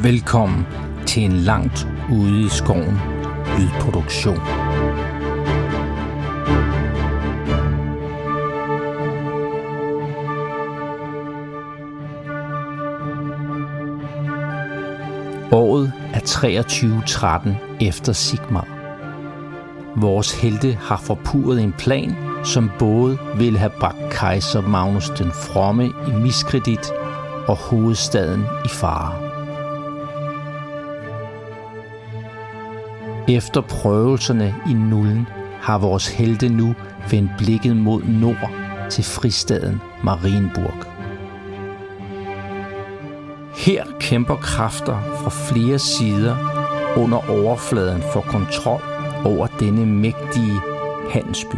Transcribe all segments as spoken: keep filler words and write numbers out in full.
Velkommen til en langt ude i skoven lydproduktion. Året er treogtyve tretten efter Sigmar. Vores helte har forpurret en plan, som både ville have bragt kejser Magnus den Fromme i miskredit og hovedstaden i fare. Efter prøvelserne i nullen har vores helte nu vendt blikket mod nord til fristaden Marienburg. Her kæmper kræfter fra flere sider under overfladen for kontrol over denne mægtige handelsby.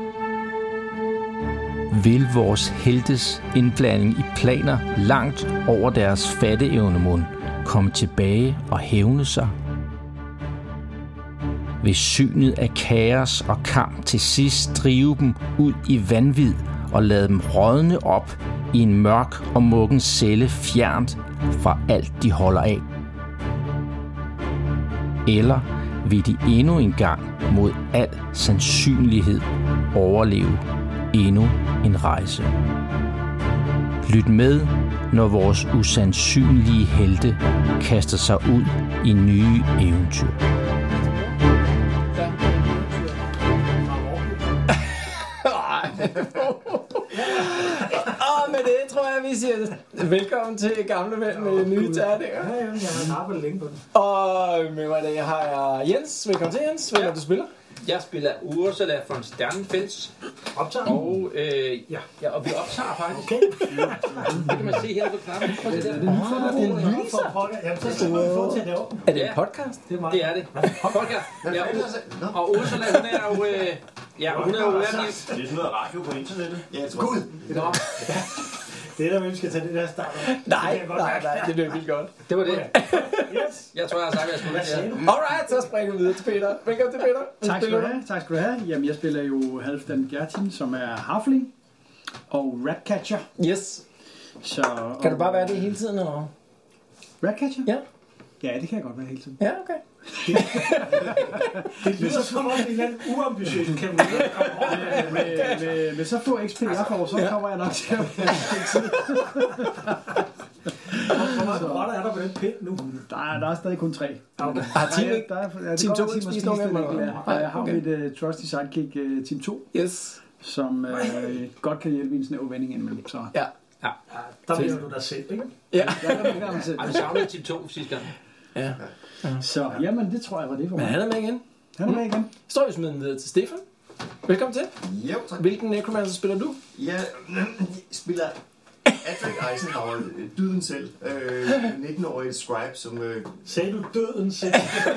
Vil vores heltes indblanding i planer langt over deres fatteevnemund komme tilbage og hævne sig? Vil synet af kaos og kamp til sidst drive dem ud i vanvid og lade dem rådne op i en mørk og muggen celle fjernt fra alt de holder af? Eller vil de endnu en gang mod al sandsynlighed overleve endnu en rejse? Lyt med, når vores usandsynlige helte kaster sig ud i nye eventyr. Og med det tror jeg, vi siger velkommen til gamle mænd med nye terninger. Ja, ja, jeg har arbejdet længe på den. Og med mig i dag har jeg Jens. Velkommen til, Jens. Hvem er du spiller? Jeg spiller Ursula von Sternfels. Optager? Og, øh, ja. ja, og vi optager faktisk. Okay. Det kan man se her på knappen. Prøv at se der. Det lyser. Jamen, så skal man få til det op. Er det en podcast? Det er meget. Det er det. Podcast. Ja, og Ursula, hun er jo... Øh, ja, hun er jo... Det er sådan noget radio på internettet. Ja, jeg tror. Gud! Nå, Det er der, vi skal tage det der start. Nej, nej, nej, det bliver vildt godt. det var det. Yes. Jeg tror, jeg har sagt, at jeg skulle Hvad sagde det. du? Alright, så springer vi videre til Peter. Velkommen til Peter. Hvad Tak skal spiller du have, tak skal du have. Jamen, jeg spiller jo Halfdan Gertin, som er Halfling og Ratcatcher. Yes. Så, Kan du bare være det hele tiden, eller hvad? Ratcatcher? Ja. Ja, det kan jeg godt være hele tiden. Ja, okay. Det lyder som om en eller anden uambitiøs kan man Med, med, med, med så få X P, jeg får, så kommer jeg nok til at være tid. Hvor meget rotter er der på den pind nu? Der er, der er stadig kun tre. Okay. Har team ikke? Der er, der er, Team to ikke ikke spist nogen af dem, eller hvad? Og jeg har Okay. mit uh, trusty sidekick uh, Team to, Yes. som uh, godt kan hjælpe i en snæv vending indimellem. Så Ja. Ja. Der mener du dig selv, ikke? Ja. jeg er med selv. Ej, vi savnede til to sidste gang. Ja. Så jamen, det tror jeg var det for Men mig. han er med igen. Han er med igen. Så står vi smidt videre til Stefan. Velkommen til. Jo, tak. Hvilken necromancer spiller du? Jeg spiller Adric Eisenhower, dyden selv. Øh, nitten-årig scribe, som... Øh, Sagde du døden selv?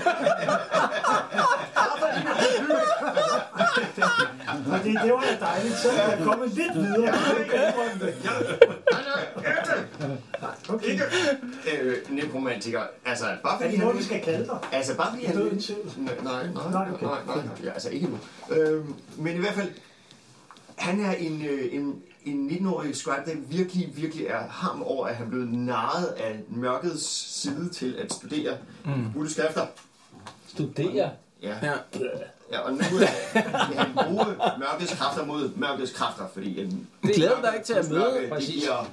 Fordi det var da dejligt, så er jeg kommet lidt videre. Okay. ikke øh, nekromantiker. Altså, bare Er fordi det noget, vi han... skal kalde dig? Altså, bare fordi han... Døden selv? Nej, nej, nej, Nej, nej, okay. nej, nej, ja, altså ikke nu. Øh, men i hvert fald, han er en, øh, en, en nitten-årig scribe, der virkelig, virkelig er ham over, at han blev narret af mørkets side til at studere mm. brudte skrifter. Studere. Ja. Ja. Ja, og nu vil han bruge mørkets kræfter mod mørkets kræfter, fordi... En, Glæder du dig ikke til at møde? mørke, det giver...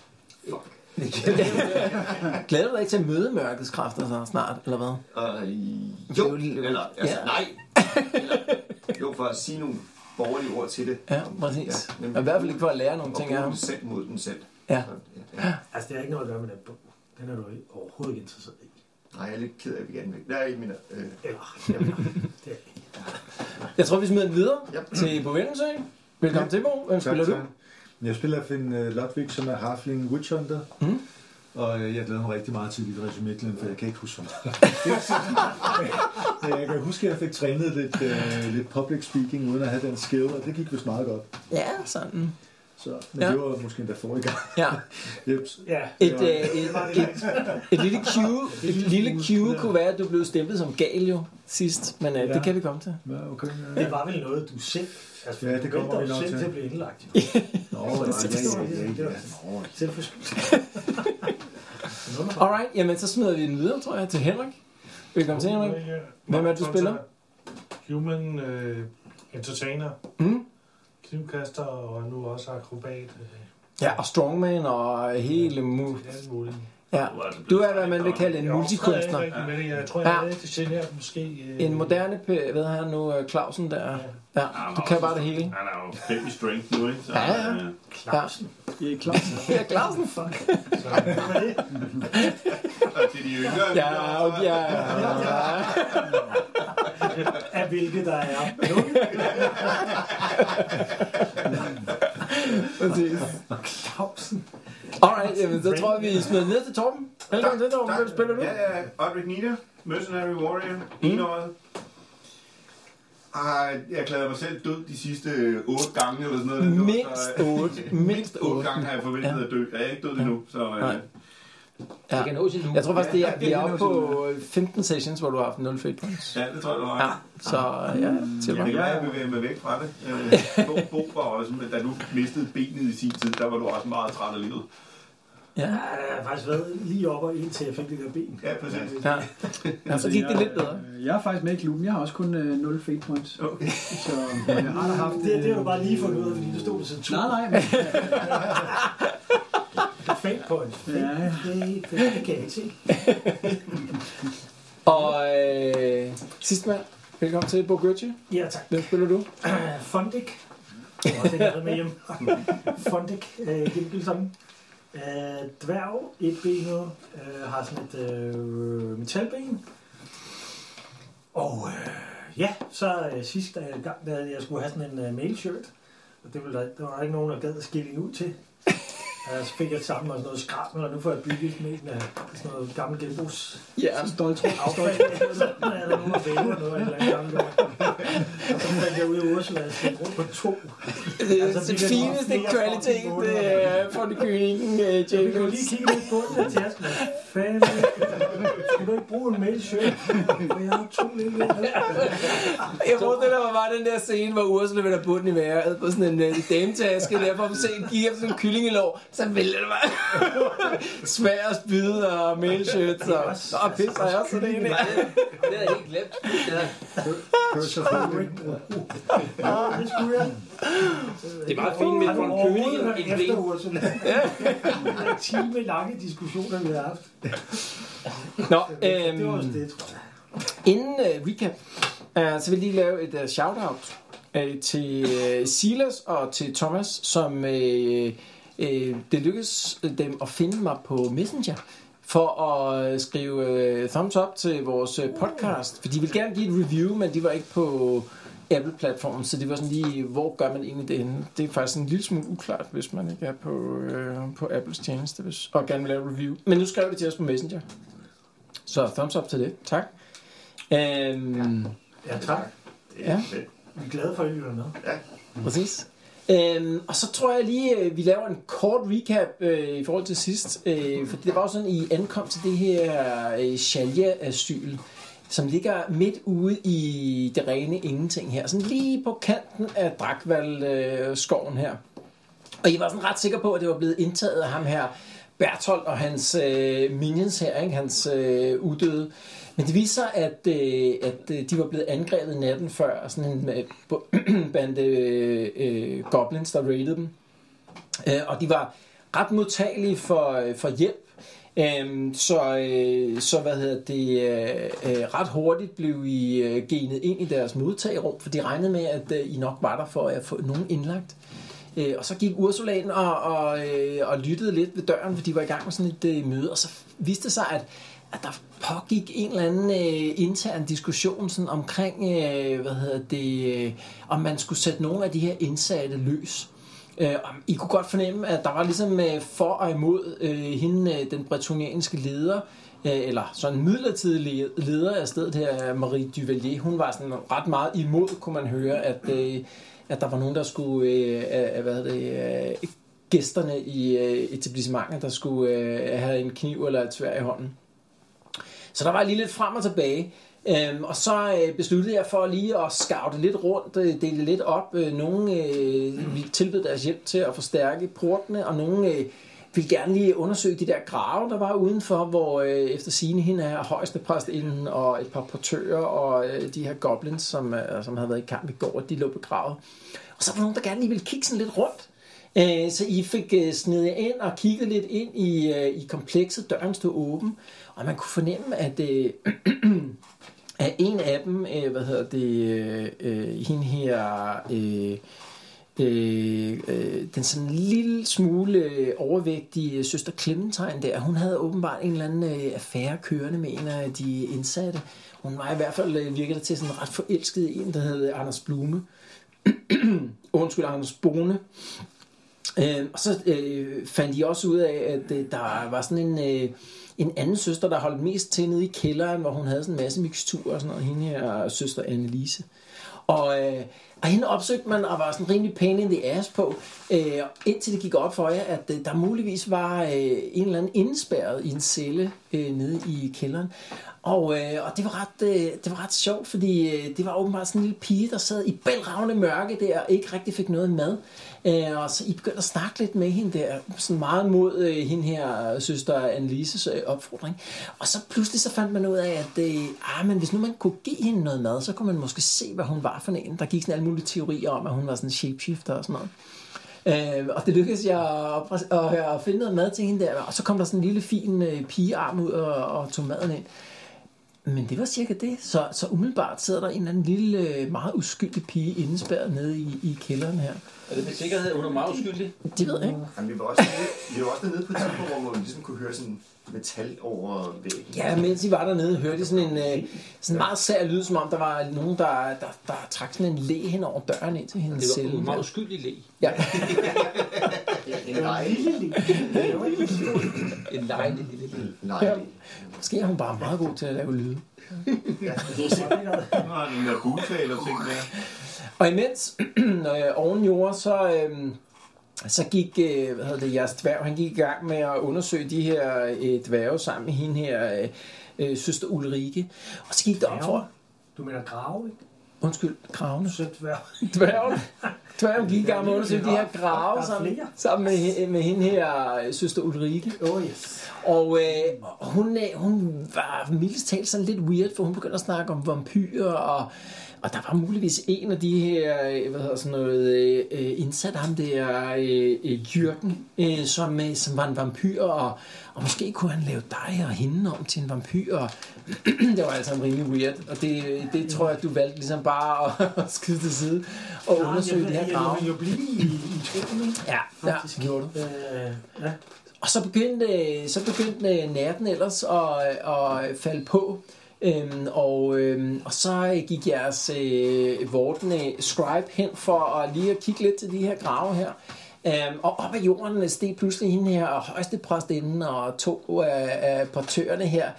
Glæder du dig ikke til at møde mørkets kræfter så snart, eller hvad? Øh, jo, eller... Altså, Ja. nej. Eller, jo, for at sige nogle borgerlige ord til det. Ja, præcis. nemlig. Og i hvert fald ikke for at lære nogle Og ting af bruge ham. den selv mod den selv. Ja. Så, ja. Altså, det har ikke noget at gøre med den bog. Den er du ikke- overhovedet ikke interesseret i. Nej, jeg er lidt ked af, at vi gerne vil. Nej, jeg mener... Øh, Eller, ja. det er Jeg tror, vi smider den videre Yep. til Bo Vendensø. Velkommen til, Bo. Hvem spiller du? Jeg spiller Finn uh, Ludwig, som er Halfling Witch Hunter. Mm. Og øh, jeg glæder mig rigtig meget til dit resumé, Glenn, for jeg kan ikke huske så meget. Jeg kan huske, at jeg fik trænet lidt, uh, lidt public speaking, uden at have den skill, og det gik vist meget godt. Ja, sådan. Så, men Ja. det var måske endda forrige gang. Ja. Jeps. ja. Et, øh, et, et, et lille cue, et lille cue kunne være, at du blev stemplet som gal jo sidst, men øh, Ja. det kan vi komme til. Ja, okay. Ja. Det var vel noget, du selv... Altså, Ja, det kommer du vi nok selv til. til at blive indlagt. Nå, ja, ja, ja, ja, ja. Selvforskyldt. Alright, jamen så smider vi den videre, tror jeg, til Henrik. Velkommen til, Henrik. Hvem er det, du spiller? Human uh, Entertainer, Mm? knivkaster og nu også akrobat. Uh, Ja, og strongman og hele mu... det er alt muligt. Ja, du er, hvad man vil kalde en multikunstner. Jeg, jeg, jeg tror, Ja. jeg er rigtig genert måske. Uh, En moderne, p- hvad har nu, Clausen der? Ja, du kan bare det hele. Han er jo fem i strength nu, ikke? Så, Ja, ja. øh, Clausen. Erik Clausen. Ja, Clausen, fuck. Så, hvad er det? og til de yngre. Ja, og ja, ja. Af hvilke der er. Præcis. Clausen. Alright, jamen, så tror jeg, vi smider ned til Torben. Velkommen til, Torben. Hvem spiller du? Ja, ja. Odrik Nida, Mercenary Warrior, enåret. Ah, jeg klæder mig selv død de sidste otte gange eller sådan noget. Den Mindst så, øh, otte. Mindst otte gange har jeg forventet Ja. at dø. Jeg er ikke død endnu, så... Øh, Nej. Ja. Det kan nås endnu. Jeg tror faktisk, det er, vi er Ja, oppe på femten sessions, hvor du har haft nul fate points. ja, det tror jeg, du har. Ja, så ja, til Jeg mig. kan være, at jeg bevæger mig væk fra det. Øh, Bo, Bo var også, da du mistede benet i sin tid, der var du også meget træt af livet. Ja, Ja, jeg har faktisk været lige op og ind til jeg fik det der ben. Ja, præcis. ja. Ja, så gik det lidt bedre. Jeg er faktisk med i klubben. Jeg har også kun øh, nul fate points. Okay. Så jeg har da haft... Det, det har du bare lige fundet ud af, fordi du stod til tur. Nej, nej. Men, Fake points. Ja. Det, det, det, det kan jeg ikke se. Og øh, sidst mand, velkommen til Bo Gøtje. Ja, tak. Hvem spiller du? Uh, Fundik. Det var det, jeg havde med hjem. Fundik, uh, Gilgilson. Uh, dværg, etbenet, uh, har sådan et uh, metalben. Og uh, ja, så uh, sidste gang, da jeg skulle have sådan en uh, mail-shirt, og det, ville der, der var der ikke nogen, der gad at skille ud til. Uh, så fik jeg sammen med sådan noget skrab, og nu får jeg bygget med en af sådan noget gammel genbrugs. Ja, stolt. Affald, så er der nogen, der vælger noget eller andet gammel. Og så fandt jeg ud af Ursula, at jeg rundt på to. det, Altså, det vi kan fineste nok flere kvalitet, fucking måneder. det er fra det køningen, Så vi kan jo James. lige kigge lidt på den der tasken. Hvad fanden? Skulle du ikke bruge en mail-shirt? For jeg har to lidt mere. Jeg forestiller mig bare den der scene, hvor Ursula vender bunden i vejret på sådan en uh, dametaske, der for at se en gik efter sådan en kyllingelår, så vælger det bare svær at spide og mailshirts og, og pisser jeg også sådan en. Det havde jeg helt glemt. Ja, det skulle jeg. Det er meget fint med en køning en Efter ben. Ursula. Det er en time lange diskussioner, vi har haft. Nå, Det var også øhm, det, tror jeg. inden uh, recap, uh, så vil jeg lige lave et uh, shout-out uh, til uh, Silas og til Thomas, som uh, uh, det lykkedes dem at finde mig på Messenger for at skrive uh, thumbs up til vores uh, podcast, for de ville gerne give et review, men de var ikke på Apple-platformen, så det var sådan lige, hvor gør man egentlig det henne? Det er faktisk en lille smule uklart, hvis man ikke er på, øh, på Apples tjeneste, hvis, og gerne vil lave et review. Men nu skrev det til os på Messenger. Så thumbs up til det. Tak. Øhm, Ja, tak. ja, Vi er glade for, at I er med. præcis. Øhm, og så tror jeg lige, øh, vi laver en kort recap øh, i forhold til sidst. Øh, for det var jo sådan, I ankom til det her øh, Shalya-asyl, som ligger midt ude i det rene ingenting her. Sådan lige på kanten af Drakvald-skoven her. Og I var sådan ret sikker på, at det var blevet indtaget af ham her, Bertolt og hans øh, minions her, ikke? Hans øh, uddøde. Men det viser sig, at, øh, at øh, de var blevet angrebet natten før, sådan en øh, bande øh, goblins, der raidede dem. Øh, og de var ret modtagelige for, for hjælp. Um, så, øh, så hvad hedder det, øh, øh, ret hurtigt blev I øh, genet ind i deres modtagerum, for de regnede med, at øh, I nok var der for at få nogen indlagt. Øh, og så gik Ursula ind og, og, øh, og lyttede lidt ved døren, for de var i gang med sådan et øh, møde, og så viste det sig, at, at der pågik en eller anden øh, intern diskussion sådan omkring, øh, hvad hedder det, øh, om man skulle sætte nogle af de her indsatte løs. Uh, I kunne godt fornemme, at der var ligesom uh, for og imod uh, hende, uh, den bretonianske leder, uh, eller sådan en midlertidig leder af stedet her, Marie Duvalier. Hun var sådan ret meget imod, kunne man høre, at, uh, at der var nogen, der skulle, uh, uh, hvad hedder det, uh, gæsterne i uh, etablissementet, der skulle uh, have en kniv eller et sværd i hånden. Så der var lige lidt frem og tilbage. Øhm, og så øh, besluttede jeg for lige at scoute lidt rundt, øh, dele lidt op. Øh, nogle øh, vi tilbød deres hjælp til at forstærke portene, og nogle øh, ville gerne lige undersøge de der grave, der var udenfor, hvor øh, efter sigende hende er højeste præstinden og et par portører og øh, de her goblins, som, øh, som havde været i kamp i går, de lå begravet. Og så var der nogen, der gerne lige ville kigge sådan lidt rundt. Øh, så I fik øh, snedet ind og kigget lidt ind i, øh, i komplekset. Døren stod åben, og man kunne fornemme, at, øh, at en af dem, øh, hvad hedder det, øh, øh, hende her... Øh, Øh, øh, den sådan en lille smule overvægtige søster Clementine der, hun havde åbenbart en eller anden øh, affære kørende med en af de indsatte. Hun var i hvert fald øh, virkede til sådan ret forelsket i en, der hed Anders Blume. Undskyld, Anders Bone. Øh, og så øh, fandt de også ud af, at øh, der var sådan en, øh, en anden søster, der holdt mest til nede i kælderen, hvor hun havde sådan en masse mixtur og sådan noget. Hende her søster Annelise. Og, øh, og hende opsøgte man og var sådan rimelig pain in the ass på, øh, indtil det gik op for jer, at øh, der muligvis var øh, en eller anden indespærret i en celle øh, nede i kælderen. Og, øh, og det, var ret, øh, det var ret sjovt, fordi øh, det var åbenbart sådan en lille pige, der sad i bælragende mørke der og ikke rigtig fik noget mad. Øh, og så I begyndte at snakke lidt med hende der, sådan meget mod øh, hende her søster Annelises øh, opfordring. Og så pludselig så fandt man ud af, at øh, ah, men hvis nu man kunne give hende noget mad, så kunne man måske se, hvad hun var for en. Der gik sådan alle mulige teorier om, at hun var sådan en shapeshifter og sådan noget. Øh, og det lykkedes jeg at, at, at finde noget mad til hende der. Og så kom der sådan en lille fin øh, pigearm ud og, og tog maden ind. Men det var cirka det. Så, så umiddelbart sidder der en eller anden lille, meget uskyldig pige indespærret nede i, i kælderen her. Er det med sikkerhed, hun er meget uskyldig? Det ved jeg ikke. Jamen, vi var også nede, vi var også dernede på et tidspunkt, hvor man ligesom kunne høre sådan metal over væggen. Ja, mens I var dernede, hørte I sådan en øh, sådan meget sær lyd, som om der var nogen, der, der, der trak sådan en læ hen over døren ind til hendes celle. Det var en meget uskyldig læ. Ja. En lejlig. En lejlig lille læ. Ja. Måske er hun bare meget god til at lave lyde. Ja. Og en der bugtaler ting der. Og imens øh, oven jord, så, øh, så gik øh, hvad hedder det, jeres dværg, han gik i gang med at undersøge de her øh, dværge sammen med hende her øh, øh, søster Ulrike. Og så gik det op for... Du mener grave, ikke? Undskyld, gravene. Sødt dværg. Dværgen. Dværgen gik i gang med at undersøge de her grave sammen, sammen med, med hende her øh, søster Ulrike. Oh yes. Og øh, hun, øh, hun var mildest talt sådan lidt weird, for hun begyndte at snakke om vampyrer, og, og der var muligvis en af de her, hvad hedder sådan noget, øh, indsat ham der, øh, Jürgen, øh, som, øh, som var en vampyr, og, og måske kunne han lave dig og hende om til en vampyr, og det var altså rimelig weird, og det, det tror jeg, du valgte ligesom bare at, at skyde til side og Nå, undersøge jeg, det her jeg, grav. Jeg vil jo blive i, i troen, ikke? Ja, ja, det gjorde du. Øh, ja. Og så begyndte, så begyndte natten ellers at, at falde på, øhm, og, øhm, og så gik jeres øh, vortende scribe hen for at lige at kigge lidt til de her grave her. Øhm, og op ad jorden steg pludselig hende her højeste præstinden og to af, af portørerne her,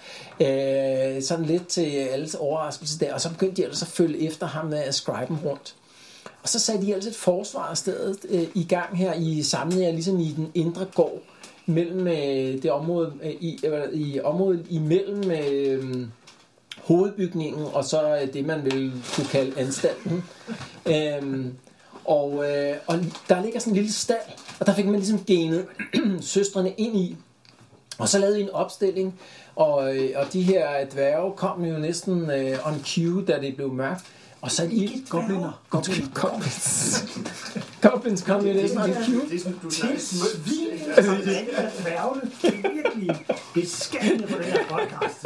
øh, sådan lidt til alles overraskelse der, og så begyndte de ellers at følge efter ham med scriben rundt. Og så satte de altså et forsvar af stedet øh, i gang her, i samlede jer ligesom i den indre gård, mellem øh, det område øh, i, øh, i området imellem øh, hovedbygningen og så øh, det man vil kunne kalde anstalten. øhm, og, øh, og der ligger sådan en lille stald, og der fik man ligesom genet søstrene ind i, og så lavede I en opstilling, og, øh, og de her dværge kom jo næsten øh, on cue, da det blev mørkt. Og så I Gobliner. Goblins. Goblins. Goblins kom jo næsten on cue. Det er sådan, du Det snakker er smødt. svin, altså det er dværgene. Det er virkelig beskæmmende på den her podcast.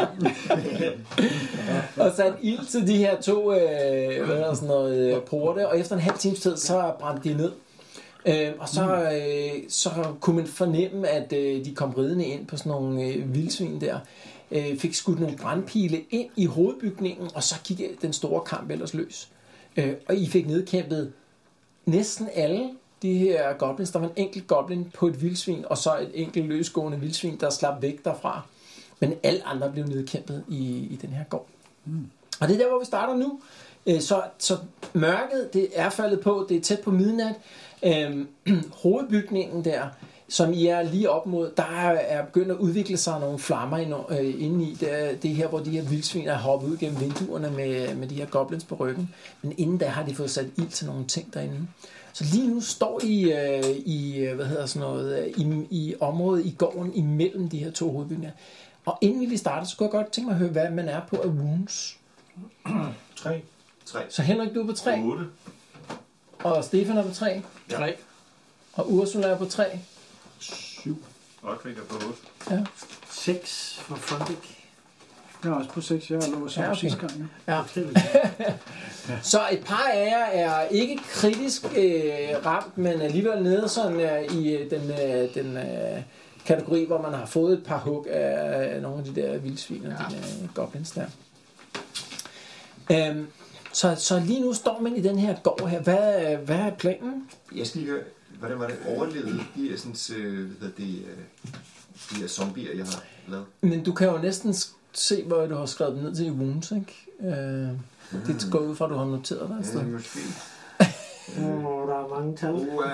Og satte ild til de her to øh, hvad er sådan noget, øh, porte, og efter en halv times tid, så brændte de ned. Øh, og så, øh, så kunne man fornemme, at øh, de kom ridende ind på sådan nogle øh, vildsvin der, øh, fik skudt nogle brandpile ind i hovedbygningen, og så gik den store kamp ellers løs. Øh, og I fik nedkæmpet næsten alle de her goblins. Der var en enkelt goblin på et vildsvin, og så et enkelt løsgående vildsvin, der slap væk derfra. Men alle andre blev nedkæmpet i, i den her gård. Mm. Og det er der, hvor vi starter nu. Øh, så, så mørket, det er faldet på, det er tæt på midnat. Øhm, hovedbygningen der, som I er lige op mod, der er begyndt at udvikle sig nogle flammer inde i. Det er, det er her, hvor de her vildsvin er hoppet ud gennem vinduerne med, med de her goblins på ryggen. Men inden da har de fået sat ild til nogle ting derinde. Så lige nu står I i, hvad hedder sådan noget, i, i området i gården imellem de her to hovedbygninger. Og inden vi lige starter, så kunne jeg godt tænke mig at høre, hvad man er på af wounds. Tre. Tre. Så Henrik, du er på tre. otte. Og Stefan er på tre. Tre. Og Ursula er på tre. syv. Og jeg på otte. Ja. Seks for Fondik. Jeg er også på seks. Jeg lå så Ja, ja, okay. okay. sidste gang. Ja. Ja. Så et par af jer er ikke kritisk øh, ramt, men alligevel nede sådan, øh, i øh, den, øh, den øh, kategori, hvor man har fået et par hug af, af nogle af de der vildsvin og ja. de der goblins der. Øhm, så, så lige nu står man i den her gård her. Hvad, hvad er planen? Jeg skal lige høre, hvordan var det overlevet de her, sådan, øh, hvad hedder det, øh, de her zombier, jeg har lavet? Men du kan jo næsten se, hvor du har skrevet dem ned til i wounds, ikke? Øh, det går ud fra, at du har noteret dig et sted. Ja, måske. Åh, der er mange tal. Uh,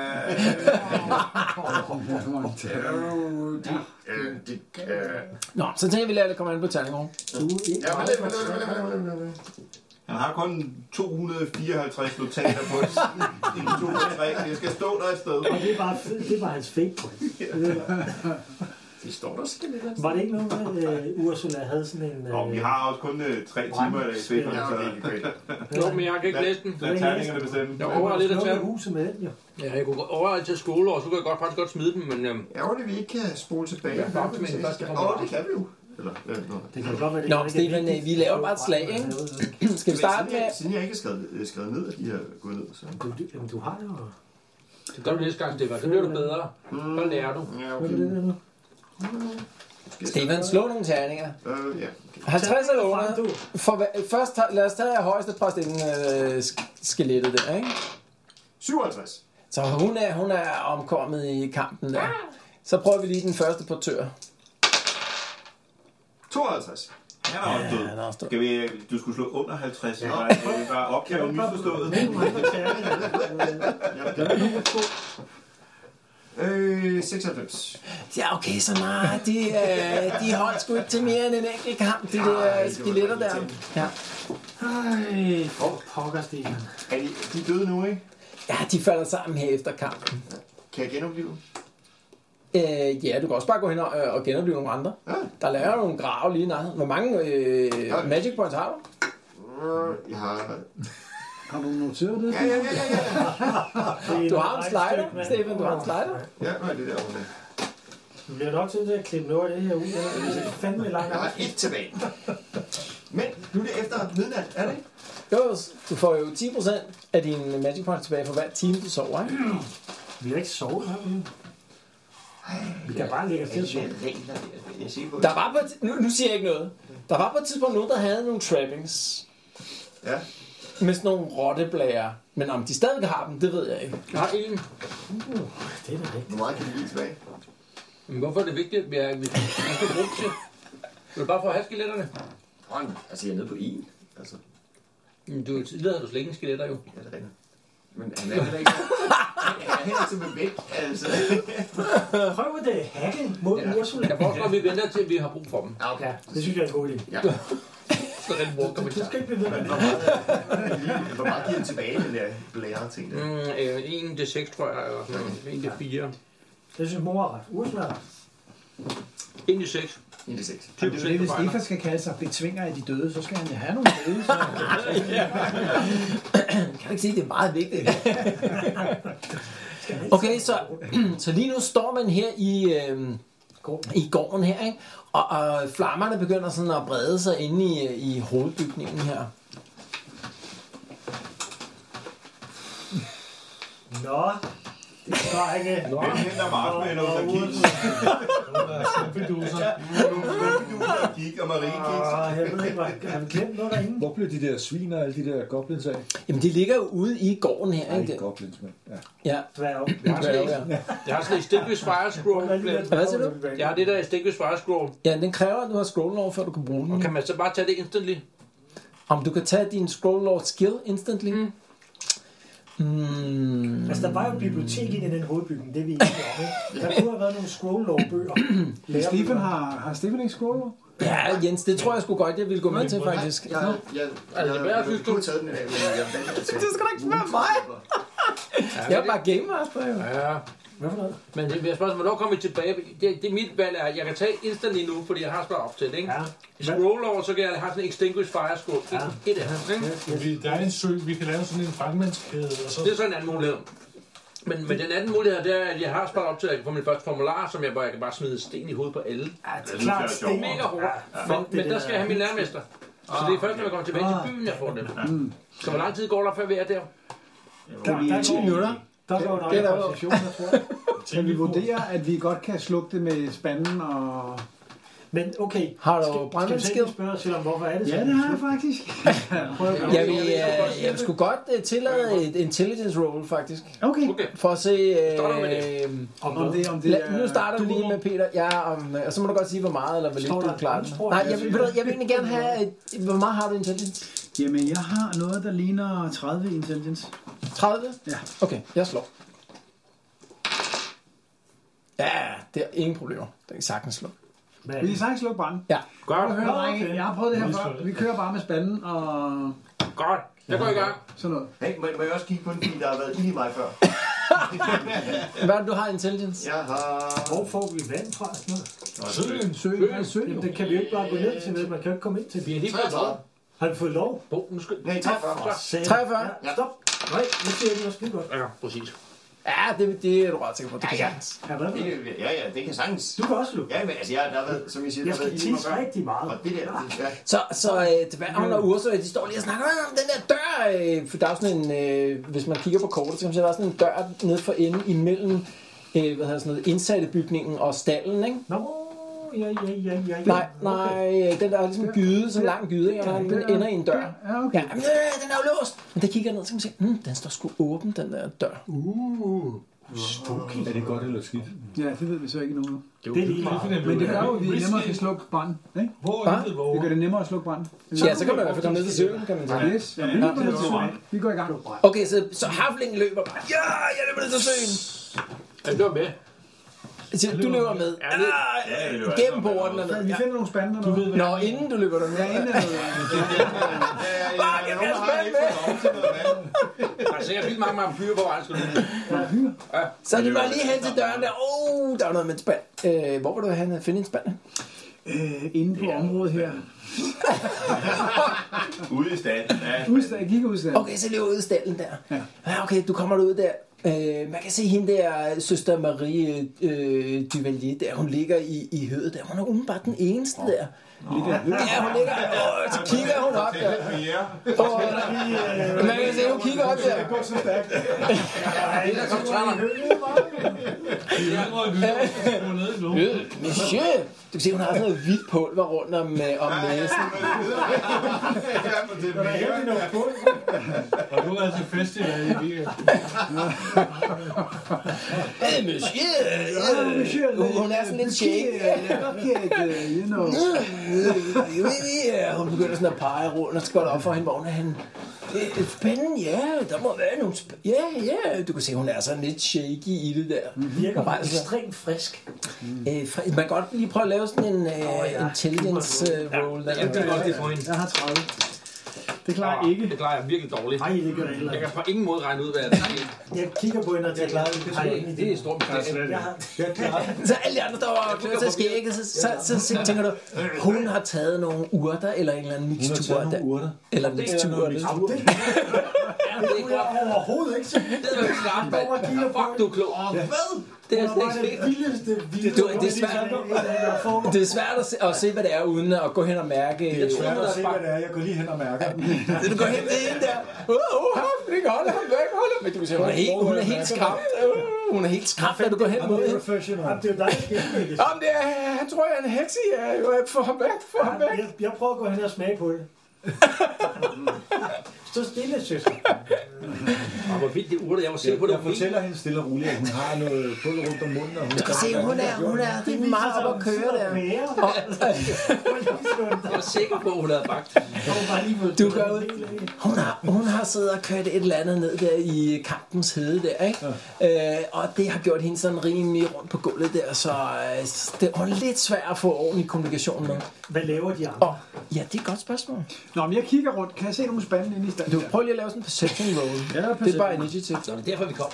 øh, det, øh, Nå, så tænker vi, at det kommer an på terningerne. ja, men det, men det, Han har kun to hundrede fireoghalvtreds notater på en to og tre. Jeg skal stå der et sted. Og det er bare, det er bare hans fake point. det står der skeletter. Var det ikke noget med, at uh, Ursula havde sådan en... Og vi har også kun uh, tre timer i dag. Så Ja, okay, great. Jo, men jeg kan ikke læse den. lad terningerne bestemme. Jeg overvejer lidt at tage dem. huset med den, jo. Ja, jeg kunne overveje til skole, og så kunne jeg godt, faktisk godt smide dem, men... Øhm, Ja, det vi ikke kan spole tilbage. Ja, bare til min første kommer. Åh, det kan vi jo. Eller, øh, nå. Det kan godt være, det Nå, ikke er Stefan, vigtigt. vi laver bare et slag, ikke? Skal vi starte Men med... siden jeg, siden jeg ikke har skrevet, øh, skrevet ned, at de har gået ned, så... Du, du, jamen, du har det jo. det gør du næste gang, Stefan. Så bliver du bedre. Så lærer du. Ja, Hvad okay. er det der nu? Stefan, slå nogle terninger. Øh, ja, okay. halvtreds eller Frem, under. du. For, hva- først, ta- lad os tage højeste præst inden øh, sk- skelettet der, ikke? syvoghalvtreds. Så hun er, hun er omkommet i kampen der. Så prøver vi lige den første portør. tooghalvtreds. Han er også død. han er også død. Skal vi, du skulle slå under halvtreds. Ja. Det var opgaven misforstået. Øh, seksoghalvfems. Ja, okay, så nej, de, øh, de holdt sgu ikke til mere end en enkelt kamp, de der skeletter der. Ja. Ej, for pokker, Stefan. Er de, de er døde nu, ikke? ja, de falder sammen her efter kampen. Kan jeg genopleve? Øh, ja, du kan også bare gå hen og, øh, og genopleve nogle andre. Ja. Der laver nogle grav lige nærheden. Hvor mange øh, Ja. magic points har du? Øh, Jeg har... Har du noteret det? Ja, ja, ja, ja, ja. Du har en slider, Stefan, du har en slider. Ja, hvad er det der? Rune? Du bliver nok til at klippe noget af det her ud. Det er fandme langt. Jeg har et tilbage. Men nu er det efter midnat, er det ikke? Jo, du får jo ti procent af dine magic points tilbage for hver time, du sover, ikke? Vi har ikke sovet her. Vi kan bare lægge os til at sove. Jeg siger på Der var på et, nu, nu siger jeg ikke noget. Der var på et tidspunkt nogen, der havde nogle trappings Ja. med sådan nogle rotteblærer. Men om de stadig har dem, det ved jeg ikke. Jeg har en. Det er da rigtigt. Hvor meget kan vi give tilbage? Men hvorfor er det vigtigt, at vi er, vi skal bruge til? Vil du bare få at have skeletterne? Hånd. Altså, jeg er nede på en. Altså, Men du, tidligere havde du slet ikke skeletter, jo. ja, det regner. Men han er heller ikke... Han er heller ikke så væk, altså. Prøv at det hacke mod Ja. Ursula. Jeg foreslår, at vi venter til, at vi har brug for dem. Ja, okay. Ja, det synes jeg er en god idé. Ja. Så den bruger Du kommentar. skal ikke blive ved med Hvor meget, hvor meget giver den tilbage, den der blære ting der? Mm, øh, en til seks, tror jeg, eller sådan noget. En til fire. Jeg synes, mor er ret. Ursula er ret. En til seks. en til seks. tyve Det er procent det, hvis for fejler. Stefan skal kalde sig betvinger af de døde, så skal han jo have nogle døde. Så... Kan du ikke sige, det er meget vigtigt? Okay, så, så lige nu står man her i, øh, i gården her, ikke? Og, og flammerne begynder sådan at brede sig inde i, i hovedbygningen her. Nå, det er ikke... Hvem henter marshmallows og kiks? Beduser. Snuppeduser, kik og mariekiks. Åh, jeg ved ikke, hvad... Har vi glemt noget derinde? Hvor blev de der svin og alle de der goblins af? Jamen, de ligger jo ude i gården her, Nej, ikke? ikke goblins, men ja. Ja. Dværg. Jeg har sådan Ja, en- ja. jeg har sådan en Extinguished Fire Scroll. Hvad siger du? Jeg har det der Extinguished Fire Scroll. Ja, den kræver, at du har scroll over, før du kan bruge Og den. kan man så bare tage det instantly? Om du kan tage din scroll lord skill instantly. Mm. Hmm. Altså, der var jo et bibliotek inde i den hovedbygning, det er vi ikke om, ikke? Der kunne have været nogle scroll-lov-bøger. Stefan har, har Stefan ikke scroll? Ja, Jens, det tror jeg sgu godt, jeg ville gå med til, faktisk. Jeg, jeg, jeg, Altså, jeg, hvad jeg, synes jeg du? kunne have taget den i dag, men jeg valgte at tage Det skal da ikke være mig. Jeg er bare Game Master, jo. Ja. Hvad for noget? Men det, jeg spørger, hvornår kommer vi tilbage? Det, det mit valg er, at jeg kan tage instant lige nu, fordi jeg har sparet op til det, ikke? Ja. Scroll over, så kan jeg have sådan en Extinguish Fire Scroll. Ja. Et af dem, ikke? Vi, der er en sø, vi kan lave sådan en fragmentskæde. Og så... Det er så en anden mulighed. Men, men den anden mulighed, det er, at jeg har sparet op til, at jeg kan få min første formular, som jeg, hvor jeg kan bare smide sten i hovedet på alle. Ja, det er klart, Det er det Mega hårdt. Ja, Men, men der skal jeg have min lærermester. Så det er først, når jeg kommer tilbage til byen, jeg får det. Så hvor lang tid går der, før vi er der? Der, der, ti minutter. Der går Det er der der en jo. præcision, jeg tror. Kan vi vurdere, at vi godt kan slukke det med spanden og... Men okay, Har du skal, skal vi brandmandsskill? selv spørge os selv om, hvorfor er det Ja, sådan? det har jeg faktisk. Jeg vil, øh, jeg vil sgu godt uh, tillade et intelligence roll, faktisk. Okay. Okay. For at se... Starter du med Øh, Om Om det, om det lad, er... nu starter vi lige duer. med Peter. Ja, om, og så må du godt sige, hvor meget eller hvor lidt Står du der klarer et den. sprog? Nej, jeg, vil, ved du, jeg vil egentlig gerne have... Et, hvor meget har du intelligence? Jamen, jeg har noget, der ligner tredive intelligence. tredive? Ja. Okay, jeg slår. Ja, det er ingen problemer. Det kan sagtens slå. Hvad er Vi kan det? sagtens slukke branden. Ja. Godt, Hør, Nå, drenge, okay. jeg har prøvet det her før. Vi kører bare med spanden og godt. Jeg går i gang. sådan noget. Hey, må, må jeg også kigge på den, fordi der har været ild i mig før? Hvad er det, du har intelligence? Jeg har... Hvor får vi vand fra? Sådan noget? Søen. Sø, ja, sø. Jamen, det kan vi jo ikke bare gå ned til, vel? Man kan jo ikke komme ind til Vi det. har lige fået lov. Har vi fået lov? Bo, nu skal... Nej, treogfyrre. Sagde- treogfyrre? Ja, stop. Nej, nu siger jeg det også skide godt. Ja, præcis. Ja, det, det er du ret sikker på. Det kan Ja, ja. sagtens. Ja, hvad for noget? Det, ja, ja, det kan sagtens. Du kan også lukke. Ja, men altså, jeg, der har været, som jeg siger, Jeg der har skal været ild i mig tisse før. rigtig meget. Og det der, det, ja. Så, så øh, dværgen og Ursula, de står lige og snakker om den der dør. Øh, for der er jo sådan en, øh, hvis man kigger på kortet, så kan man se, at der er sådan en dør nede for enden imellem øh, hvad hedder sådan noget, indsatte bygningen og stallen, ikke? Nå, ja, ja, ja, ja. ja. Nej, nej, den der er ligesom gyde, sådan en lang gyde, ikke? Og den ender i en dør. Ja, okay. Ja, men øh, den er jo låst. Men der kigger jeg ned, så kan man se, hmm, den står sgu åben, den der dør. Uh, spooky. Er det godt eller skidt? Ja, det ved vi så ikke endnu. Det er lige meget. Men det gør jo, at vi nemmere kan slukke branden. Ikke? Hvor Hva? er det, hvor? Det gør det nemmere at slukke branden. Ja, så kan man i hvert fald komme ned til søen, kan man sige. Yes, ja, vi, går ned til søen. Vi går i gang. Okay, så, så Haflingen løber bare. Ja, jeg løber ned til søen. Er du med? Så du løber med. Ja, det- Ah, Ja, det løber gennem altså porten med. og ned. Vi Ja. finder nogle spande Du ved, og hvad Nå, inden du løber derned. Ja, inden er noget. Fuck, jeg bliver spændt med. Altså, jeg har vildt mange vampyrer på vejen, skal du Så du var lige hen til døren der. Åh, oh, der var noget med en spand. Øh, hvor vil du have finde en spand? Øh, inde på området her. Ude i staden. Ja. Udstand, jeg kigger udstand. Okay, så løber ud i stallen der. Ja. Ja, okay, du kommer ud der. Øh, man kan se hende der, søster Marie øh, Duvalier, der hun ligger i, i hødet der. Hun er umiddelbart den eneste der. Ligger Ja, hun ligger. Åh, så kigger hun op der. Åh, man kan se, hun kigger op der. Det går så stærkt. Det er som træner. Øh, Monsieur, du kan se, hun har sådan noget hvidt pulver rundt om, øh, om næsen. Og du er til festival i weekenden. Øh, Monsieur, øh, hun er sådan lidt shaky. You know. Ja, hun begynder sådan at pege rundt, og så går det op for hende, hvor hun er henne. Øh, Spændende, ja, der må være nogle sp- Ja, ja, du kan se, hun er sådan lidt shaky i det der. Virker Og rejser sig. ekstremt frisk. Øh, fri- man kan godt lige prøve at lave sådan en uh, ja. intelligence uh, roll. Der. Jeg kan godt det for hende. Jeg har tredive. Det klarer jeg ikke. Det klarer jeg virkelig dårligt. Nej, det gør jeg heller Jeg ikke. kan på ingen måde regne ud, hvad jeg skal. Jeg kigger på hende og tænker, har jeg ikke Det er stort. Jeg har... Så alle de andre står og klør sig skægget, så, så, så, så tænker du, hun har taget nogle urter, eller en eller anden Hun har mixtur. taget nogle urter. Eller mixtur. Det kunne jeg overhovedet ikke se. Det er jo klart, mand. Fuck, du er klog. Hvad? Det er Hun var slet ikke det vildeste video. Du, det er svært, det er svært at, se, at se, hvad det er, uden at gå hen og mærke. Det er svært at se, hvad det er. Jeg går lige hen og mærker den. Du går hen til en der. Åh, åh, ikke holde ham væk, holde ham væk. Du kan se, hun er helt, hun er helt skræmt. Uh, Hun er helt skræmt, da du går hen mod hende. Jamen, det er jo dig, der skal det. Om det er, han tror, jeg er en heks, ja. Få ham væk, få ham væk. Jeg, jeg prøver at gå hen og smage på det. Stå stille, søster. hvor vildt det urte, jeg var sikker på, det Jeg var fortæller hende stille og roligt, at hun har noget pul rundt om munden. Og hun Du kan se, hun er, hun er rigtig meget op at køre der. Og, Jeg var sikker på, at hun havde bagt. du går ud. Hun har, hun har siddet og kørt et eller andet ned der i kampens hede der, ikke? Ja. Øh, og det har gjort hende sådan rimelig rundt på gulvet der, så øh, det er lidt svært at få ordentlig kommunikation med. Hvad laver de andre? Og, ja, det er et godt spørgsmål. Nå, men jeg kigger rundt. Kan jeg se nogle spændende inde i stand? Du prøver lige at lave sådan en perception roll. Ja, Det er bare initiativ. Så det er derfor, vi kom.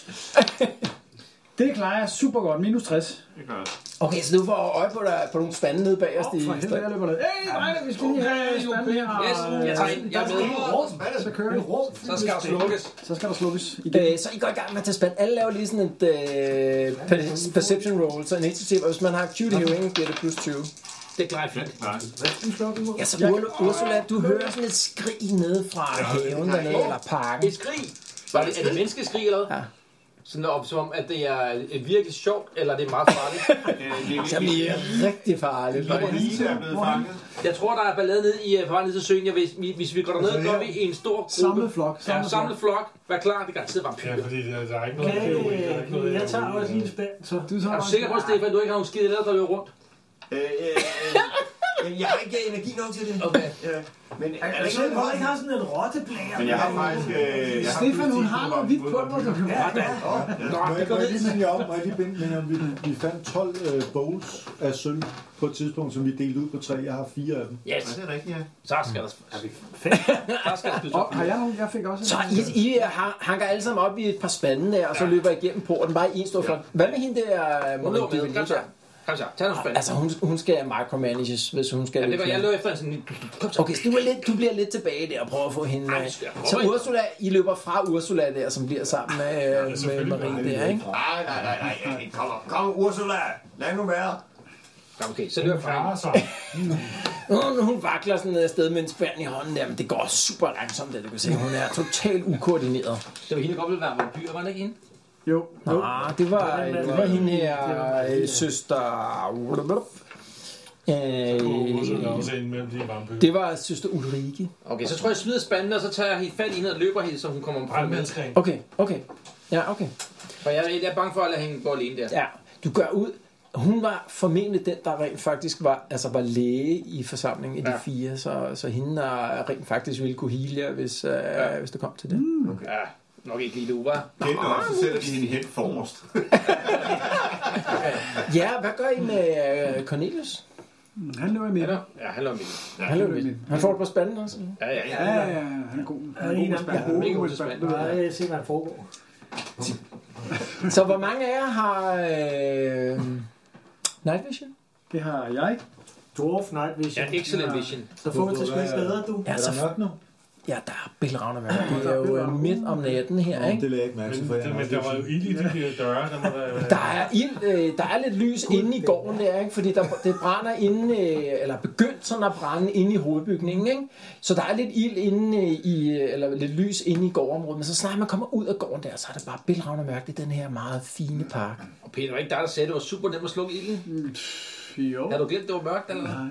Det klarer jeg super godt. Minus tres. Det gør jeg. Okay, så du får øje på, der, på nogle spande nede bag os. Åh, for helvede, jeg løber ned. Hey, nej, vi skal lige have spanden her. Yes, jeg tager ind. Jeg er med. Så kører vi. Så skal der slukkes. Så skal der slukkes igen. Øh, så I går i gang med at tage spand. Alle laver lige sådan et øh, per- perception roll, så initiativ. Og hvis man har acute hearing, bliver det plus tyve. Det klarer jeg fint. Nej. Ja, så Ur- Ursula, du hører sådan et skrig nede fra haven dernede, eller parken. Et skrig. Var det, er det menneskeskrig eller hvad? Ja. Sådan op, som om, at det er virkelig sjovt, eller det er meget farligt. Det bliver rigtig farligt. Line er blevet fanget. Jeg tror, der er ballade nede i på vej ned til søen. Jeg, hvis, hvis vi går derned, går vi i en stor gruppe. Samlet flok. Ja, samlet flok. Vær klar, det er garanteret vampyrer. Ja, fordi der, der er ikke noget Kan teori, der er ikke noget... jeg tager også lige en spand, så... Du tager Er du sikker på, Stefan, du ikke har nogen skide der, der løber rundt? Øh, øh, øh, jeg har ikke energi nok til det. Okay. Ja. Men er der Jeg ikke tror, noget du ikke har sådan en rotteblære. Men jeg har faktisk... Øh, jeg har Stefan, hun politik, har der noget var hvidt ude pulver, på- du kan Ja, ja. Må jeg, må jeg lige minde jer om, må jeg lige binde minde om, vi, vi fandt tolv øh, bowls af sølv på et tidspunkt, som vi delte ud på tre. Jeg har fire af dem. Yes. Ja, det er rigtigt, ja. Så skal der... Er vi fem? Så skal der spille Og har jeg nogen? Jeg fik også Så I, I har- hanker alle sammen op i et par spande der, og så løber I igennem porten, bare i en stor flok. Hvad med hende der, Hun løber med. Kom så. Kom så. Tag noget spændende. Altså, hun, hun skal micromanages, hvis hun skal... Ja, det var, jeg løber efter en sådan en... Kom så. Okay, så du, er lidt, du bliver lidt tilbage der og prøver at få hende... Ej, øh, det skal jeg Så prøve. Ursula, I løber fra Ursula der, som bliver sammen med, øh, med selvfølgelig. Marie der, ikke? Nej, nej, nej, nej. Kom, kom, Ursula. Lad nu være. Okay, så løber jeg fra Klarer hende. sig. Hun, hun vakler sådan et sted med en spand i hånden der, men det går super langsomt, det du kan se. Hun er totalt ukoordineret. Det var hende, der godt ville være vampyr, var det ikke hende? Jo. Nå, det var, det var hende her, øh, søster... Så er der Øh, også en mellem de vampyrer. det var søster Ulrike. Okay, så tror jeg, jeg smider spanden, og så tager jeg helt fat i hende og løber hende, så hun kommer Bare en med. menneskering. Okay, okay. Ja, okay. For jeg, jeg er bange for at lade hende gå alene der. Ja, du gør ud. Hun var formentlig den, der rent faktisk var, altså var læge i forsamlingen i de Ja. fire, så, så hende der rent faktisk ville kunne heale jer, hvis, uh, Ja. hvis det kom til det. Ja, nok ikke lige det, var. Kæmpe også, så sætter de hende hen forrest. Ja, hvad gør I med uh, Cornelius? Han løber i midten. Ja, han løber med. Han, løber med. Han får et par spændende også. Ja, ja, ja. Ja, ja, ja. Han er god. Han er en god af med dem, spand. der er mega god med til spand. spand. Nej, se hvad der foregår. Så hvor mange af jer har øh, Night Vision? Det har jeg. Dwarf Night Vision. Ja, excellent vision. Så får vi til sgu ikke bedre, du. Ja, Er så, der mørkt nu? ja, der er bælragende Det er jo øh, midt om natten her, Nå, ikke? det lagde jeg ikke mærke til, Men, for jeg det, har men der var jo ild i de der døre, der må der... Der er, ild, øh, der er lidt lys inde i gården der, ikke? Fordi der, det brænder inde, øh, eller begyndt sådan at brænde inde i hovedbygningen, ikke? Så der er lidt ild inde øh, i, eller lidt lys inde i gårdområdet, men så snart man kommer ud af gården der, så er det bare bælragende mørkt i den her meget fine park. Og Peter, var ikke dig, der sagde, at det var super nemt at slukke ilden? Jo. Har du glemt, det var mørkt, eller? Nej.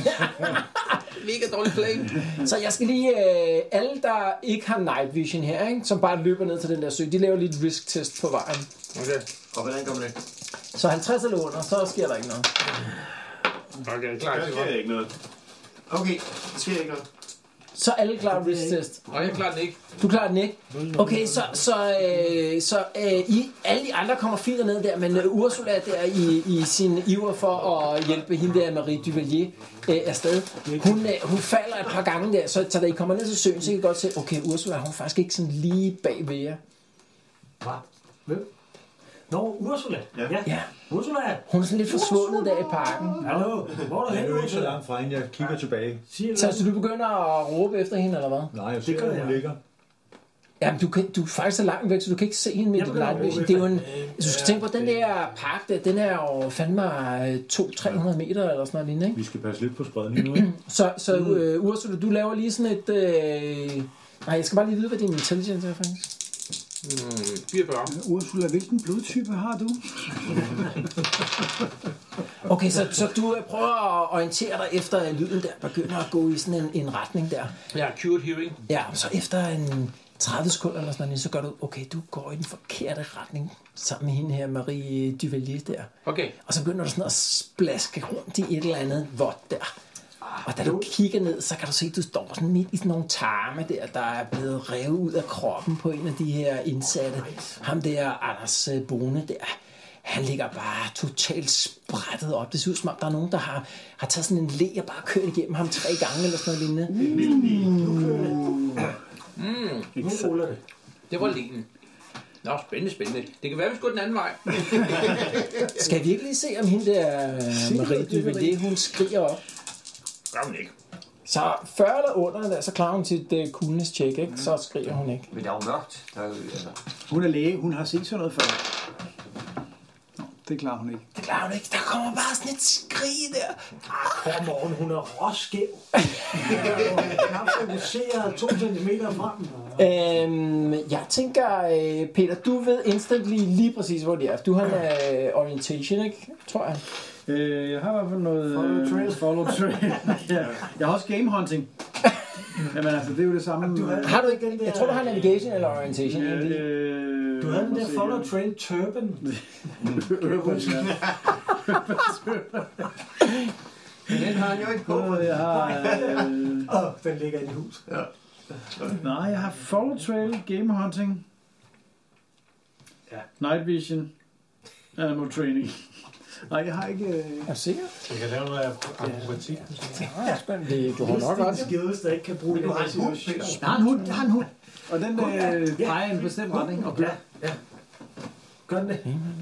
Mega dårlig flame. Så jeg skal lige, øh, alle der ikke har night vision her, ikke? Som bare løber ned til den der sø, de laver lige et risk test på vejen. Okay. Og hvordan kommer det? Så halvtreds eller under, så sker der ikke noget. Okay, klar. Der sker ikke noget. Okay, det sker ikke noget. Så alle klarer risk test. Og jeg klarer den ikke. Du klarer den ikke? Okay, så, så, øh, så øh, I, alle de andre kommer fint ned der, men øh, Ursula der i, i sin iver for at hjælpe hende der, Marie Duvalier, øh, afsted. Hun, øh, hun falder et par gange der, så, så da I kommer ned til søen, så kan I godt se, okay, Ursula, hun er faktisk ikke sådan lige bag ved jer. Hvad? Hvem? Nå, Ursula. Ja. Ja. Ja, Ursula. hun er sådan lidt forsvundet der i parken. Hallo. Hvor er du Jeg er henne, jo ikke så Ursula? langt fra hende, jeg kigger tilbage. Sig Så det. altså, du begynder at råbe efter hende, eller hvad? Nej, jeg Det ser, gør hvor hun jeg. ligger. Jamen, du, kan, du er faktisk så langt væk, så du kan ikke se hende med Jeg dit begynder light at vision. råbe Det er jo en, efter- du skal tænke på, den der park der, den er jo fandme to til tre hundrede meter eller sådan noget lignende, ikke? Vi skal passe lidt på spredningen nu, ikke? Så, så uh, Ursula, du laver lige sådan et... Øh... Nej, jeg skal bare lige vide, hvad din intelligence er, faktisk. Mm, fireogfyrre. Ursula, hvilken blodtype har du? Okay, så, så du øh, prøver at orientere dig efter at lyden der, begynder at gå i sådan en, en retning der. Jeg har acute hearing. Ja, så efter en, tredive sekunder eller sådan noget, så gør du, okay, du går i den forkerte retning sammen med hende her, Marie Duvalier der. Okay. Og så begynder du sådan at splaske rundt i et eller andet vådt der. Og da du kigger ned, så kan du se, at du står sådan midt i sådan nogle tarme der, der er blevet revet ud af kroppen på en af de her indsatte. Ham der, Anders Bone der, han ligger bare totalt sprættet op. Det ser ud som om, der er nogen, der har, har taget sådan en le og bare kørt igennem ham tre gange eller sådan noget lignende. Mm. Nu ruller det. Det var lenen. Nå, spændende, spændende. Det kan være, vi skal gå den anden vej. Skal vi virkelig se, om hende der Marie Duvalier, hun skriger op? Gør hun ikke. Så fyrre eller under der, så klarer hun sit uh, coolness check, ikke? Så skriger hun ikke. Men der er jo mørkt. Der er jo, altså. Hun er læge, hun har set sådan noget før. Nå, det klarer hun ikke. Det klarer hun ikke. Der kommer bare sådan et skrig der. Ah, morgen, hun er råskæv. Knap så du ser to centimeter frem. Øhm, jeg tænker, øh, Peter, du ved instantly lige præcis, hvor det er. Du har en øh, orientation, ikke? Tror jeg. Øh, jeg har i hvert fald noget... Follow trail. Øh, follow trail. Ja. Jeg har også game hunting. Jamen altså, det er jo det samme. Du har, Har du ikke? Jeg tror, du har navigation eller orientation. Ja, egentlig. øh, du havde den må der se follow her. trail turban. Men den har han jo ikke på. Øh, Jeg har... Øh, Åh, den ligger inde i huset. Ja. nej, jeg har follow trail, game hunting. Ja. Night vision. Animal training. Nej, jeg har ikke... Øh, Er du sikker? Jeg kan lave noget akrobatik. Ja, spændende. Det, du har nok Det ret. er skills, der ikke kan bruge det Du har her en hund, situation. Peter. jeg har en hund, jeg har en hund. Og den Hund, ja. øh, Ja. peger i en bestemt retning. Og Ja, ja. Gør den det?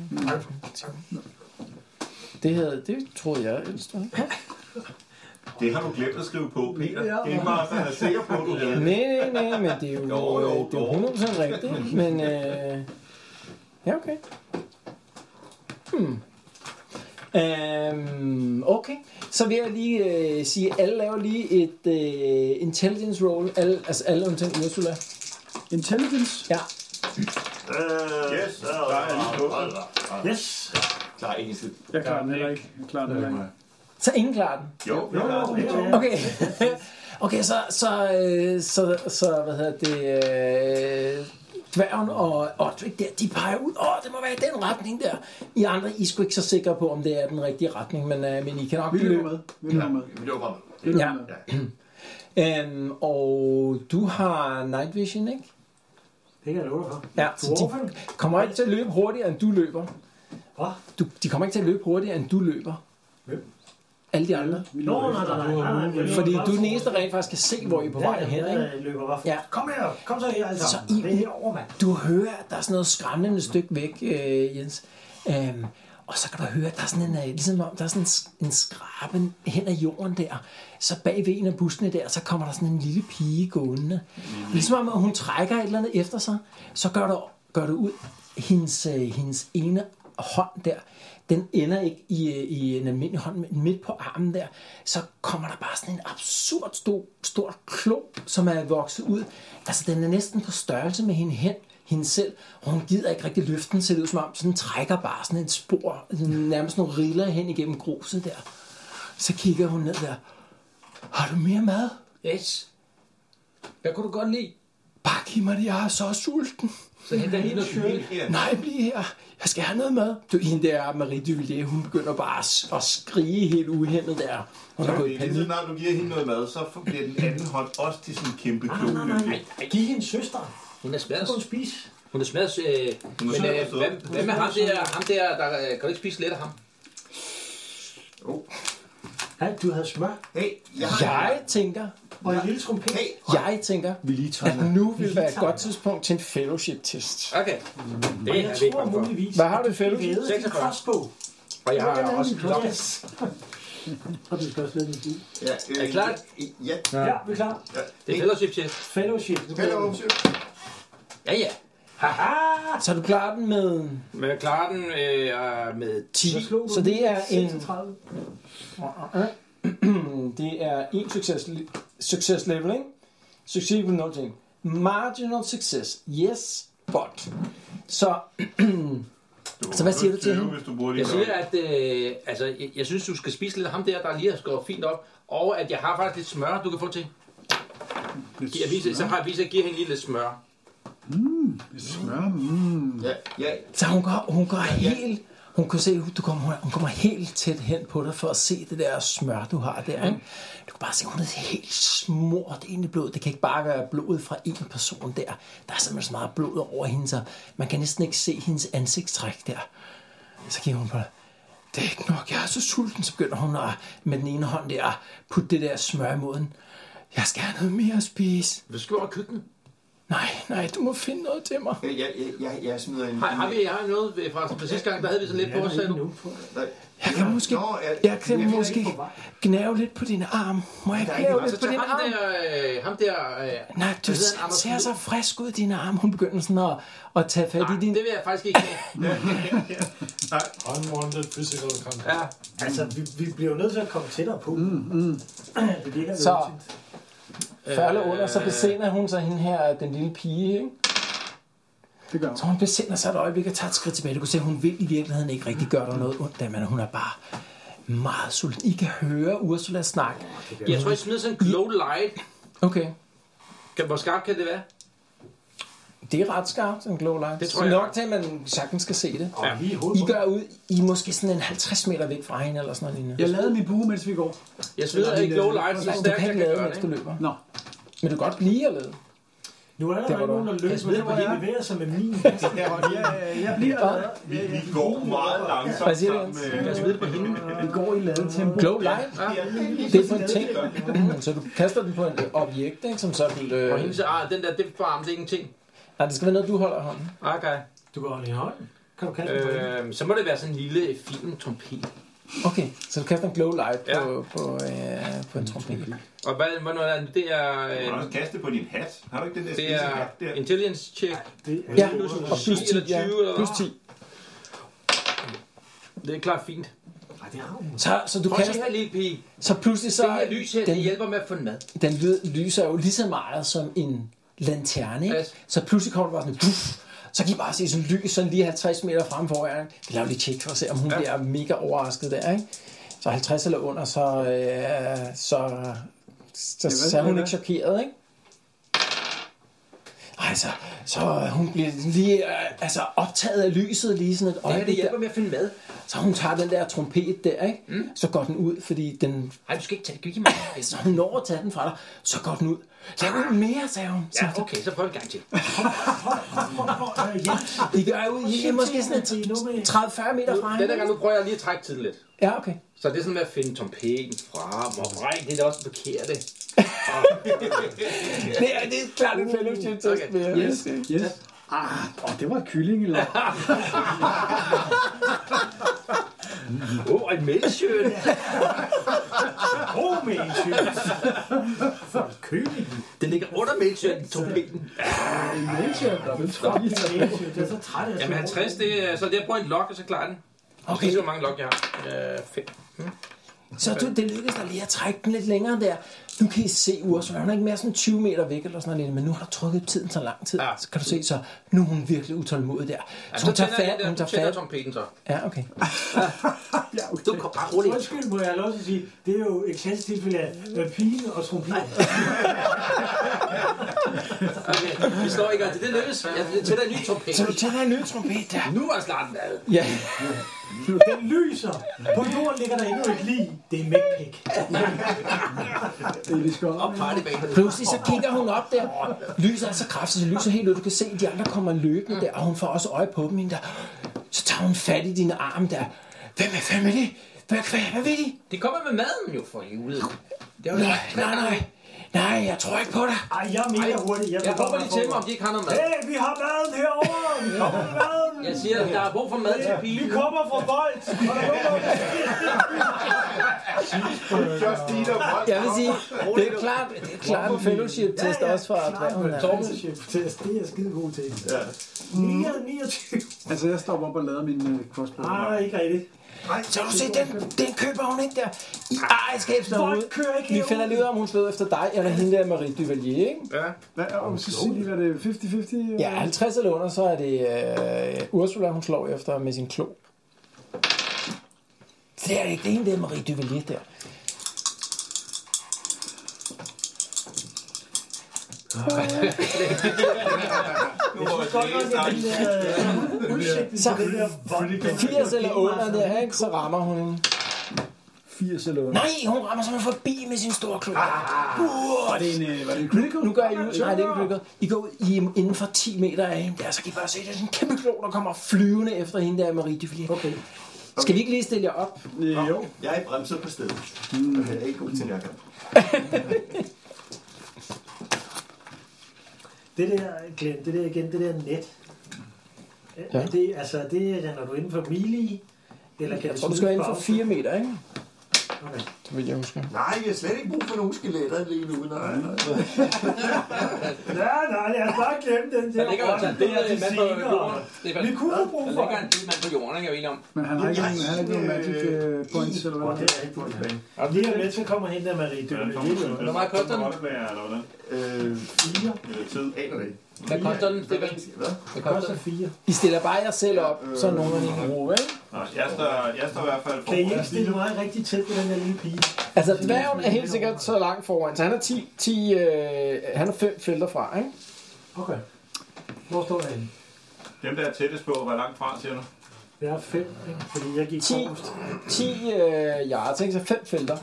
Det, havde, det troede jeg ellers. Det har du glemt at skrive på, Peter. Game Master er sikker på, at du havde det. Nej, nej, nej, men det er jo, Jo, jo, det er jo jo. hundrede procent rigtigt. Men, øh, ja, okay. Hmm. Um, okay, så vil jeg lige øh, sige, at alle laver lige et øh, intelligence roll. Alle, altså alle undtagen Ursula. Intelligence. Ja. Yes, der er lige på. Yes. Klar, ikke skid. Jeg klarer den heller ikke. Jeg klarer den heller ikke. Så ingen klarer den. Jo, Jo, jo, jo. Okay. Okay, så, så, øh, så, så hvad hedder det, øh, dværgen og Odrik der, de peger ud, åh, det må være i den retning der. I andre, I er sgu ikke så sikre på, om det er den rigtige retning, men, øh, men I kan nok Vi løber løbe. med. Vi løber med. Vi løber frem. Vi løber Ja. med. Um, og du har night vision, ikke? Det kan jeg love dig for. Ja, så de kommer ikke til at løbe hurtigere, end du løber. Hvad? Du, de kommer ikke til at løbe hurtigere, end du løber. Hvem? Alle de andre. Nå, nej, nej, nej, nej, nej. Fordi du er den eneste, der rent faktisk kan se, hvor I er på vej hen, ikke? Jeg løber bare for. Ja. Kom her, kom så her, altså. Så I- Det er herovre, mand. Du hører, at der er sådan noget skræmmende stykke væk, øh, Jens. Um, og så kan du høre, at der er sådan en, øh, ligesom om der er sådan en, sk- en skraben hen ad jorden der. Så bag ved en af buskene der, så kommer der sådan en lille pige gående. Ligesom om, at hun trækker et eller andet efter sig, så gør du, gør du ud hendes, øh, hendes ene hånd der. Den ender ikke i, øh, i en almindelig hånd, men midt på armen der, så kommer der bare sådan en absurd stor, stor klo, som er vokset ud. Altså, den er næsten på størrelse med hende hen, hende selv, og hun gider ikke rigtig løfte den, ser det ud som om, så den trækker bare sådan et spor, nærmest nogle riller hen igennem gruset der. Så kigger hun ned der. Har du mere mad? Yes. Hvad kunne du godt lide? Bare giv mig det, jeg er så sulten. Så henter jeg lige noget kylling. Nej, bliv her. Jeg skal have noget mad. Du, hende der, Marie Duvalier, hun begynder bare at, at skrige helt uhæmmet der. Hun er gået i Lige så panik. snart du giver hende noget mad, så bliver den anden hånd også til sådan en kæmpe Nej, klog. nej, nej, nej. Giv hende søster. Hun er Så smadret. kan hun spise. Hun er smadret. Øh, Hun er men sød og øh, sød. hvad, hvad med ham der, ham der, der øh, kan du ikke spise lidt af ham? Ja, du havde smør Hey, jeg har Jeg tænker, og en lille trompet. Hey, jeg tænker, Vi lige at tager nu vil være et godt tidspunkt til en fellowship-test. Okay. Det Og er jeg jeg ikke tror bange for. muligvis, Hvad har du i at fellowship? ved, at din seksogfyrre. crossbow. Og jeg har også klok. Yes. Og du skal også lade din bil. ja, øh, Er I klar? Ja. Ja, vi er klar. Det er fellowship test. Fellowship. Nu bliver Hello, det. sir. Ja, ja. Så du klarer den med Men jeg klarer den øh, med ti. Så slog du Så det er en- seksogtredive. det er en success, success level, ikke? Succes med nul ting. Marginal success. Yes, but. Så, så hvad siger du til hende? Hvis du bruger Jeg de siger, at øh, altså, jeg, jeg synes, du skal spise lidt af ham der, der lige har skåret fint op. Og at jeg har faktisk lidt smør, du kan få til. Jeg viser, så har jeg vist, at jeg giver hende lige lidt smør. Mm, smør. Mm. Ja, ja. Så hun går, hun går helt... Hun kan se, du kommer, hun kommer helt tæt hen på dig for at se det der smør, du har der. Ikke? Du kan bare se, hun er helt smurt ind i blodet. Det kan ikke bare være blodet fra en person der. Der er simpelthen så meget blod over hende, så man kan næsten ikke se hendes ansigtstræk der. Så kigger hun på dig. Det er ikke nok, jeg er så sulten. Så begynder hun at, med den ene hånd der, putte det der smør i munden. Jeg skal have noget mere at spise. Hvad skal du over køkkenet? Nej, nej, du må finde noget til mig. Jeg, jeg, jeg, jeg smider en... Har, har vi har noget fra fra sidste gang, der havde vi sådan lidt på os selv. Jeg kan måske, Nå, jeg, jeg kan jeg måske gnave lidt på dine arm. Må jeg gnave lidt på Altså, dine ham arm? der, øh, ham der... Øh, Nej, du hvad hedder han, Anders ser så Lund? frisk ud i dine arme. Hun begynder sådan at, at tage fat Nej, i din... det vil jeg faktisk ikke have. Unwanted physical contact. Ja, Altså, vi, vi bliver jo nødt til at komme tættere på. Mm, mm. Det virker Så, så. før eller under, så besinder hun sig hende her, den lille pige, ikke? Det gør hun. Så hun besinder sig et øjeblik og tager et skridt tilbage. Du kan se, at hun vil i virkeligheden ikke rigtig gøre dig noget ondt, men hun er bare meget sulten. I kan høre Ursula snakke. jeg tror, jeg smider sådan en glow light. Okay. Kan, hvor skarpt kan det være? Det er ret skarpt, en glow light. Det tror jeg nok nok. til, at man sagtens skal se det. Ja, lige i I hovedet. gør ud, I er måske sådan en halvtreds meter væk fra hende, eller sådan noget lignende. Jeg lavede min bue, mens vi går. Jeg smider en glow light, så Nej, du stærkt kan jeg ikke kan lade, gøre mens det. du løber. Nå. Men du kan godt blive at lade. Nu er der, Der der var ikke nogen, der du. løber, Jeg så ved, det hvor de jeg er. bevæger sig med min. Jeg, jeg bliver... Vi, vi går meget Hvad langsomt siger du, sammen Jens? med... Jeg smider på hende. Vi går i ladetempo. Glow light, det er på en ting. Så du kaster den på en objekt, ikke? Som sådan... Og Øh... hende så, ah, den der dip på armen, det er ingenting. Nej, det skal være noget, du holder i hånden. Okay. Du går holde i hånden. Kan du kaste den på hende? Øh, så må det være sådan en lille fin trompet. Okay, så du kaster en glow light på, Ja. på, øh, på en trompet. Og hvad, hvornår er det? Det er... Du har Øh, også kastet på din hat. Har du ikke den der det spidse er hat der? intelligence check. Det er Ja, jo- og plus ti, eller ja. tyve, eller Plus hvad? ti. Det er klart fint. Nej, det har hun. Så, så du Prøv at kan... se her, lille pige. Så pludselig så... Det her lys her, det den, hjælper med at få mad. den lyd, lyser jo lige så meget som en lanterne, ikke? Pas. Så pludselig kommer der bare sådan... Puff, så kan I bare se sådan lys, sådan lige halvtreds meter frem for jer. Vi laver lige tjek for at se, om hun Ja. bliver mega overrasket der, ikke? Så halvtreds eller under, så... Øh, så så, ved, så er hun hvad? ikke chokeret, ikke? Ej, så, så hun bliver lige øh, altså optaget af lyset lige sådan et Det her, det øjeblik der. hjælper med at finde mad. Så hun tager den der trompet der, ikke? Mm. Så går den ud, fordi den... Ej, du skal ikke tage det. Giv mig. Så hun når at tage den fra dig, så går den ud. Lav ud mere, sagde hun. Så Ja, okay, så prøv en gang til. de gør ud i måske sådan et tredive til fyrre meter fra Den der hende. gang, nu prøver jeg lige at trække tiden lidt. Ja, okay. Så det er sådan med at finde trompeten frem, og nej, det er da også forkert. Det er, det er klart en fellowship-test. Okay. vil jeg Yes. sige. Yes. Ah, åh, det var et kylling, eller? Åh, oh, et mælkesjøen. Åh, med en tyk. For køling. Den ligger under mælkesjøen, trompeten. En mælkesjøen, det tror jeg. Det er så træt af. Jamen halvtreds, det er, så det er på en lok, og så klarer den. Okay. Okay. Så hvor mange lok jeg har. Øh, fem. Så du, det lykkedes dig lige at trække den lidt længere der. Nu kan I se Ursula, hun er ikke mere sådan tyve meter væk eller sådan noget, men nu har du trukket tiden så lang tid. Ja. Så kan du se, så nu er hun virkelig utålmodig der. Ja, Så hun tager tænder jeg fat, den hun der, tager du tænder fat. trompeten så. Ja, okay. Du kom bare roligt. Undskyld, må jeg have lov til at sige, det er jo et klassisk tilfælde af øh, pigen og trompeten. Okay, vi slår ikke til. Det lykkes. Jeg tænder en ny trompet. Så du tænder en ny trompet der. Nu er snart den ad. Ja. Den lyser. På jorden ligger der endnu et lig. Det er McPick. Det er skåret. Og partybanen. Pludselig så kigger hun op der. Lyset er så kraftigt, så lyset helt ud. Du kan se, at de andre kommer løbende der, og hun får også øje på dem. Hende der. Så tager hun fat i dine arme der. Hvem er fandme det? Hvad, hvad, hvad ved de? Det kommer med maden jo for helvede. Det er jo Nej, nej, nej. Nej, jeg tror ikke på dig. Ej, jeg er mega hurtig. Jeg, Jeg vil kommer bare lige til mig, om de ikke har noget mad. Hey, vi har maden herovre. Vi kommer med maden. Jeg siger, at der er brug for mad til Vi pigen. kommer fra Bolt. Og der er nogen, Just eat a what? Jeg vil sige, det er klart, det er klart en fellowship-test også for dværgen der. Fellowship-test, det er jeg skide god til. niogtyve. Altså, jeg stopper op og lader min uh, crossbow. Nej, ikke rigtigt. Så du se, den, den køber hun ikke der. I ejerskab derude. Folk kører ikke Vi herude. finder lige ud af, om hun slår efter dig, eller hende der Marie Duvalier, ikke? Ja. Hvad, om så sige lige, hvad det er halvtreds halvtreds? Ja, halvtreds eller under, så er det øh, Ursula, hun slår efter med sin klo. Det er ikke det ene, det er Marie Duvalier der. Så firs eller under der, ikke? Så rammer hun hende. firs eller under? Nej, hun rammer simpelthen forbi med sin store klub. Ah, var det en, var det en critical? Nu gør I ud. Nej, det er ikke critical. I går ud I er inden for ti meter af hende der, så kan I bare se, det er sådan en kæmpe klog, der kommer flyvende efter hende der, Marie Duvillier. Okay. Skal vi ikke lige stille jer op? Øh, jo. Jeg er bremset på stedet. Mm. Jeg er ikke god til nærkamp. Det der, Glenn, det der igen, det der net. Ja. Er det, altså, det er, når du er inden for melee, eller kan jeg det tror, du skal være inden for fire meter, ikke? Okay. Det vil jeg huske. Nej, vi har slet ikke brug for nogle skeletter lige nu. Nej, nej. nej, nej, lad os bare glemme den der. Der ligger jo altså en død mand på jorden. Vi kunne have brug for. Der ligger en død mand på jorden, ikke? Jeg er enig om. Men han har ikke nogen, han har ikke nogen magic uh, points, eller hvad? Det er ikke point. Lige om lidt, så kommer hen der Marie. Hvor meget koster den? Øh, fire. Eller tid. Aner det. Hvad koster den, Stefan? Det koster fire. I stiller bare jer selv op, så nogen af kan bruge, ikke? Jeg står, jeg står i hvert fald foran. Kan I ikke stille mig rigtig tæt på den der lille pige? Altså, dværgen er helt sikkert så langt foran, så han er ti, ti øh, han er fem felter fra, ikke? Okay. Hvor står der henne? Dem, der er tættest på, hvor langt fra, siger du? Jeg er fem, ikke? Fordi jeg gik ti, ti øh, yards, ikke? Så fem felter.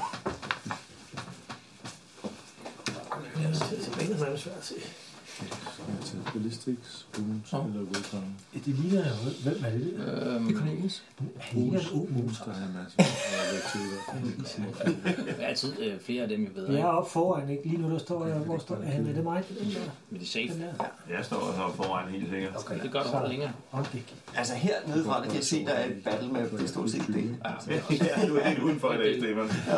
Jeg er tilbage, så er det svært at se. Ballistics, Boons eller Wilton. Ja, de ligner jo. Hvem er det? Øhm, det er Cornelius. Han ligner en u-motor. Der er masser af altid øh, flere af dem, jeg ved. Jeg er oppe foran, ikke? Lige nu der står jeg. Hvor står han? Er det mig? Men det er safe. Jeg står også oppe foran helt sikkert. Okay, det gør du holde længere. Altså hernede fra, der kan jeg se, der er et battle map. Det står set det. Ja, du er helt udenfor i dag, Stefan. Ja.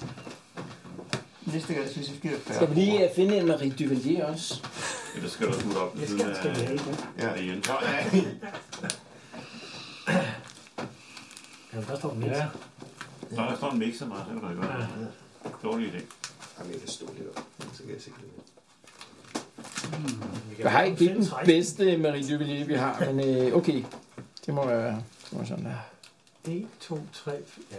Næste gang, synes jeg, skal være Skal vi lige uh, finde en Marie Duvillier også? Ellers skal du smutte op. Jeg skal, skal vi have det. Ja, igen. Ja, der står en mixer. Nå, der står en mixer, meget. Det var da godt. Dårlig idé. Jamen, jeg kan stå lidt op. Så kan jeg se det. Jeg har ikke den bedste Marie Duvillier, vi har, men øh, okay. Det må være, det må sådan der. en, to, tre, ja, ja.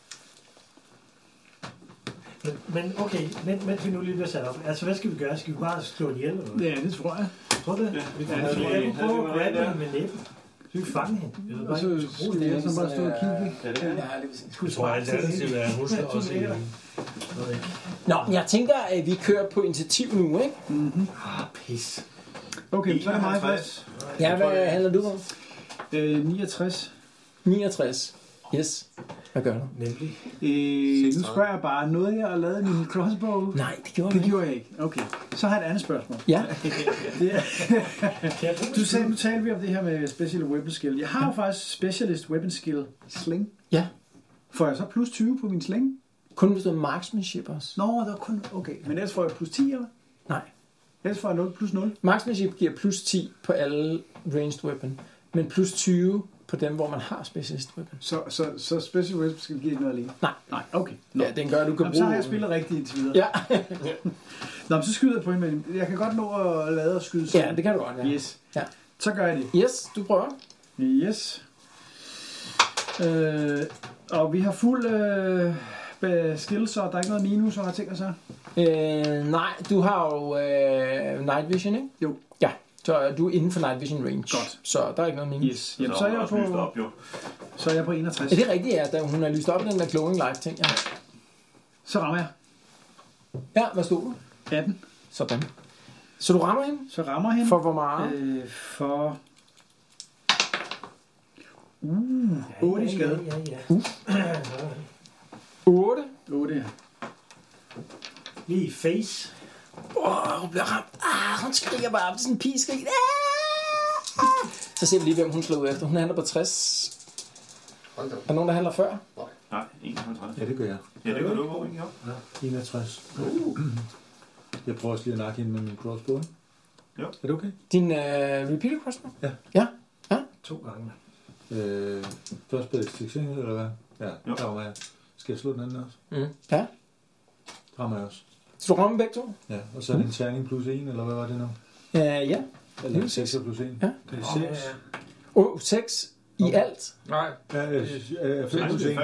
Men, men okay, men, mens vi nu lige bliver sat op. Altså, hvad skal vi gøre? Skal vi bare slå den ihjel? Eller? Ja, det tror jeg. Tror du det? Ja, vi kan ja, jeg kunne prøve at grabbe hende med næben. Så vi fange hende. Og så skal jeg så bare stå og kigge. Ja, det er det. Jeg tror, at det skal være husker også i. Nå, jeg tænker, at vi kører på initiativ nu, ikke? Mhm. Ah, pis. Okay, så er det mig først. Ja, hvad handler du om? Øh, niogtres. niogtres. Yes. Hvad gør du? Nemlig. Øh, nu spørger jeg bare, noget jeg har lavet min crossbow? Nej, det gjorde det gjorde jeg ikke. Okay, så har jeg et andet spørgsmål. Ja. det er, du sagde, nu talte vi om det her med special weapon skill. Jeg har jo faktisk specialist weapon skill sling. Ja. Får jeg så plus tyve på min sling? Kun hvis du har marksmanship også. Nå, der er kun... Okay, men ellers får jeg plus ti, eller? Nej. Ellers får jeg nul plus nul. Marksmanship giver plus ti på alle ranged weapon, men plus tyve på dem, hvor man har specialist weapon. Så, så, så special weapon skill giver ikke noget alene? Nej. Nej, okay. Nå. Ja, den gør, du kan Jamen, bruge... så har jeg spillet rigtigt indtil videre. Ja. Nå, men så skyder jeg på hende, men jeg kan godt nå at lade og skyde sådan. Ja, det kan du godt, ja. Yes. Ja. Så gør jeg det. Yes, du prøver. Yes. Øh, og vi har fuld øh, skill, så der er ikke noget minus, og har tænkt sig. Øh, nej, du har jo øh, night vision, ikke? Jo. Ja, så du er inden for night vision range. Godt. Så der er ikke noget minus. Yes. Jamen, så er jeg på, op, jo. så er jeg på enogtres. Er det rigtigt, ja? Da hun har lyst op den der glowing light ting, ja. Så rammer jeg. Ja, hvad stod du? atten. Sådan. Så du rammer hende? Så rammer hende. For hvor meget? Øh, for... Uh, otte i skade. Ja, ja, Uh. otte? otte, ja. Lige face. Åh, oh, hun bliver ramt. Ah, hun skriger bare op til sådan en pigeskrig. Ah! Så ser vi lige, hvem hun slår ud efter. Hun handler på tres. Er der nogen, der handler før? Nej, enoghalvtreds. Ja, det gør jeg. Ja, det gør du også. Ja, enogtres. Uh. Jeg prøver også lige at nakke hende med min crossbow. Jo. Er det okay? Din uh, repeater crossbow? Ja. Ja? Ja? To gange. Øh, først ballistik, eller hvad? Ja, jo. Der rammer jeg. Skal jeg slå den anden også? Mm. Ja. Rammer jeg også. Så du rammer begge to? Ja, og så er det en terning plus en, eller hvad var det nu? Uh, ja. Eller seks plus en. Ja. Det er seks. Åh, oh, seks i okay. alt? Nej. Ja, fem plus en.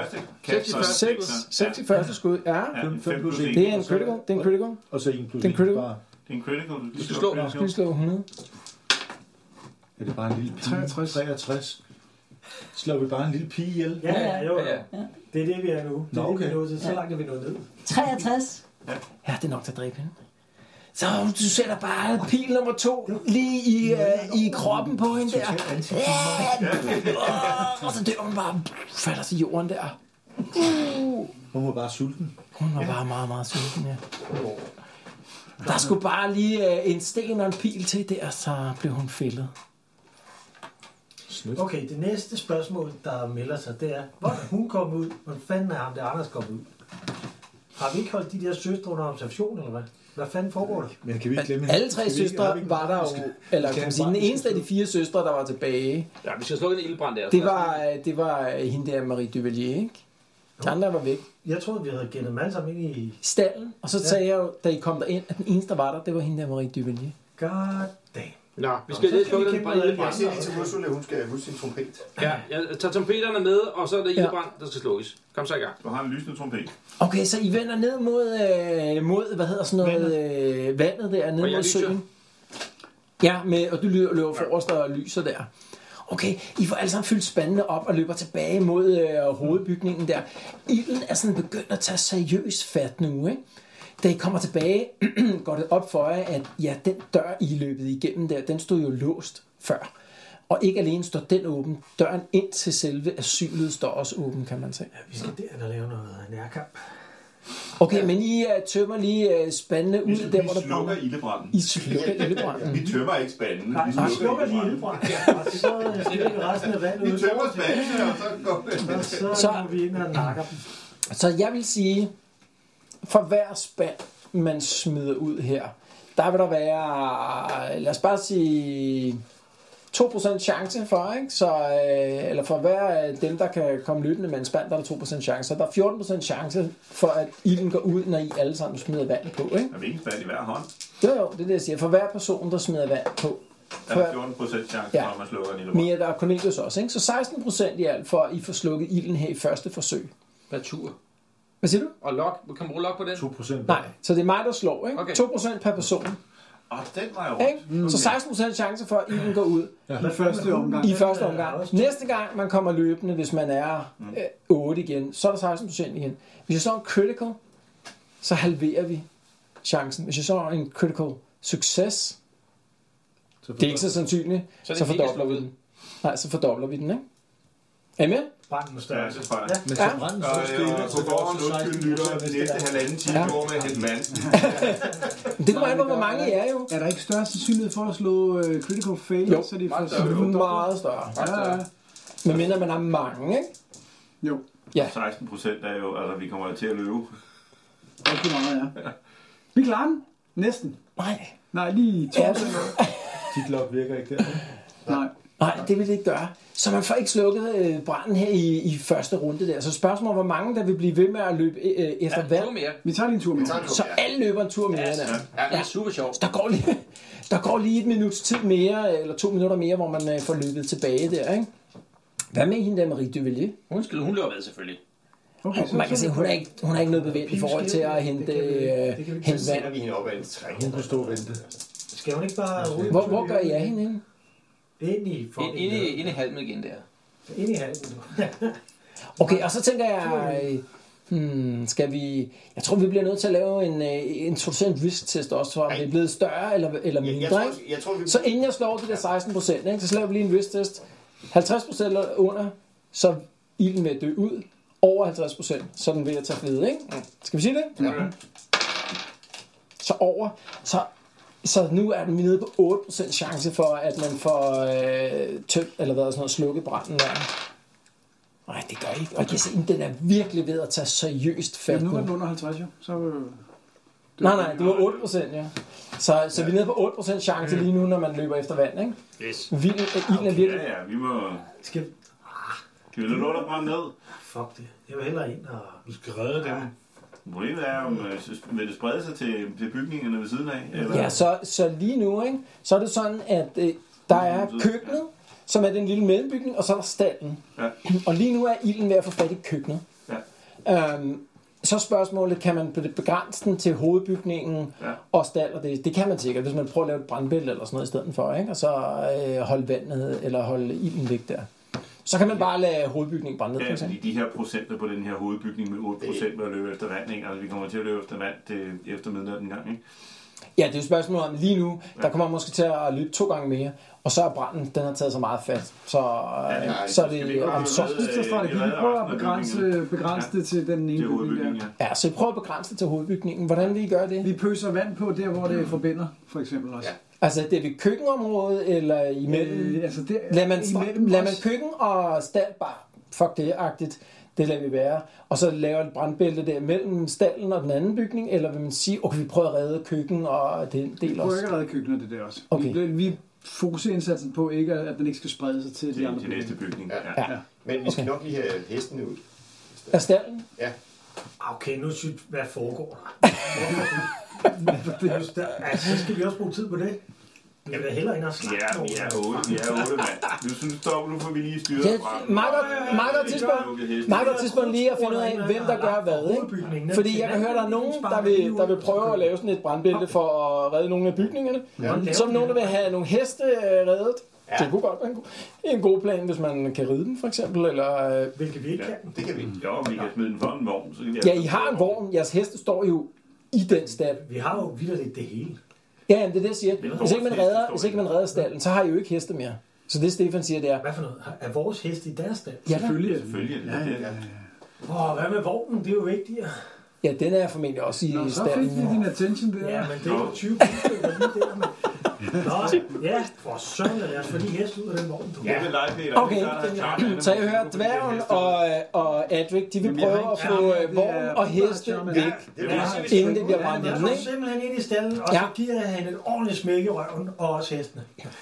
seks i første skud, ja. fem plus en. Det er en critical. Det er en critical. Og så en plus en. en. Bare Det er en critical. Du skal slå. Du skal slå hundrede. Er det bare en lille pige? treogtres. treogtres. Slår vi bare en lille pige ihjel? Ja, ja, jo, Ja, ja. ja. Det er det, vi er nu. Det er Nå, det, vi er okay. nået til. Så langt er vi nået ned. treogtres. Ja, det er nok til at dræbe hende. Så du sætter bare pil nummer to lige i, uh, i kroppen på hende der. Og så dør hun bare, falder til jorden der. Uh. Hun var bare sulten. Hun var bare meget, meget sulten, ja. Der skulle bare lige uh, en sten og en pil til der, så blev hun fældet. Okay, det næste spørgsmål, der melder sig, det er, hvor er hun kommet ud? Hvordan fanden er ham der Anders kommet ud? Har vi ikke holdt de der søstre under observation, eller hvad? Hvad fanden foregår der? Men kan vi ikke glemme Alle tre skal vi ikke- har vi søstre ikke- var der skal- jo, eller skal kan man have sige, barn, den vi eneste af skal de fire søstre, der var tilbage, Ja, vi skal slukke en ildbrand der. det var, det var hende der Marie Duvalier, ikke? De andre var væk. Jeg troede, vi havde gennet dem alle sammen ind i... Stallen, og så Ja. sagde jeg jo, da I kom derind, at den eneste, der var der, det var hende der Marie Duvalier. God damn. Nå, vi skal Så lige skal vi slukke den kæmpe brand. med Jeg siger lige til Ursula, hun skal huske sin trompet. Ja, jeg tager trompeterne med, og så er det ildbrand, der skal slukkes. Kom så i gang. Du har en lysende trompet. Okay, så I vender ned mod, øh, mod hvad hedder sådan noget, øh, vandet der, ned Og jeg mod lyser. søen. Ja, med, og du løber, løber forrest og lyser der. Okay, I får alle sammen fyldt spandene op og løber tilbage mod øh, hovedbygningen der. Ilden er sådan begyndt at tage seriøst fat nu, ikke? Da I kommer tilbage, går det op for jer, at ja, den dør, I løbet igennem der, den stod jo låst før. Og ikke alene står den åben, døren ind til selve asylet står også åben, kan man sige. Ja, vi skal derind og lave noget nærkamp. Okay, men I uh, tømmer lige uh, spandene ud Vi, der, hvor vi der slukker brænder. ildebranden. I slukker ildebranden. Vi tømmer ikke spanden. Nej, Vi så slukker lige ildebranden. ildbrand. Og så øh, stikker vi resten af vandet Vi ud. tømmer spanden, og så går det. Og så Så- går vi ind og nakker dem. Så jeg vil sige, for hver spand, man smider ud her, der vil der være, lad os bare sige, to procent chance for, ikke? Så, øh, eller for hver af dem, der kan komme løbende med en spand, der er der to procent chance. Så der er fjorten procent chance for, at ilden går ud, når I alle sammen smider vand på, ikke? Er vi ikke spand i hver hånd? Jo, jo, det er det, jeg siger. For hver person, der smider vand på. Der er fjorten procent chance, Ja. når man slukker en ildebrand. Mere der er Cornelius også, ikke? Så seksten procent i alt, for at I får slukket ilden her i første forsøg. Hvad tur? Hvad siger du? Og lok. Kan man bruge lok på den? to procent. Nej, så det er mig, der slår, ikke? Okay. to procent per person. Og den var jo Ikke? rundt. Så seksten procent chance for, at ilden går ud I første omgang. i første omgang. Næste gang, man kommer løbende, hvis man er øh, otte igen, så er der seksten procent igen. Hvis jeg så er en critical, så halverer vi chancen. Hvis jeg så er en critical succes, det er ikke så sandsynligt, Så er det så mega fordobler vi slukket. den. Nej, så fordobler vi den, ikke? Er I med? Branden er større. Ja, så tror jeg. Ja. Men så Ja. branden Og, så øh, stille, og så på det er forhånd også undskyld seksten lytter procent, hvis det næste er. halvanden time Ja. går med at hente vand. Det kommer an på, hvor mange I er jo. Er der ikke større sandsynlighed for at slå uh, critical failure, Jo, så de får meget større. fordoblet? Meget større. Ja, ja. Men mindre man har mange, ikke? Jo, seksten procent er jo, altså vi kommer til at løbe. rigtig meget, ja. Vi klarer den. Næsten. Nej. Nej, lige to. Ja. Dit lok virker ikke der. Nej. Nej, det vil det ikke gøre. Så man får ikke slukket øh, branden her i, i første runde der. Så spørgsmålet hvor mange der vil blive ved med at løbe øh, efter Ja, vand. tur mere. Vi tager lige en tur med. Så alle løber en tur mere. Ja, der. ja, det er super sjovt. Der går lige, der går lige et minuts tid mere, eller to minutter mere, hvor man øh, får løbet tilbage der, ikke? Hvad med hende der Marie Duvalier? Hun, skal, hun løber med selvfølgelig. Okay, Man kan sige, hun er ikke, hun har ikke noget bevægende i forhold til at hente, Det kan vi- øh, det kan vi- hente Så vand. sender vi hende op ad en træ. Hun kunne stå og vente. Skal hun ikke bare ud? Hvor, hvor gør I af hende henne? Ind i fucking... Inde i, inde i halmen igen der. Ind i halsen. Okay, og så tænker jeg, øh, hmm, skal vi... Jeg tror, vi bliver nødt til at lave en, øh, introducere en risk-test også, for om det er blevet større eller, eller Jeg, jeg, mindre, tror, ikke? jeg tror, vi... Så inden jeg slår de der seksten procent, ikke, så laver vi lige en risk-test. halvtreds procent eller under, så er ilden ved at dø ud. Over halvtreds procent, så er den ved at tage fede, ikke? Skal vi sige det? Ja. Så over. Så, så nu er den nede på otte procent chance for, at man får øh, tømt, eller hvad, sådan noget, slukket branden der. Nej, det gør I ikke. Og jeg kan se, den er virkelig ved at tage seriøst Ja, fat nu nu. er den under halvtreds, jo. Så, øh, Nej, nej, det var otte procent, ja. Så, så vi er nede på otte procent chance lige nu, når man løber efter vand, ikke? Yes. Vilden, ilden er Ja, virkelig... ja, vi må... Skal... Kan vi lade lort at brænde ned? Fuck det. Jeg vil hellere ind og... Du skal redde dem. Problemet er, om øh, vil det sprede sig til, til bygningerne ved siden af? Eller? Ja, så, så lige nu, ikke? Så er det sådan, at øh, der er køkkenet, som er den lille mellembygning, og så er der stallen. Ja. Og lige nu er ilden ved at få fat i køkkenet. Ja. Øhm, så spørgsmålet, kan man begrænse den til hovedbygningen Ja. og stald, og det, det kan man sikkert, hvis man prøver at lave et brandbælte eller sådan noget i stedet for, ikke? Og så øh, holde vandet eller holde ilden væk der. Så kan man bare lade hovedbygningen brænde ned, for Ja, eksempel. fordi de her procenter på den her hovedbygning med otte procent med at løbe efter vand, ikke? Altså vi kommer til at løbe efter vand til efter midnat en gang, ikke? Ja, det er jo et spørgsmål om lige nu, der kommer man måske til at løbe to gange mere, og så er branden, den har taget så meget fat, så, Ja, øh, nej, så er skal vi det ikke om bare så. redde- Så strategi, vi prøver at begrænse, begrænse det til den ene Til bygning hovedbygningen, der. ja. Ja, så prøv at begrænse det til hovedbygningen. Hvordan vil I gøre det? Vi pøser vand på der, hvor det forbinder, for eksempel også. Altså, det er ved køkkenområdet, eller imellem? Øh, altså det, Lad man, imellem lad man os. køkken og stald bare, fuck det-agtigt, det lader vi være. Og så laver et brandbælte der mellem stallen og den anden bygning, eller vil man sige, okay, vi prøver at redde køkken og den Vi del prøver også? ikke at redde køkkenet, det der også. Okay. Vi, vi fokuserer indsatsen på, ikke, at den ikke skal sprede sig til de Til, andre til næste bygninger. bygning. Ja. Ja. Ja. Men vi skal Okay. nok lige have hestene ud. Er stallen? Okay, nu synes hvad foregår der? Det er just der. Altså, så skal vi også bruge tid på det. Vi vil hellere ind og snakke Ja, vi er otte, vi er otte mand. Nu synes stop, nu får vi lige styret Ja, branden. meget godt- meget godt tidspunkt. Meget godt tidspunkt lige at finde ud af, hvem der gør hvad, ikke? Fordi jeg kan høre, der er nogen, der vil, der vil prøve at lave sådan et brandbælte for at redde nogle af bygningerne. Ja. Så er der nogen, der vil have nogle heste øh, reddet. Ja. Det kunne godt være en god, en god plan, hvis man kan ride dem, for eksempel. Eller, øh, Hvilket vi ikke kan. Det kan vi. Jo, vi kan smide den for en vogn. Så kan vi ja, I har en vogn. Jeres heste står jo i den stald. Vi har jo vildt det hele. Ja, jamen, det er det, jeg siger. Det er Hvis ikke man vores redder, heste, hvis står ikke man redder stallen, så har I jo ikke heste mere. Så det, Stefan siger, det er... Hvad for noget? Er vores heste i deres stald? Ja, Selvfølgelig er det. Selvfølgelig er det Ja, det. ja, ja. Åh, hvad med vognen? Det er jo vigtigere. ja, den er formentlig også i Nå, så stallen. fik vi din attention der. Ja, men det er jo tyve punkter lige der. Men... Nå, ja, for søren, lad os få de heste ud af den vogn. Du. Ja, det er dig, Peter. Okay, så jeg hører, dværgen og, og Adric, de vil Jamen, jeg prøve har at ikke- få ja, øh, det vogn er og heste primært væk, Det Ja, er inden det bliver brændt Jeg inden, får ikke? simpelthen ind i stallen, og Ja. så giver jeg hende et ordentligt smæk i røven, og også hestene.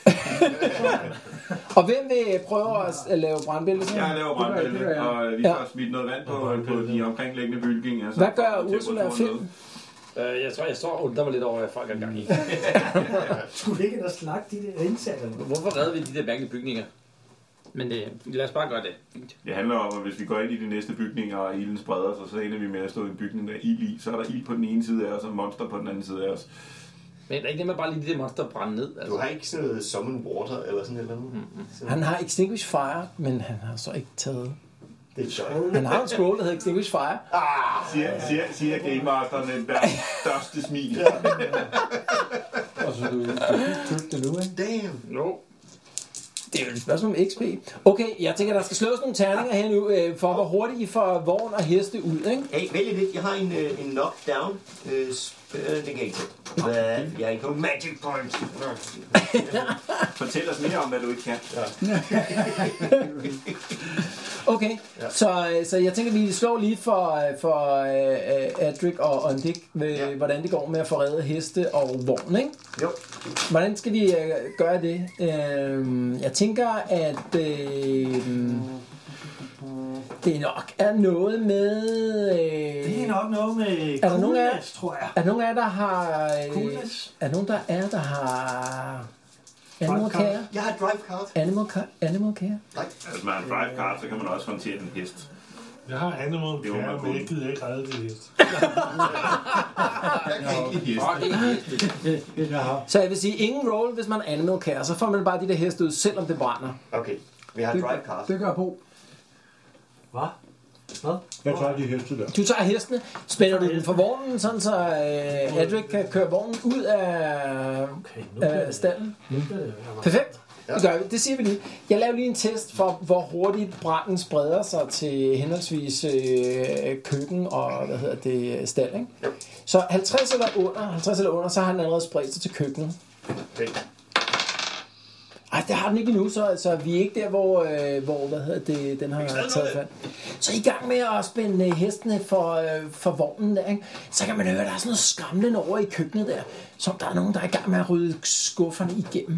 Og hvem vil prøve at at lave brandbælte? Jeg laver Det gør brandbælte, jeg. og vi Ja. får smidt noget vand på, på de omkringliggende bygninger. så Hvad gør temperaturen Ursula og Finn? ned. Øh, jeg tror, jeg står og undrer mig lidt over, at folk er gang i. Skulle vi ikke ind og slagte de der indsatte? Hvorfor redder vi de der mærkelige bygninger? Men øh, lad os bare gøre det. Det handler om, at hvis vi går ind i de næste bygninger, og ilden spreder sig, så ender vi med at stå i en bygning, der er ild i. Så er der ild på den ene side af os, og monster på den anden side af os. Men er det ikke det med bare lige de der monster brænde ned? Du Altså? har ikke sådan noget summon water eller sådan et eller andet? Mm-hmm. Han har Extinguish Fire, men han har så ikke taget... Det er sjovt. Han har en scroll, der hedder Extinguish Fire. Siger, siger, siger Game Masteren med verdens største smil. Og så du købte det nu, ikke? Damn. No. Det er jo et spørgsmål om X P. Okay, jeg tænker, der skal slås nogle terninger her nu, øh, for hvor hurtigt I får vogn og heste ud, ikke? Hey, vælg lidt. Jeg har en, øh, en knockdown. Øh, sp- øh, det kan jeg ikke tage. Hvad? Jeg har ikke nogen magic points. Nå. Fortæl os mere om, hvad du ikke kan. Okay, ja. så, så jeg tænker, vi slår lige for, for uh, Adric og, og Dick, ved, ja. Ja. hvordan det går med at forrede heste og vogn, ikke? Jo. Hvordan skal vi uh, gøre det? Uh, jeg tænker, at uh, det nok er noget med... Uh, Det er nok noget med Er der nogen af- coolness, tror jeg. er der nogen af jer, der har... Uh, Coolness. er der nogen, der er, der har... Animal Drive card. care? Jeg har et drive card. Animal, ca- animal care? Hvis man har en drive card, så kan man også håndtere en hest. Jeg har animal Det var care, man men kun. jeg gider ikke redde det hest. Jeg kan ikke lide heste. Fuck, ikke heste. Jeg har. Så jeg vil sige, ingen roll, hvis man er animal care, så får man bare de der heste ud, selvom det brænder. Okay, vi har et Det, drive card. det gør på. Hvad? Hvad? Jeg tager de heste der. Du tager hestene, spænder du den for vognen, sådan så øh, Adric kan køre vognen ud af Okay, nu bliver øh, det... stallen. Nu bliver det... Perfekt. Det gør vi. Det siger vi lige. Jeg laver lige en test for, hvor hurtigt branden spreder sig til henholdsvis øh, køkken og hvad hedder det, stald, ikke? Jo. Så halvtreds eller under, halvtreds eller under, så har den allerede spredt sig til køkkenet. Okay. Ej, det har den ikke endnu, så altså, vi er ikke der, hvor, øh, hvor hvad hedder det, den har taget fat. Så er I gang med at spænde hestene for, øh, for vognen der, ikke? Så kan man høre, at der er sådan noget skramlende over i køkkenet der, som der er nogen, der er i gang med at rydde skufferne igennem.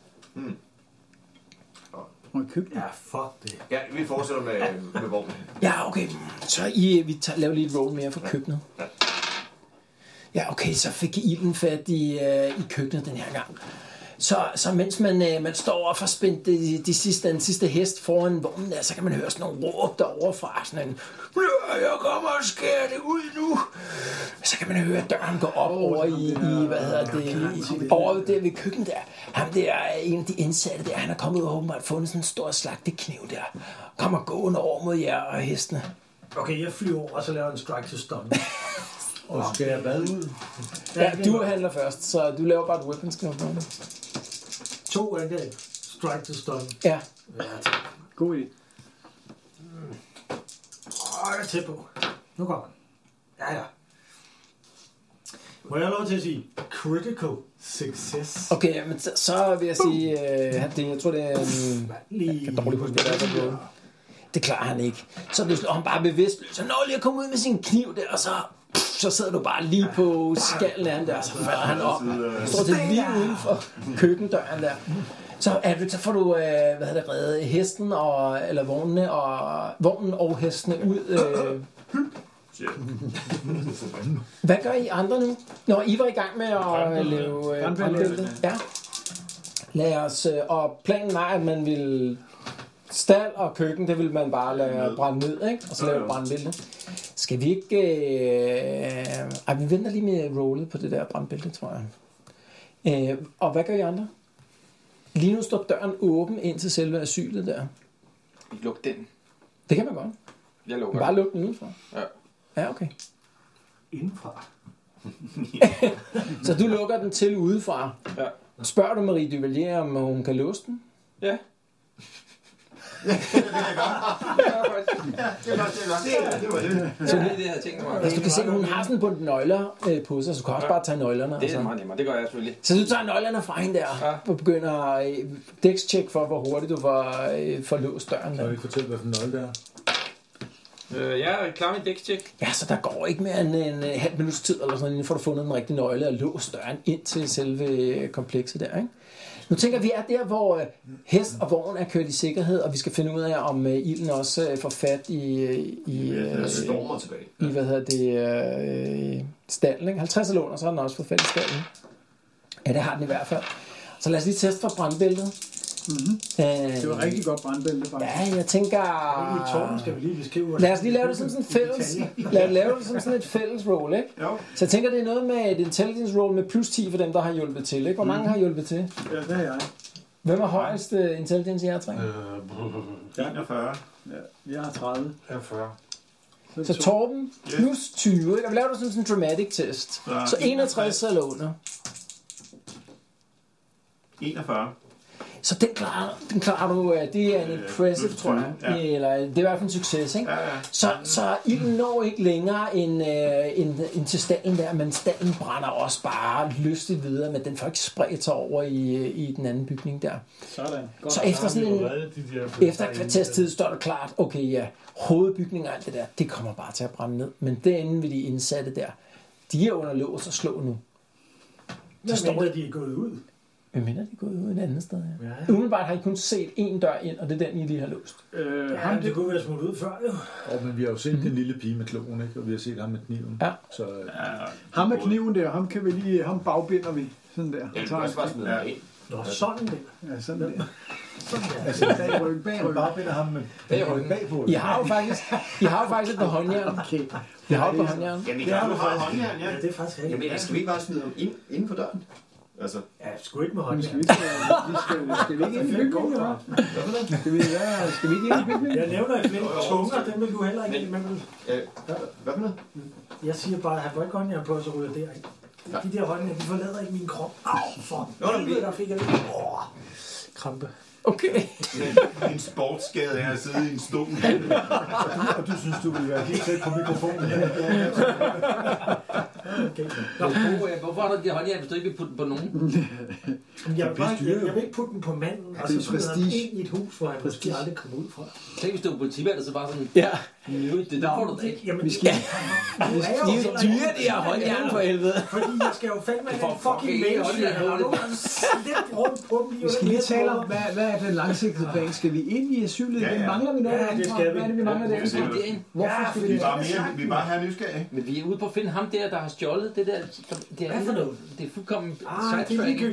Og i køkkenet. Ja, fuck det. Ja, vi fortsætter med, med vognen. Ja, okay. Så I, vi tager, laver lige et roll mere for køkkenet. Ja, okay, så fik I ilden fat i, øh, i køkkenet den her gang. Så, så mens man, øh, man står og får spændt de, de sidste, den sidste hest foran vognen der, så kan man høre sådan nogle råb derovre fra. Sådan en, jeg kommer og skærer det ud nu. Så kan man høre, at døren går op over i, i hvad hedder det, over der ved køkkenet der. Ham der er en af de indsatte der, han er kommet ud og åbenbart fundet sådan en stor slagtekniv der. Kommer gående over mod jer og hestene. Okay, jeg flyver over, og så laver en strike to stun. Og skal jeg hvad ud? Ja, du handler først, så du laver bare et weapons skill. To angreb. Strike to stun. Ja. Ja, tak. God idé. Åh, jeg er tæt på. Nu kommer han. Ja, ja. Må jeg have lov til at sige critical success? Okay, men så, så vil jeg sige, øh, det, jeg tror det er en... Jeg kan dårligt huske, hvad der er på. Det klarer han ikke. Så du slår ham bare bevidstløs. Så når lige at komme ud med sin kniv der, og så... Så sidder du bare lige på skallen af han der, og så falder han op. Står til lige uden for køkkendøren der. Så, Adric, så får du, øh, hvad hedder det, reddet hesten og, eller vognene og, vognen og hestene ud. Øh. Hvad gør I andre nu? Når I var i gang med at lave øh, brandbæltet. Ja. Lad os, øh, og planen var, at man ville... Stald og køkken, det vil man bare lade brænde ned, ikke? Og så lave et brandbælte. Skal vi ikke... Øh... Ej, vi venter lige med rollet på det der brandbælte, tror jeg. Øh, og hvad gør I andre? Lige nu står døren åben ind til selve asylet der. Luk den. Det kan man godt. Jeg lukker. Bare lukke den udenfra. Ja. Ja, okay. Indenfra. Så du lukker den til udefra. Ja. Spørger du Marie Duvalier, om hun kan låse den? Ja. Ja, det var det. Det var det. Så det er det, jeg tænkte mig. Altså, du kan se, at hun har sådan en bundt nøgler øh, på sig, så du kan også bare tage nøglerne. Det er meget nemmere, det gør jeg selvfølgelig. Så du tager nøglerne fra hende der, ja. Og begynder at øh, dækstjek for, hvor hurtigt du får, øh, får låst døren. Kan du ikke fortælle, hvad for en nøgle der er? Øh, jeg er klar med dækstjek. Ja, så der går ikke mere end en, en halv minuts tid, eller sådan, inden får du fundet den rigtige nøgle og låst døren ind til selve komplekset der, ikke? Nu tænker vi er der, hvor øh, hest og vogn er kørt i sikkerhed, og vi skal finde ud af, om øh, ilden også øh, får fat i, i, øh, stormer tilbage. i hvad hedder det, øh, stallen. Ikke? halvtreds eller under, så har den også fået fat i stallen. Ja, det har den i hvert fald. Så lad os lige teste for brandbæltet. Mm-hmm. Øh, det var rigtig godt brandbælte, faktisk. Ja, jeg tænker... I tårnen skal vi lige beskrive... Lad os lige lave det som sådan en fælles... Lad os lave det som sådan et fælles roll, ikke? Jo. Så jeg tænker, det er noget med et intelligence roll med plus ti for dem, der har hjulpet til, ikke? Hvor mange har hjulpet til? Ja, det er jeg. Hvem er højst uh, intelligence i jer tre? Øh, enogfyrre. Ja, jeg har tredive. Jeg er fyrre. Så Torben plus tyve, ikke? Og vi laver det som sådan en dramatic test. Ja. Så enogtres eller under. enogfyrre. Så den klarer, den klarer du, det er en impressive, øh, tror jeg. Ja. Eller det er i hvert fald en succes, ikke? Ja, ja. Så, så ilden når ikke længere end, øh, end, end til stallen der, men stallen brænder også bare lystigt videre, men den får ikke spredt sig over i, i den anden bygning der. Sådan. Så efter sådan en, efter et kvarters tid står det klart, okay ja, hovedbygningen og alt det der, det kommer bare til at brænde ned. Men derinde ved de indsatte der, de er under lås og slå nu. Så står det, de er gået ud. Hvem mener, de er gået ud et andet sted, ja. ja, ja. Umiddelbart har I kun set en dør ind, og det er den, I lige har låst. Øh, ja, ham, det kunne være smuttet ud før, jo. Oh, men vi har jo set mm-hmm. den lille pige med kloen, ikke? Og vi har set ham med kniven. Ja. Så, øh, ja, ham med kniven der, ham kan vi lige, ham bagbinder vi. Sådan der. Ja, det kan også bare smide ja. ind. Nå, sådan der. Ja, sådan der. Sådan der. Altså bag ryggen, bag ryggen. Bagbinder ham med bag ryggen bagpå. I har jo faktisk, I har jo faktisk et par håndjern. Okay. I har jo et par håndjern. Jamen, det har du faktisk håndjern, ja. Ja, det er faktisk rigtigt. Jamen, skal vi ikke bare smide dem ind, inden for døren? Altså. Ja, sgu ikke med hånden. Skal vi ikke, vi skal, skal vi ikke ind i bygningen, eller hvad? Skal vi, ja, skal vi ikke ind i bygningen? Jeg nævner et flere tunger, den vil du heller ikke ind. Men Ja, hvad for noget? jeg siger bare, at han får ikke håndjern på, så ryger der ikke. De der håndjern, de forlader ikke min krop. Au, for helvede, der fik jeg det. Åh, krampe. Okay. En sportsskade er at sidde i en stol. Og du synes, du vil være helt tæt på mikrofonen. Okay. Nå, hvorfor har du de håndjern, hvis du ikke vil putte den på nogen? Jeg vil, bare, jeg, jeg vil ikke putte den på manden, og så smider han ind i et hus, hvor han måske aldrig kommer ud fra. Tænk, hvis du er politimand, så bare sådan... Ja. Det, det får du da ikke. Jamen, vi skal... De er jo dyre, de her håndjern for helvede. Fordi jeg skal jo fandme have en fucking mailsyge. Har du lidt rundt på dem? Vi skal lige tale om, hvad, hvad er den langsigtede plan? Skal vi ind i asylet? Ja, ja. Mangler vi noget? Ja, det skal vi. Hvad er det, vi mangler der? Hvorfor skal Vi vi er bare, mere, vi er bare her nysgerrige. Men vi er ude på at finde ham der, der har stjålet det der. Det er, Hvad for noget? Det er fuldkommen Ah, det er ligegyldigt.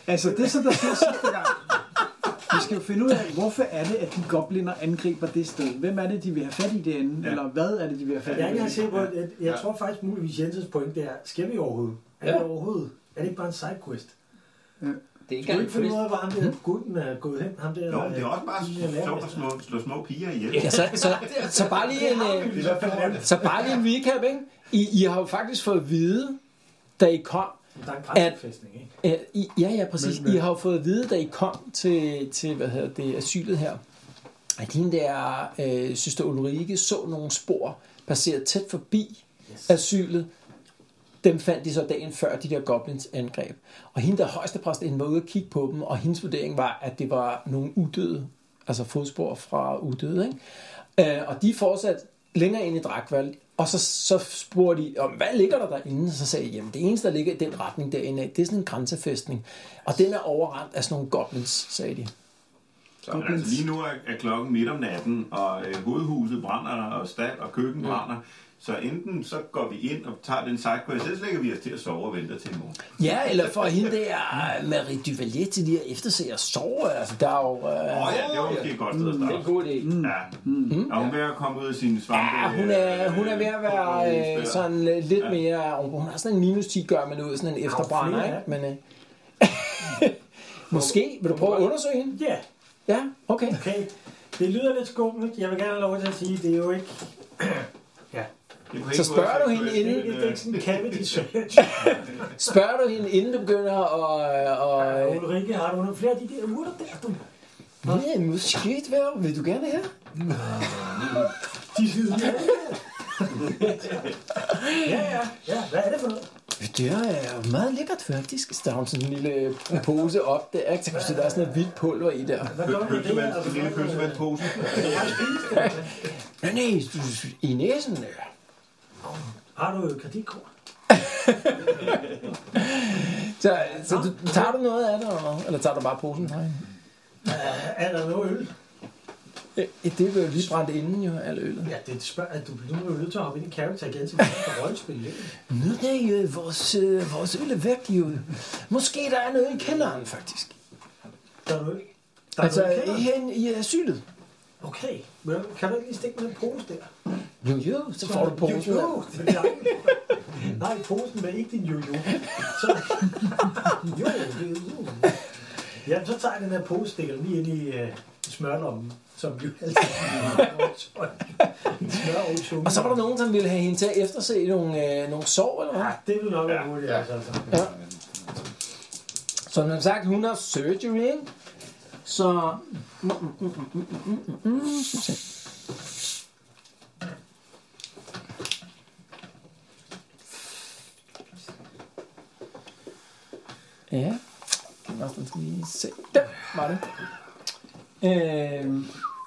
Altså, det som der sker sidste gang. Vi skal jo finde ud af, hvorfor er det, at de gobliner angriber det sted? Hvem er det, de vil have fat i derinde? Ja. Eller hvad er det, de vil have fat i? Jeg er ikke sikker på, at jeg, jeg tror faktisk muligvis Jensens point, det er, skal vi overhovedet? Er det overhovedet? Er det ikke bare en sidequest? Ja. Det er ikke du engang ikke finde ud af, hvor ham der gutten er gået hen? Ham der, Jo, det er også bare sjovt at slå, slå små piger ihjel. Ja, så, så, så, bare lige en, så bare lige en recap, ikke? I, I har jo faktisk fået at vide, da I kom, der er en grænsefæstning, ikke? At, I, ja, ja, præcis. I har jo fået at vide, da I kom til, til hvad hedder det, asylet her, at hende der øh, søster Ulrike så nogle spor passeret tæt forbi yes. asylet. Dem fandt de så dagen før de der goblins angreb. Og hende der højestepræstinde var ude at kigge på dem, og hendes vurdering var, at det var nogle udøde, altså fodspor fra udøde, ikke? Øh, og de fortsatte længere ind i Drakvald, og så, så spurgte de, om hvad ligger der derinde? Så sagde jeg, jamen det eneste, der ligger i den retning derinde, det er sådan en grænsefæstning. Og den er overrendt af sådan nogle goblins, sagde de. Så altså, lige nu er, er klokken midt om natten, og øh, hovedhuset brænder, og stald og køkken brænder. Ja. Så enten så går vi ind og tager den sidequest, så lægger vi os til at sove og venter til i morgen. Ja, eller for hende der Marie Duvalier til de at efterse og sove. Altså, der er jo... Åh øh... oh, ja, det var måske et godt sted at starte. Det er en god idé. Mm. Ja. Mm. Og hun er ved at komme ud af sine svampe. Ja, hun er, hun er ved at være øh, sådan lidt ja. mere... Hun har sådan en minus ti, gør man ud, sådan en efterbrænder, ikke? Men, øh, måske. Vil du prøve at undersøge hende? Ja. Ja, okay. Okay. Det lyder lidt skummelt. Jeg vil gerne have lov til at sige, det er jo ikke... ja. Så spørger du hende inden... Det er ikke sådan en cavity search. Spørger du hende inden du begynder at... Og... Ja, Ulrike, har du nogle flere af de der urter der, du? Ja, måske, hvad vil du gerne have? De sidder her. Ja, ja, ja. Hvad er det for noget? Det er meget lækkert faktisk. Der er sådan en lille pose op der. Jeg kan se, der er sådan noget hvidt pulver i der. Hvad gør du med det her? En lille pølsevandspose. Nej, nej, i næsen. Har du kreditkort? så så du, tager du noget af det, eller, eller tager du bare posen fra hende? Uh, er der noget øl? Ja, det er jo lige brændt inden jo, alle øllet. Ja, det spørger, at du bliver nødt til at hoppe ind i character igen, så vi kan rollespille. Nå, nej, vores, øh, vores øl er væk, jo. Måske der er noget i kælderen, faktisk. Der er noget? Der er altså, noget i kælderen? hen i asylet. Okay, men kan du ikke lige stikke med en pose der? Jo, jo, så får du posen. Jo, jo. Nej, posen er ikke din jo-jo. Så... jo, det er jo. Ja, så tager jeg den her pose, stikker lige ind i uh, smørlommen, som vi altid smør. Og så var der nogen, som ville have hende til at efterse nogle, øh, nogle sår, eller hvad? Ja, det vil nok være hurtigt. Ja. Altså. Ja. Som man sagt, hun har surgery, ikke? Så... Mm, mm, mm, mm, mm, mm, mm. Ja. Lad os lige se. Der var det. Øhm.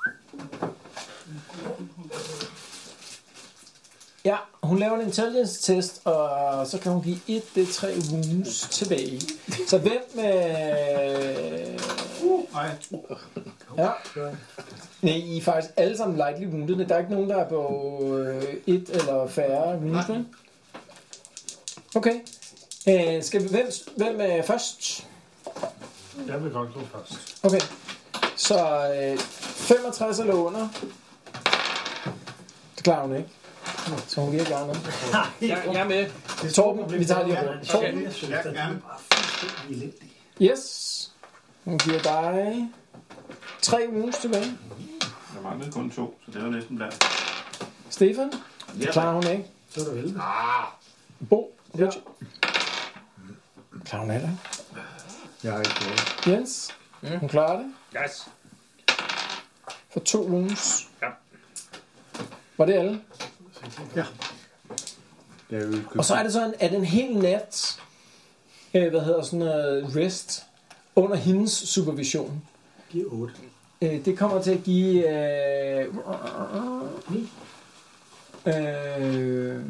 Ja, hun laver en intelligence test, og så kan hun give et D tre wounds tilbage. Så hvem med... Uh, nej. Ja. Nej, I er faktisk alle sammen lightly wounded. Der er ikke nogen, der er på et eller færre wounds. Okay. Øh, skal vi, hvem, hvem er først? Jeg vil godt gå først. Okay. Så øh, femogtres eller under. Det klarer hun ikke. Så hun virker gerne. Jeg, jeg er med. Torben, vi tager lige rundt. Torben. Yes. Hun giver dig tre wounds tilbage. Jeg manglede kun to, så det var næsten blandt. Stefan? Det klarer hun ikke. Så er du heldig. Ah. Bo? Ja. Klarer hun heller ikke. Jeg har ikke prøvet. Jens? Mm. Hun klarer det. Yes. For to wounds. Ja. Var det alle? Ja. Og så er det sådan, at en hel nat, øh, hvad hedder sådan noget, rest, under hendes supervision. Giver otte. Øh, det kommer til at give... Øh, ni. Øh,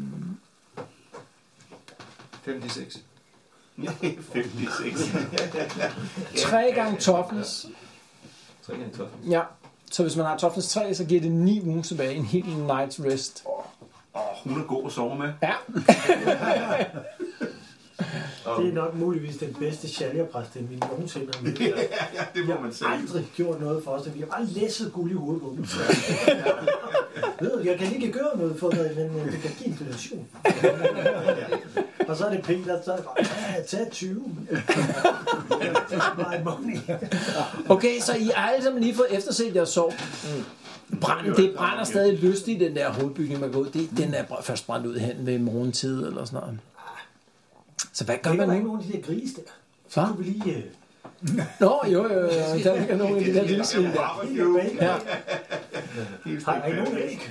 femoghalvtreds. femoghalvtreds. tre gange toughness. tre gange toughness. Ja. Så hvis man har toughness tre, så giver det ni wounds tilbage. En hel night's rest. Åh, oh, hun er god at sove med. Ja. Det er nok muligvis den bedste chalierpræst, den vi nogensinde har mødt. Ja, ja, det må man sige. Jeg har aldrig gjort noget for os, vi har bare læsset guld i hovedet på dem. Ved du, jeg kan ikke gøre noget for dig, men det kan give en donation. Og så er det Peter, så er det bare, ja, tag tyve. My money. Okay, så I har alle sammen lige fået efterset jeres sov. Brand, det brænder stadig lyst i den der hovedbygning, man går ud. Det, den er først brændt ud hen ved morgentid eller sådan noget. Så hvad gør man nu? Der er ikke nogen af de der grise der. Så Hva? kunne vi lige... Uh... Nå, jo, jo, jo. Der ligger nogen af de der lille svin der. Ja. Har jeg ikke nogen æg?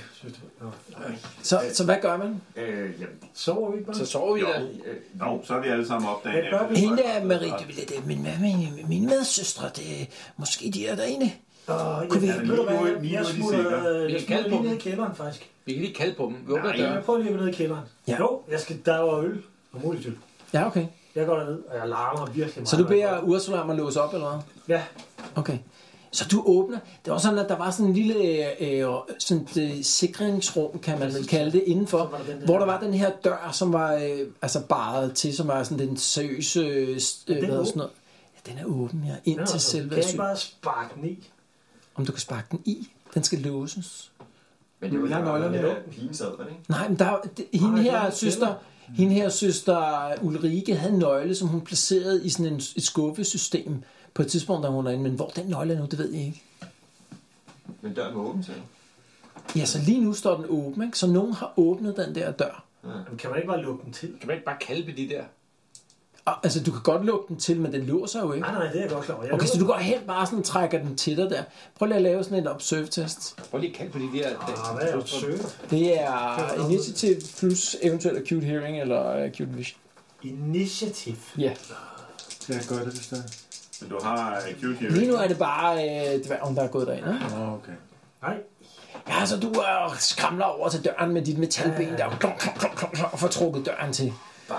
Så, så hvad gør man? Øh, jamen, Sover vi ikke bare? Så sover vi Jo, da. øh, jo, så er vi alle sammen op dagen Hvad gør efter. vi? Hende der, Marie, det ville det. Min, min, min medsøstre, det måske de er derinde. Åh, Kunne vi- jeg, ved du hvad, lige nu- jeg, lige nu er jeg de smutter, sikre. øh, Vi jeg kan kalde smutter på lige ned dem. i kælderen, faktisk. Vi kan lige kalde på dem. Vi åbner Nej, døren. jeg prøver lige at gå ned i kælderen. Ja. Jo, jeg skal, der var øl. Og muligt øl. Ja, okay. Jeg går derned, og jeg larmer virkelig meget. Så du beder Ursula om at låse op, eller hvad? Ja. Okay. Så du åbner. Det var sådan, at der var sådan en lille øh, sådan et sikringsrum, kan man vel kalde det, indenfor. Så var der den der- Hvor der var den her dør, som var øh, altså baret til, som var sådan den seriøse... Øh, øh, hvad åben? sådan noget. Ja, den er åben, ja. Ind Nå, til så selve kan jeg asyl. ikke bare sparke den i? Om du kan sparke den i. Den skal låses. men det var Jeg har der, nøglerne. der pigen sad, var det ikke? Nej, men der, det, hende Nej, det her er søster... Hende her søster Ulrike havde en nøgle, som hun placerede i sådan en, et skuffesystem på et tidspunkt, da hun var inde. Men hvor den nøgle er nu, det ved jeg ikke. Men døren var åben til. Ja, så lige nu står den åben, ikke? Så nogen har åbnet den der dør. Jamen, kan man ikke bare lukke den til? Kan man ikke bare kalde de der? Og, altså, du kan godt lukke den til, men den låser jo ikke. Nej, nej, det er jeg godt klar over. Jeg Okay, så lukker du går hen bare sådan og trækker den til dig der. Prøv lige at lave sådan en observe-test. Prøv lige at kalde på de der... Ah, hvad er det sødt? Det er initiative plus eventuelt acute hearing eller acute vision. Initiativ. Ja. Ja, gør det, hvis det er. Men du har acute hearing. Lige nu er det bare øh, dværgen, der er gået derind. Ikke? Nå, okay. Nej. Ja, så du øh, skramler over til døren med dit metalben der og klonk, klonk, klonk, klonk, og får trukket døren til. Bare.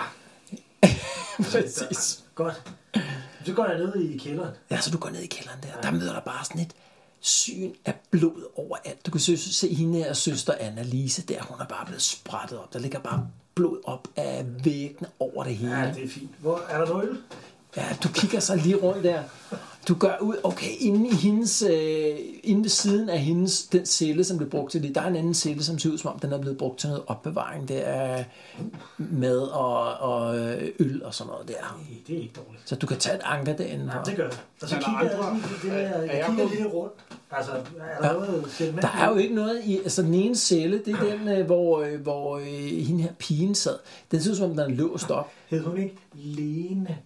Præcis. Godt. Så går jeg ned i kælderen. Ja, så du går ned i kælderen der. Der møder der bare sådan et syn af blod overalt. Du kan se, se hende her søster Annalise der. Hun er bare blevet sprættet op. Der ligger bare blod op af væggene over det hele. Ja, det er fint. Hvor er der noget øl? Ja, du kigger så lige rundt der. Du gør ud, okay, inde i hendes, øh, inde ved siden af hendes, den celle, som blev brugt til det, der er en anden celle, som ser ud som om, den er blevet brugt til noget opbevaring. Det er mad og, og øl og sådan noget der. Nej, det er ikke dårligt. Så du kan tage et anker derinde. Ja, det gør jeg. Og så Er der kigger jeg, andre? lige, det der, jeg kigger lige rundt. Altså, er der Ja. noget segment? Der er jo ikke noget i, altså den ene celle, det er den, øh, hvor, øh, hvor øh, hende her pigen sad. Den ser ud som om, den er låst op. Hed hun ikke Lene?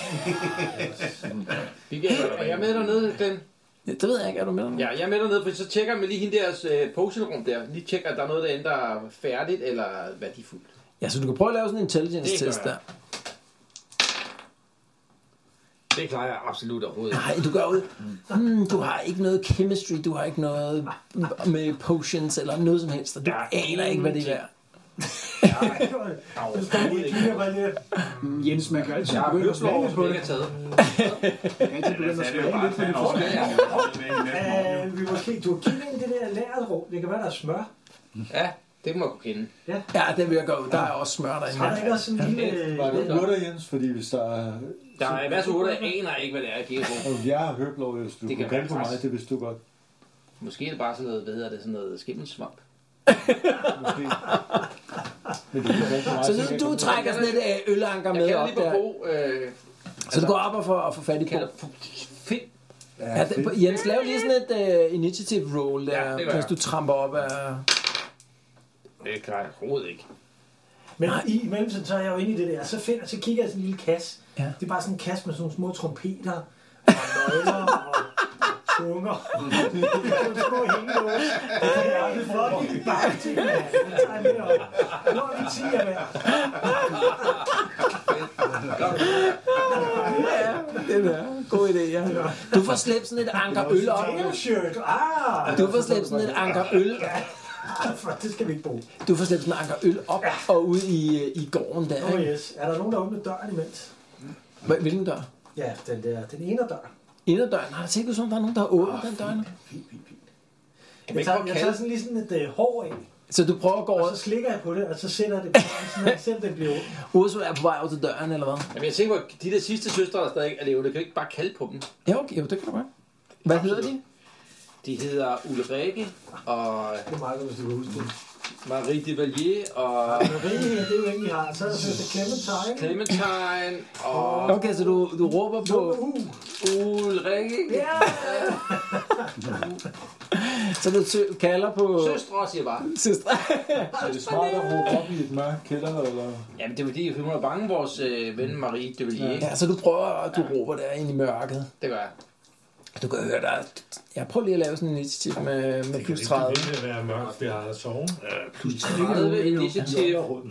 Vi kan, er jeg med dernede, Glenn? Ja, det ved jeg ikke, er du med? Ja, jeg er med dernede, for så tjekker man lige hende deres øh, potionrum der. Lige tjekker, at der er noget derinde, der er færdigt eller værdifuldt. Ja, så du kan prøve at lave sådan en intelligence-test Det gør der. jeg. Det klarer jeg absolut overhovedet. Nej, du gør ud. Hmm, du har ikke noget chemistry, du har ikke noget med potions eller noget som helst. Og du Ja, aner ikke, hvad det er. Nej, det står lige, jeg kigger bare lidt. Jens, man kan altid Jeg har begynde at hørsel over, smage som lidt på ikke det. er taget. Man kan altid begynde at smage lidt på det. for- Øh, vi måske, du har kigget ind i det der lagret rum. Det kan være, der er smør. Ja, det må jeg kunne kende. Ja, det vil jeg gå ud. Der er også smør Har der derinde. ikke også sådan en lille... Var det urter, Jens? Fordi hvis der er... Der er en masse urter, jeg aner ikke, hvad det er, jeg kigger på. Og jeg har hørt lov, hvis du Det kunne kan kalde på være mig, græs. det vidste du godt. Måske er det bare sådan noget, hvad hedder det, sådan noget skimmelsvamp. Måske. Men du kan kalde på mig, Så kan du, jeg du godt- trækker sådan et øh, ølanker Jeg med kalder op lige på der. Bo. Øh, Så du går op og får, og får fat i på. kalder Finn. Ja, det, Jens, lav lige sådan et uh, initiative roll der, Ja, det gør hvis jeg. du tramper op af... Det klarer jeg overhovedet ikke. Men i mellemtiden, så er jeg jo inde i det der. Så, finder, så kigger jeg sådan en lille kasse. Ja. Det er bare sådan en kasse med sådan nogle små trompeter. Og nøgler og tunger. Sådan små hængelås. Det er det flot i bare til. Det tager jeg med op. Nu er vi tiger med. Ja, det er god idé, ja. Du får slæbt sådan et anker øl op. Shirt. Ah! Du får slæbt sådan et anker øl. Det skal vi ikke bruge. Du får slæbt sådan et anker øl op og ud i, i gården der. Oh Ikke? yes. Er der nogen, der åbner døren imens? Hvil- Hvilken dør? Ja, den der. Den ene dør. Inderdøren. Har du tænkt ud som, der er nogen, der har åbnet den dør nu? Fint, fint, fint. Kan man Jeg ikke tager, godt jeg kalde? tager sådan lige sådan et uh, hår af. Så du prøver at gå Og over... så slikker jeg på det, og så sætter jeg det på grænsen, og selv det bliver åbent. Ursula er på vej over til døren, eller hvad? Jamen, jeg tænker på, de der sidste søstre, der stadig er levende, kan vi ikke bare kalde på dem? Ja, okay, jo, det kan du godt. Hvad hedder de? De hedder Ulrike og Det er meget godt, hvis du kan huske det. Marie de Valier og Marie her, det er jo ikke, I har. Så er der søster Clementine. Clementine og Okay, så du, du råber på... Ulrike. Ja! Så du sø- kalder på... Søstre, siger jeg bare. Søstre. Er det smart at råbe op i et mørkt kælder, eller? Jamen, det er fordi, hun er bange, vores øh, ven Marie de Valier. Ja, så du prøver, at du råber der ind i mørket. Det gør jeg. Du kan høre der. Jeg prøver lige at lave sådan en initiativ med, med plus tredive. Det kan være mørkt, vi har sovet. Plus tredive initiativ. Uh,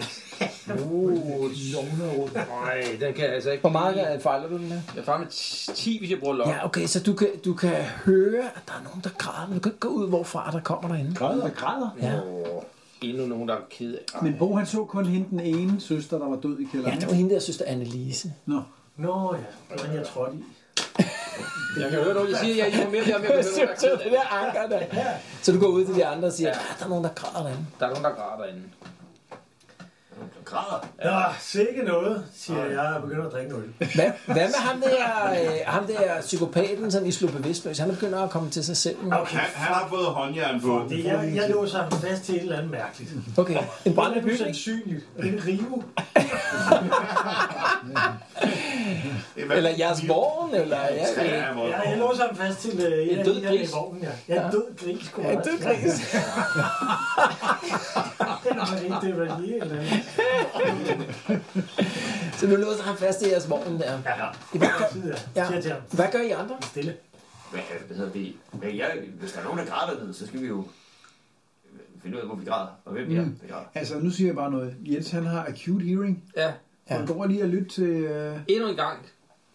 Nej, den kan jeg altså ikke. Hvor meget fejler du den der? Jeg er fremme med ti, hvis jeg bruger lov. Ja, okay, så du kan, du kan høre, at der er nogen, der græder, men du kan ikke gå ud, hvorfra der kommer derinde. Græder? Græder? Ja. Endnu nogen, der er ked af. Men Bo, han så kun hende den ene søster, der var død i kælderen. Ja, det var hende der søster Annelise. Nå. Nå ja, det var jeg trådte i. Jeg kan høre noget, jeg siger, jeg er mere der, men jeg kan høre nogen, der er ked af. Det der anker der. Så du går ud til de andre og siger, ja, der er nogen, der græder derinde. Der er nogen, der græder derinde. Græder. Ja, sikke noget, siger jeg, og begynder at drikke øl. Hvad, hvad med ham der, øh, ham der psykopaten, som I slog bevidstløs? Han er begyndt at komme til sig selv nu. Okay. Han, han har fået håndjern på. Det, jeg, jeg låser ham fast til et eller andet mærkeligt. Okay, en brændende Det er bygning. sandsynligt. En rive. Eller jeres vogn, eller... Ja, Ja, ja. hvor- Ja, jeg låser ham fast til uh, en af død de her i gris. vognen, ja. Ja, en død gris. Ja, en død gris. Den er ikke, det var lige eller andet. Så du låser ham fast i jeres vogn der. Ja, Hvad gør, ja. ja. Siger til ham. Hvad gør I andre? Stille. Hvad, hvad hedder det? Men jeg, hvis der er nogen, der græder dernede, så skal vi jo finde ud af, hvor vi græder, og hvem vi er, Mm. der græder. Altså, nu siger jeg bare noget. Jens, han har acute hearing. Ja, Ja. Han går lige og lytte til... Øh... endnu en gang.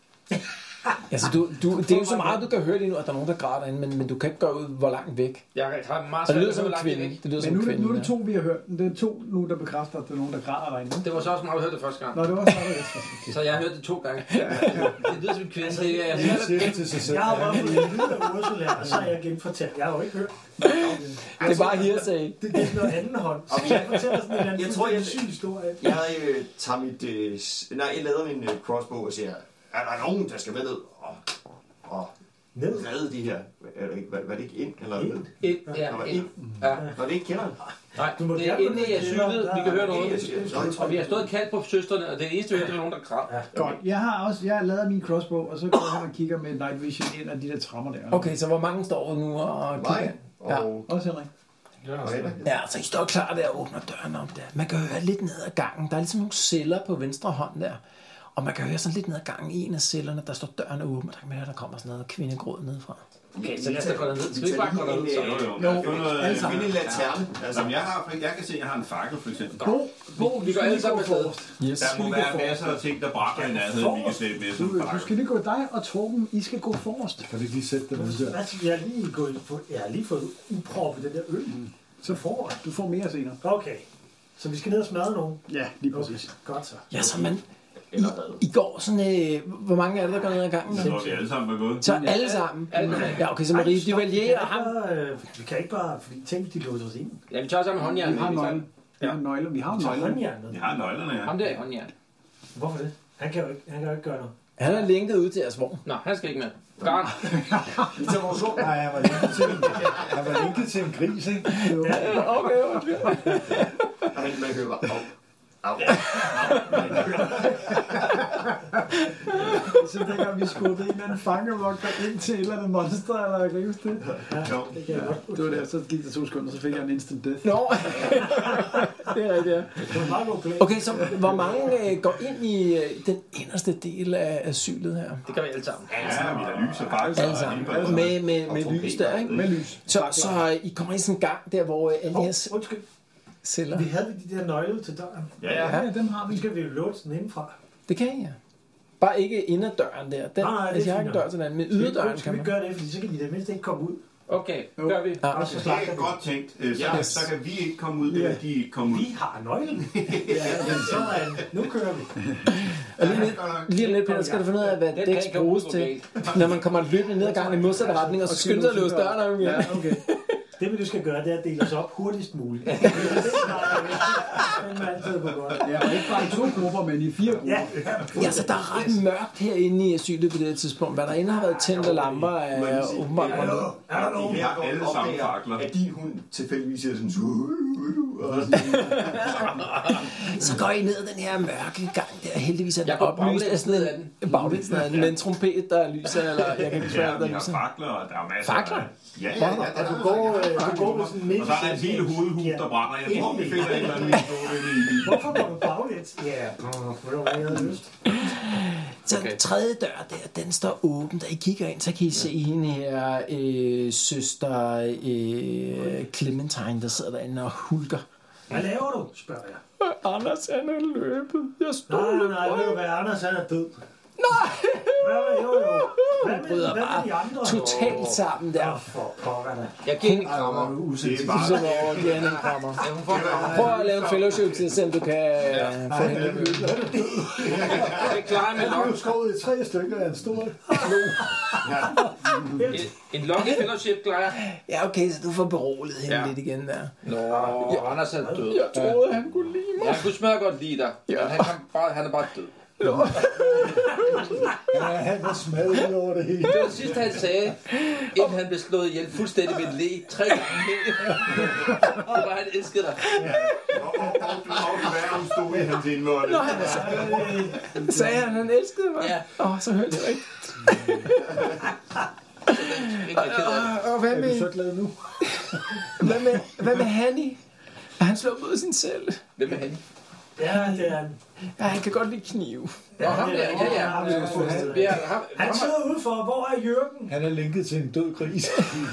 Altså, du, du, det er jo så meget, du kan høre lige nu, at der er nogen, der græder derinde, men, men du kan ikke gøre ud, hvor langt væk. Jeg har meget Og det lyder svært som at en høre langt kvinde. væk. Det lyder Men som nu, en er det- kvinde. nu er det to, vi har hørt. Det er to nu, der bekræfter, at der er nogen, der græder derinde. Det var så også meget, at høre det første gang. Nå, det var så det. Så jeg har hørt det to gange. Det lyder som en kvinde. Det er Han siger det til sig selv. Jeg har bare fået en lyd af Ursula, og så har jeg genfortalt. Jeg har jo ikke hørt. Det er bare hearsay. Det, det er noget anden hånd. Så jeg fortæller sådan en eller anden Jeg tror, jeg- syg historie. Jeg øh, tager mit... Øh, s- nej, jeg lader min øh, crossbow og siger, er der nogen, der skal med ned og, og Ned. redde de her? Er det ikke, var, var det ikke ind? Eller Ind. Et, ja, Nå, var det et, ind? ja. Var det ikke kælderen? Nej, Du må det er gerne inde i gå ned i asylet. kælderen. Vi kan høre Der er- noget. Og vi har stået og kaldt på søsterne, og det eneste, vi hørte, det var nogen, der græd. Godt. Jeg har også jeg har lavet min crossbow, og så går han og kigger med night vision ind af de der trammer der. Okay, så hvor mange står nu og kigger? Nej. Og Også Henrik. og Henrik. Ja, så I står klar der og åbner døren op der. Man kan høre lidt ned ad gangen. Der er ligesom nogle celler på venstre hånd der. Og man kan høre sådan lidt ned ad gangen i en af cellerne, der står døren åben, og der kan man høre, der kommer sådan noget kvindegråd nedefra. Okay, så lad os da gå derned. Skal vi ikke bare gå derned? Så? Jo, jo. Jo, Jeg finder noget- alle sammen. Find en lanterne. Altså, jeg, har, jeg kan se, at jeg har en fakkel, for eksempel. Bo, Bo, Vi går alle sammen afsted. Yes. Der må være masser af ting, der brænder i nærheden, vi kan sætte med som Du, du fakkel. skal lige gå dig og Torben. I skal gå forrest. Kan vi ikke lige sætte den ud der? Altså, jeg har lige gået på, jeg har lige fået uproppet den der øl. Så får Du får mere senere. Okay. Så vi skal ned og smadre nogen. Ja, lige præcis. Godt så. Ja, så man... I, Eller hvad? I går sådan... Øh, hvor mange er det, der går ned ad gangen? Så vi alle sammen var gået. Så alle sammen? Ja, okay, så Marie, de vælger og ham. Vi kan ikke bare, fordi tænk, hvis de låser os ind. Ja, vi tager sammen håndjern. Vi har Vi tager- nøglen. Vi har nøgler. Vi har Vi tager nøgler. håndjernet. Jeg har nøglerne, ja. Ham der i håndjern. Hvorfor det? Han kan jo ikke, han kan jo ikke gøre noget. Han er linket ud til jeres vogn. Nå, han skal ikke med. Garn. Vi tager vores vogn. Nej, han var linket til en, han var linket til en gris, ikke? Okay, okay. Og han man hører bare, au, au, Så dengang vi skubbede en eller anden fangevogter ind til et eller andet monster, eller jeg kan ikke huske det. Jo. Det kan jeg godt. Det var der, så gik der to sekunder, så fik jeg en instant death. Nå, det er rigtigt, ja. Det var en meget god plan. Okay, så hvor mange øh, går ind i øh, den inderste del af asylet her? Det kan vi alle sammen. Ja, vi har lys og faktisk. Alle sammen. Med, med, med lys der, ikke? Med lys. Så, så I kommer i sådan en gang der, hvor øh, alle Åh, jeres undskyld. celler... Vi havde de der nøgler til døren. Ja, ja. Ja, dem har Nu vi. skal vi jo låse den indenfra. Det kan I, ja. Bare ikke inderdøren der. Den, Nej, nej, det er altså, jeg har fint ikke en dør til den, men Skal vi, yderdøren skal kan vi man. gøre det, fordi så kan de det mindste ikke komme ud. Okay, gør vi. Ja. Og så Det slagter er vi. godt tænkt. Øh, Så, Yes. så kan vi ikke komme ud, Ja. eller de ikke komme ud. Vi har nøglen. Ja, så er nu kører vi. Og lige, lidt, lige om lidt, Peter, skal du finde ud af, hvad Den kan dæks ikke bruges gå til, galt. når man kommer løbende ned ad gangen i modsatte retning, og så skynder sig at løse døren op igen. Ja, okay. Det vi nu skal gøre, det er at dele os op hurtigst muligt. Det er det, der er altid på godt. Ja, og ikke bare i to grupper, men i fire grupper. Ja, Ja, så der er ret mørkt herinde i asylet på det her tidspunkt. Hvad der inde har været tændt af lamper, er åbenbart er der, er der nogen? Vi har alle sammen fakler. At din hund tilfældigvis er sådan... Så går I ned ad den her mørke gang der. Heldigvis er den Jeg går oplyst af sådan baglæns en baglæns af den med en trompet, der lyser, eller jeg kan ikke Ja, svære, der vi har lyser. fakler, og der er masser Fakler? af... Ja, ja, ja. Og du går, øh, du går med sådan en Og så er der en hel hovedhus, der brænder. Jeg tror, vi finder et eller andet i. Hvorfor går du baglæns? Ja, for det var jeg havde lyst. Så den tredje dør der, den står åben. Da I kigger ind, så kan I se hende her, øh, søster øh, Clementine, der sidder derinde og hulker. Hvad laver du, spørger jeg. Anders, han er løbet. Jeg stod Nej, lidt nej, på ved du ham. hvad, Anders han er død. Nej! Hvad med, jo, jo. Hvad med, bryder hvad bare med de andre? totalt sammen der. Åh, for pokker da. Jeg giver hende en krammer. Det er Du bare... sidder over og giver hende en krammer. Ja, hun får en krammer. Prøv at lave en fellowship til, så du kan øh, få hende. Det klarer jeg med Han er jo nok. skåret i tre stykker af en stor En, en lucky fellowship klarer jeg. Ja, okay, så du får beroliget hende Ja. lidt igen der. Nå, Anders er død. Jeg troede, han kunne lide mig. Ja, han kunne smadre godt lide dig. Men han, kan bare, han er bare død. Ja, han var smadret over det hele. Det var det sidste, han sagde, inden han blev slået ihjel fuldstændig med et læg. Tre gange. Det var, han elskede dig. Og du har været, hun stod i hans indmål. Nå, han sagde, sagde han, han elskede mig. Ja. Åh, oh, så hørte jeg ikke. Og, og hvad Er du så med, glad nu? hvad med, hvad med Hanny? Er han slået ud af sin celle? Hvem er han? Ja, det er han. Ja, han kan godt lide knive. Nå, ham der. Ja, ja. ham, der står afsted. Ja, ham, Han ham, sidder udenfor. Hvor er Jørgen? Han er linket til en død gris.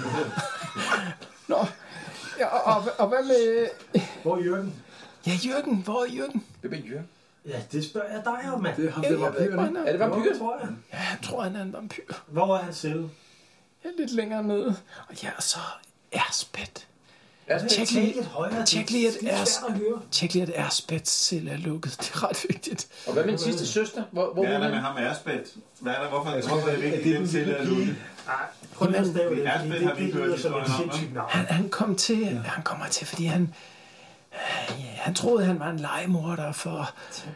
Nå, ja, og, og, og hvad med... Hvor er Jørgen? Ja, Jørgen, hvor er Jørgen? hvem er Jørgen? Ja, det spørger jeg dig om, mand. Det er ham, Ja, der jeg var ved ikke, hvor han pyrene. er. Er det vampyr? Hvor tror jeg? Ja, jeg tror, han er en vampyr. Hvor er han selv? Ja, lidt længere nede. Og ja, og så Erspet. Asbjørn? Tjek Tal lige, lidt højere. tjek lige, at Det er Ers- svært at høre. tjek lige, at Erspets celle er lukket. Det er ret vigtigt. Og hvad med den sidste søster? Hvor, hvor Hvad er er der med han? ham Asbeth? Hvad er der? Hvorfor, Jeg tror, hvorfor er det at vigtigt, det er at den den til lille er pige. lukket? Nej, prøv lige at stave det. Asbjørn Det, har vi det ikke hørt lyder som et historien om, sindssygt navn. Han, han kom til, ja. han kommer til, fordi han, ja, han troede, han var en legemorder for,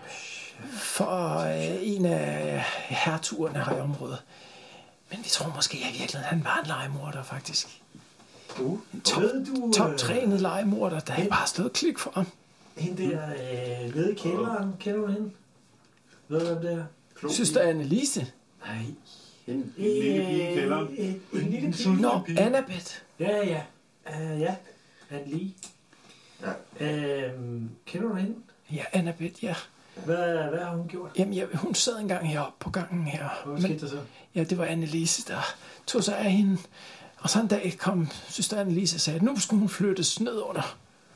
for øh, en af hertugerne her i området. Men vi tror måske i virkeligheden, han var en legemorder, faktisk. Uh. En top, Ved du, øh, toptrænet legemorder, der er bare slået klik for ham. Hende der øh, nede i kælderen, kender du hende? Ved du, hvem det er? Søster Annelise. Nej. En lille pige i kælderen. Øh, En lille pige. Nå, Annabeth. Ja, ja. Uh, ja. Han lige. Ja. Øhm, kender du hende? Ja, Annabeth, ja. Hvad, hvad har hun gjort? Jamen, ja, hun sad engang heroppe på gangen her. Hvad skete der så? Ja, det var Annelise, der tog sig af hende. Og så en dag kom søster Annelise og sagde, at nu skulle hun flyttes ned under.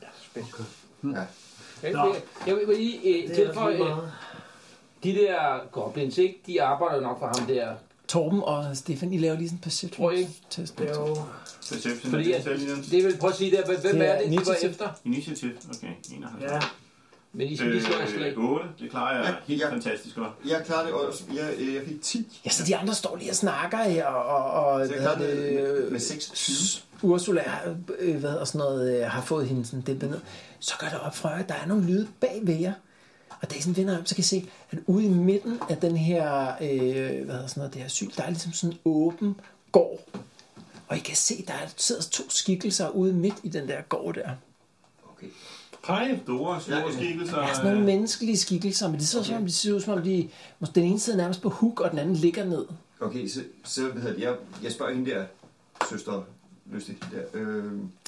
Ja. Jeg vil, jeg vil lige uh, tilføje, uh, de der goblins, ikke? De arbejder jo nok for ham der. Torben og Stefan, I laver lige sådan en Tror I ikke? perception-test. Det er jo... Perception Fordi og at, intelligence. det vil prøve at sige der, hvem Det er er det, de var initiativ. efter? Initiativ. Okay, enoghalvtreds. Ja. Men I skal lige slå et slag. Øh, otte. Det klarer jeg Ja, helt ja. fantastisk godt. Jeg klarede det også. Jeg, jeg fik ti. Ja, så de andre står lige og snakker her, og, og Så jeg hvad klarede hedder det med, med seksogtyve. Ursula øh, hvad, og sådan noget, øh, har fået hende sådan dæmpet ned. Så gør det op for jer, at der er nogle lyde bag ved jer. Og da I sådan vender om, så kan I se, at ude i midten af den her, øh, hvad hedder sådan noget, det her syl, der er ligesom sådan en åben gård. Og I kan se, der er, sidder to skikkelser ude midt i den der gård der. Okay. Hej. Store, store Ja, ja. skikkelser. Der er sådan nogle menneskelige skikkelser, men det ser, okay. som, de ser ud som om, de, måske den ene sidder nærmest på huk, og den anden ligger ned. Okay, så, så hvad hedder det, jeg, jeg spørger hende der, søster, lystig, der. Øh,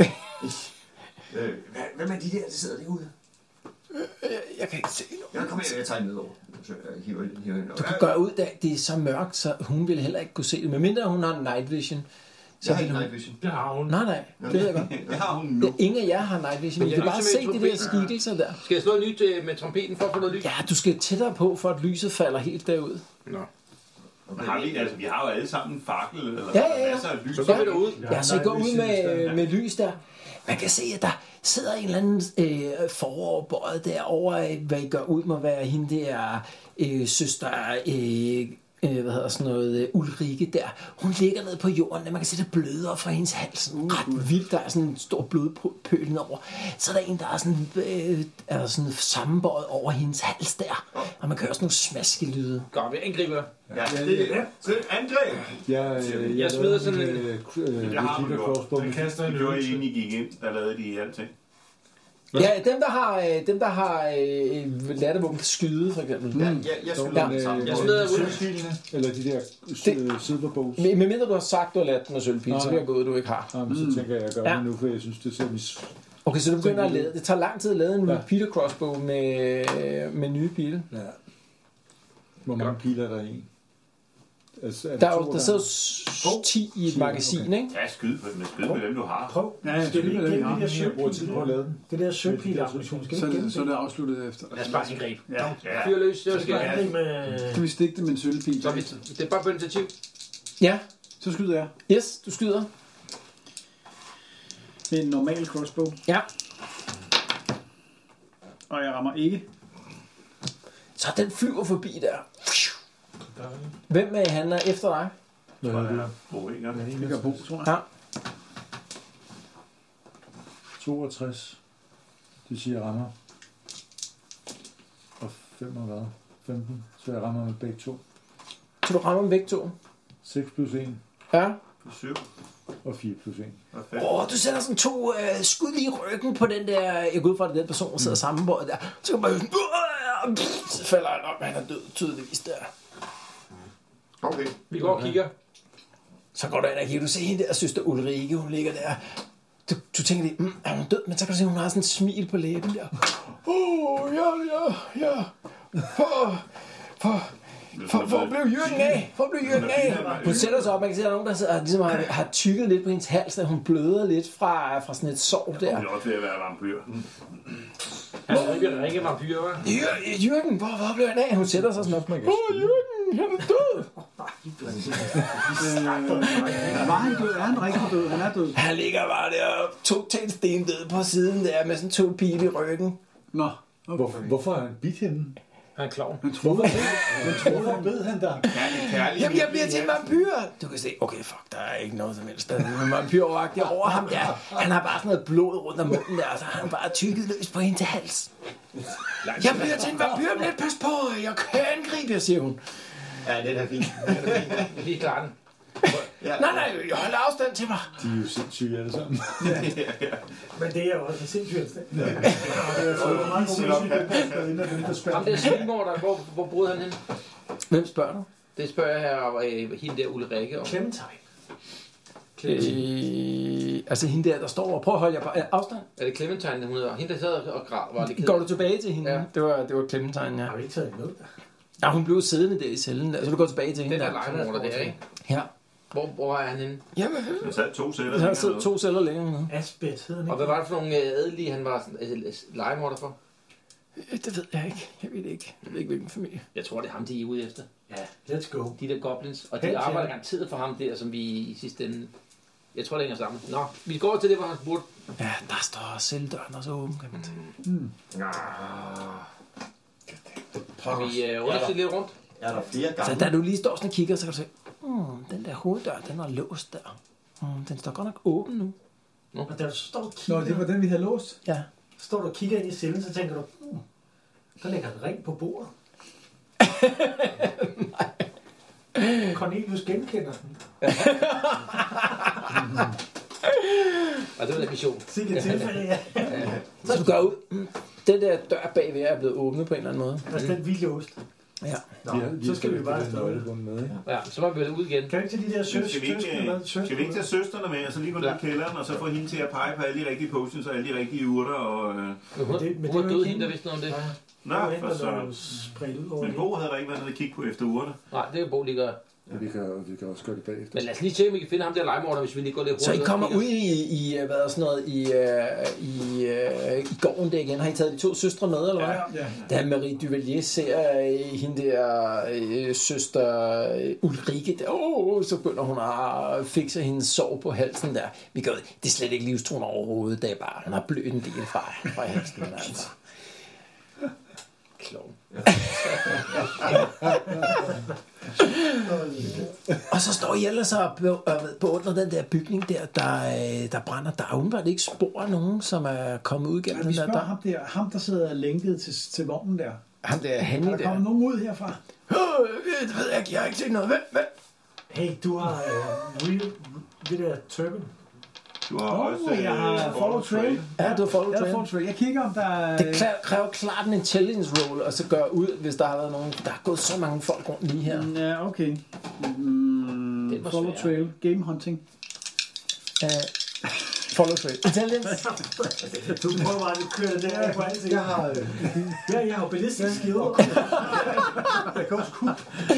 øh, hvad, hvad med de der, der sidder derude? Jeg, jeg kan ikke se noget. Jeg kommer her, jeg tager hende ned over. Så jeg hiver, hiver hende Du kan gøre ud af, det er så mørkt, så hun vil heller ikke kunne se det. Medmindre hun har night vision. Så Jeg har vil ikke hun... night vision. Det har hun. Nej, nej, det ved jeg godt. Det har hun nu. Det, ingen af jer har night vision. Men I jeg kan er bare lyset se med de der trompeten. skikkelser der. Skal jeg slå et nyt øh, med trompeten for at få noget lys? Ja, du skal tættere på, for at lyset falder helt derud. Nå. Men har vi, altså, vi har jo alle sammen en fakkel, eller Ja, ja, ja. masser af lys. Så går vi derud. Ja, så I går ud med, ja. med lys der. Man kan se, at der sidder en eller anden øh, foroverbøjet derovre, hvad I gør ud må være hende der øh, søster øh, øh, hvad hedder sådan noget, øh, Ulrike der. Hun ligger nede på jorden, og man kan se, det bløder fra hendes hals. Sådan ret vildt, der er sådan en stor blodpøl over. Så er der en, der er sådan, øh, er sådan sammenbøjet over hendes hals der. Og man kan høre sådan nogle smaskelyde. Godt, vi angriber. Ja, det er det. Angreb! Jeg, øh, Jeg smider sådan en- øh, øh, Det har du repeater gjort. crossbow. Den kaster en gjorde I, inden I gik ind, der lavede de alting. Ja, dem der har, øh, dem, der har øh, lattervåben kan skyde, for eksempel. Ja, jeg, jeg skyder Ja. den sammen. Jeg smider ud. Sølvpilene, eller de der øh, silverbows. Men mindre du har sagt, du har ladt den med sølvpil, så Nej. kan jeg gå ud, du ikke har. Jamen, så tænker jeg, at jeg gør Ja. det nu, for jeg synes, det ser mis... Okay, så du begynder at lade. Det tager lang tid at lade en Ja. repeater crossbow med, med nye pile. Ja. Hvor mange piler er der i? Altså, er det Der, er to jo, der gange? sidder ti i et magasin, ikke? Ja, skyd på med skyd med dem, du har. Prøv. Ja, jeg Skal vi spiller ikke den, gemme ja. de der Jeg bruger tid på at lave sølvpil? den. Det der sølvpil-ammunition, skal vi Så, ikke er gemme det, så er det? det afsluttet efter. Lad os bare angreb. Ja. Ja. Fyr løs, det Så var skal vi skal angribe med... Skal vi stikke det med en sølvpil? Så er vi, det er bare på initiativ. Ja, Så skyder jeg yes, du skyder. med en normal crossbow, Ja. og jeg rammer ikke. Så den flyver forbi der. Hvem øh, handler efter dig? Hvad Tror er jeg det? er Bo, ikke? Det ligger på, tror jeg. Ja. toogtres. Det siger, jeg rammer. Og fem har været. femten. Så jeg rammer med begge to. Så du rammer dem begge to. seks plus en. Ja. Syv Og fire plus en. og fem. Åh, oh, du sætter sådan to øh, skud lige i ryggen på den der, jeg går ud fra, at den person, der sidder sammenbøjet der. Så kan man jo sådan, uh, så falder han op, han er død tydeligvis der. Okay. Vi går og kigger. Så går der ind og kigger, du ser hende der, søster Ulrike, hun ligger der. Du, du tænker lige, mm, er hun død? Men så kan du se, hun har sådan en smil på læben der. Åh, oh, ja, ja, ja. For, for, for, for at blive Jørgen af. For at blive Jørgen af. Hun sætter sig op, man kan se, at der er nogen, der sidder, ligesom har, har tykket lidt på hendes hals, og hun bløder lidt fra, fra sådan et sår Hun der. er også ved at være vampyr. Han er ikke ringe vampyr, hva'? Jør- Jørgen, hvor, hvor blev han af? Hun sætter sig sådan op. Åh, oh, Jørgen, han er død. Øh, var han død? Er han rigtig død? Han er død. Han ligger bare der og tog til en stendød på siden der, med sådan to pile i ryggen. Nå, okay. Hvorfor, hvorfor har han bidt hende? Han er klovn. Han troede, Hvorfor ved han der? Kærlig, kærlig. Jamen, jeg bliver til en vampyr. Du kan se, okay, fuck, der er ikke noget som helst. Der er en vampyr-overagtig over ham der. Han har bare sådan noget blod rundt om munden der, og så har han bare tykket løs på hende til hals. Jeg bliver til en vampyr, men lidt pas på, jeg kan angribe jer, siger hun. Ja, den er fin. Vi klarer den. Ja. Nej, nej, jeg holder afstand til mig. De er jo sindssyge alle sammen. Men det er jo også en sindssygt. Ja. Det er så meget sindssygt. Ham der Svingård, der, hvor, hvor boede han hen? Hvem spørger du? Det spørger jeg her, og øh, hende der Ulrike om. Clementine. Øh, altså hende der, der står og prøver at holde jer på øh, afstand. Er det Clementine, hun hedder? Hende der sad og græd, var det ked. Går du tilbage til hende? Ja. Det var, det var Clementine, ja. Har vi ikke taget med? Ja, hun blev siddende der i cellen, der, så du går tilbage til hende Den der der. legemorder der, ikke? Ja. Hvor, hvor er han henne? Jamen, Der sad to sætter. der sidder to celler længere nede. Asbeth hedder han Og ikke. hvad var det for nogle øh, adelige, han var sådan, altså, legemorder for? Øh, Det ved jeg ikke. Jeg ved det ikke. Jeg ved ikke, hvilken familie. Jeg tror, det er ham, de er ude efter. Ja, let's go. De der goblins. Og Helt de arbejder sikkert. garanteret for ham der, som vi i sidste ende... Jeg tror, det hænger sammen. Nå, vi går til det, hvor han burde... Ja, der står celledøren også åben, kan man sige. Kan vi øh, undersøge lidt rundt? Er der flere Så gange? da du lige står sådan og kigger, så kan du se, hmm, den der hoveddør, den var låst der. Hmm, den står godt nok åben nu. Og da du så står og Nå, kigger, det var den, vi havde låst. Ja. står du og kigger ind i cellen, så tænker du, hmm, der ligger en ring på bordet. Cornelius genkender den. Og det var en mission. Sikke tilfælde, ja. Så du går ud. Hmm, den der dør bagved er blevet åbnet på en eller anden måde. Altså den vilde ost. Ja. Nå, så skal vi bare afsted. med, ikke? Ja, så var vi vel ud igen. Kan vi ikke tage de der søs- Skal vi ikke, søskende med? skal vi ikke tage søsterne med, og så lige gå ned i kælderen, og så få hende til at pege på alle de rigtige potions og alle de rigtige urter? Og, øh... Men hun, Men det- men hun det er er jo død, ikke hende, der hende. vidste noget om det. Nå, Der var en, for der så... var spredt ud over Men det. Bo havde der ikke været nede og kigge på efter urter. Nej, det er Bo lige gør. Ja, vi kan, vi kan også gøre det bagefter. Men lad os lige se, om vi kan finde ham der legemorder, hvis vi lige går lidt Så I hurtigt. kommer ud i, i hvad er sådan noget, i, uh, i, uh, i gården der igen. Har I taget de to søstre med, eller hvad? Ja. Da Marie Duvalier ser uh, hende der uh, søster uh, Ulrike, der, oh, så begynder hun at fikse hendes sår på halsen der. Vi gør, det er slet ikke livstruende overhovedet, det er bare, hun har blødt en del fra, fra halsen. Altså. Klovn. Og så står I ellers og beundrer den der bygning der, der, der brænder. Der er umiddelbart ikke spor af nogen, som er kommet ud gennem Ja, vi den der spørger dør. ham der, ham der sidder lænket til, til vognen der. Ham der, Henny Er der der. kommet nogen ud herfra? Øh, det ved jeg ikke, jeg har ikke set noget. Hvem? Hvem? Hey, du har uh, real, det der turban. Du har Åh, også... jeg har follow trail. Ja, du har follow Jeg har trail. follow trail. Jeg kigger, om der er... Det kræver, kræver klart en intelligence roll, og så gør ud, hvis der har været nogen. Der er gået så mange folk rundt lige her. Ja, okay. Mm, Det var follow svært. trail. Game hunting. Uh, follow trail. Intelligence. Du prøver bare at køre det der på alting. Jeg har... Øh, Ja, jeg har ballistisk skider. jeg kan også kunne...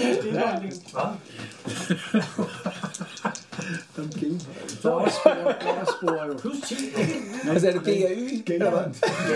Okay. Der er også spor, der er også spor jo. Plus ti. Altså er det G A Y? Eller hvad?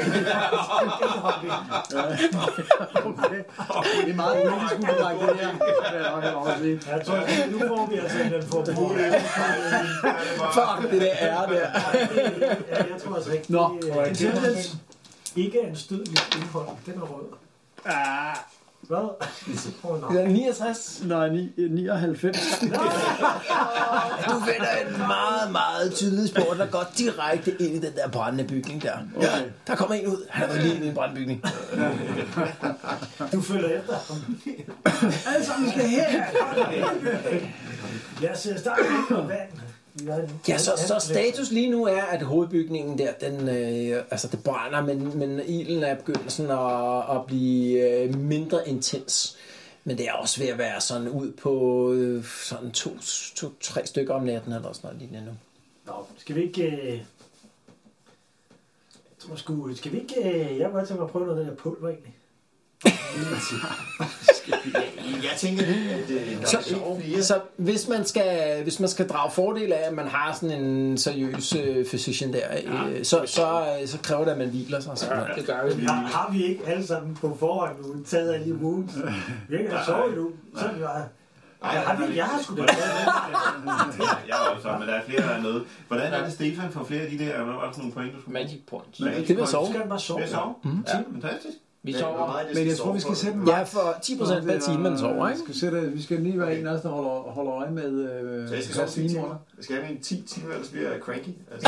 Okay. Det er meget uheldigt skuldebræk, det her. Det er nok helt overset. Jeg tror, at nu får vi altså den for brug. Fuck, det der er der. Ja, jeg tror altså ikke. Nå, det er intelligence. Ikke anstødelig indhold. Den er rød. Ah, Hvad? Åh, Det nej. er niogtres. nej, ni- nioghalvfems. Du finder en meget, meget tydelig spor, der går direkte ind i den der brændende bygning der. Okay. Der kommer en ud. Han er lige inde i en brændende bygning. Du følger efter. Alle sammen skal her. Lad os øh, starte med vand. Vi har en- Ja, så, så status lige nu er, at hovedbygningen der, den, øh, altså det brænder, men, men ilden er begyndt sådan at, at blive øh, mindre intens. Men det er også ved at være sådan ud på øh, sådan to, to, tre stykker om natten eller sådan noget lignende nu. Nå, skal vi ikke... Øh... Jeg tror sgu... Skal vi ikke... Øh... Jeg kunne godt tænke mig at prøve noget af det der pulver egentlig. Jeg tænker, at øh, der Så, er ikke flere. så hvis, man skal, hvis man skal drage fordel af, at man har sådan en seriøs øh, physician der, øh, så, så, øh, så kræver det, at man hviler sig. Sådan noget. Det gør vi. Har, har vi ikke alle sammen på forhånd nu taget alle de wounds? Vi har ikke sovet nu. Så er vi bare... Nej, Jeg har, jeg har sgu da jeg er også, men der er flere, der er noget. Hvordan er det, Stefan, får flere af de der, hvad var det for nogle point, du skulle Magic points. Magic Det vil sove. skal bare sove. Vil jeg sove? Mm. Ja, fantastisk. Vi Hvor sover. meget det Men skal jeg tror, sove vi skal for. sætte en Ja, for ti procent per time, man sover, ikke? Skal sætte, vi skal lige være en af os, der holder, holder øje med øh, Så jeg skal sove ti svinemorder. timer. Jeg skal have mine ti timer, ellers bliver jeg cranky. Altså,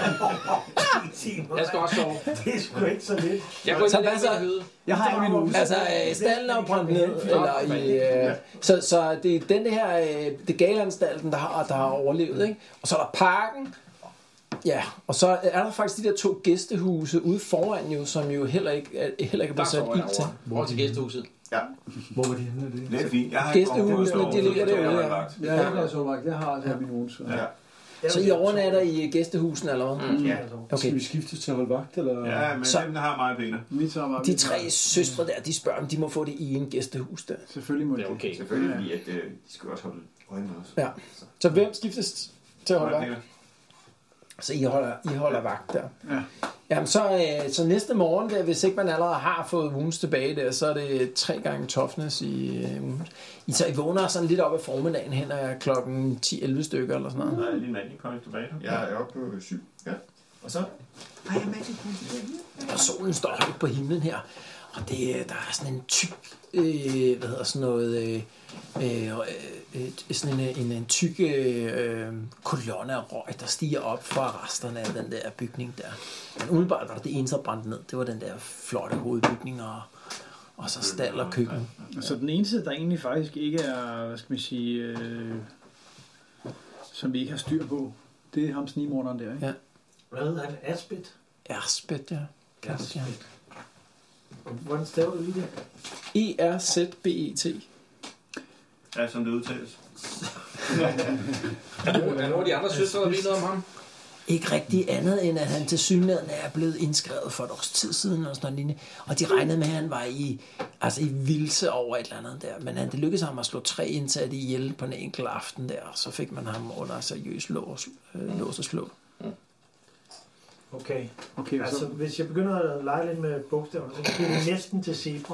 Jeg skal også sove. Det er sgu ikke så lidt. Jeg går ind Så i hvad den så? med hyde. Jeg har ikke min uge. Altså, øh, stallen er jo brændt ned, eller i, øh, så, så det er den her, øh, det galeanstalten, der har, der har overlevet, ikke? Og så er der parken, ja, og så er der faktisk de der to gæstehuse ude foran jo, som jo heller ikke, er- heller ikke er Der blevet sat sover jeg ild til. over. Over til gæstehuset. ja. Hvor var det henne af det? Det er fint. Jeg har Gæstehusene, de ligger derude, ja. Jeg har ikke været solvagt. Jeg har altså min uge. Så. Ja. Så I overnatter i gæstehusene, eller hvad? Mm. Ja. Skal Okay. vi skifte til at holde vagt, eller? Ja, men Så- dem, der har meget pæner. Vi tager bare, De tre søstre der, de spørger, om de må få det i en gæstehus der. Selvfølgelig må Det er de. okay. Selvfølgelig, fordi at, øh, de skal også holde øje med os. Ja. Så hvem skiftes til at holde Meget vagt? pæner. Så I holder, I holder vagt der. Ja. Jamen så, øh, så næste morgen, der, hvis ikke man allerede har fået wounds tilbage der, så er det tre gange toughness i øh, wounds. I, så I vågner sådan lidt op af formiddagen hen af klokken ti elleve stykker eller sådan noget. Nej, lige en mand, I kommer tilbage. Jeg er oppe på syv. Ja. Og så har jeg magic points. Og solen står højt på himlen her. Og det, der er sådan en tyk, øh, hvad hedder sådan noget, øh, øh, øh, sådan en, en, en tyk øh, kolonne af røg, der stiger op fra resterne af den der bygning der. Men umiddelbart var det det eneste, der brændte ned. Det var den der flotte hovedbygning og, og så stald og køkken. Så den eneste, der egentlig faktisk ikke er, hvad skal man sige, øh, som vi ikke har styr på, det er ham snigmorderen der, ikke? Ja. Hvad hedder han? Asbet? Erspet, ja. Kaldes jeg. Hvordan staver du lige det? E R Z B E T. Ja, som det udtales. Er nogle af de andre søstre, der ved noget om ham? Ikke rigtig andet, end at han til synligheden er blevet indskrevet for et års tid siden. Og, sådan noget lignende. Og de regnede med, at han var i, altså i vildse over et eller andet der. Men han, det lykkedes ham at slå tre indsatte ihjel på en enkelt aften der. Og så fik man ham under seriøs lås, øh, lås og slå. Okay. Okay, Altså, så, hvis jeg begynder at lege lidt med bogstaverne, så bliver det næsten til zebra.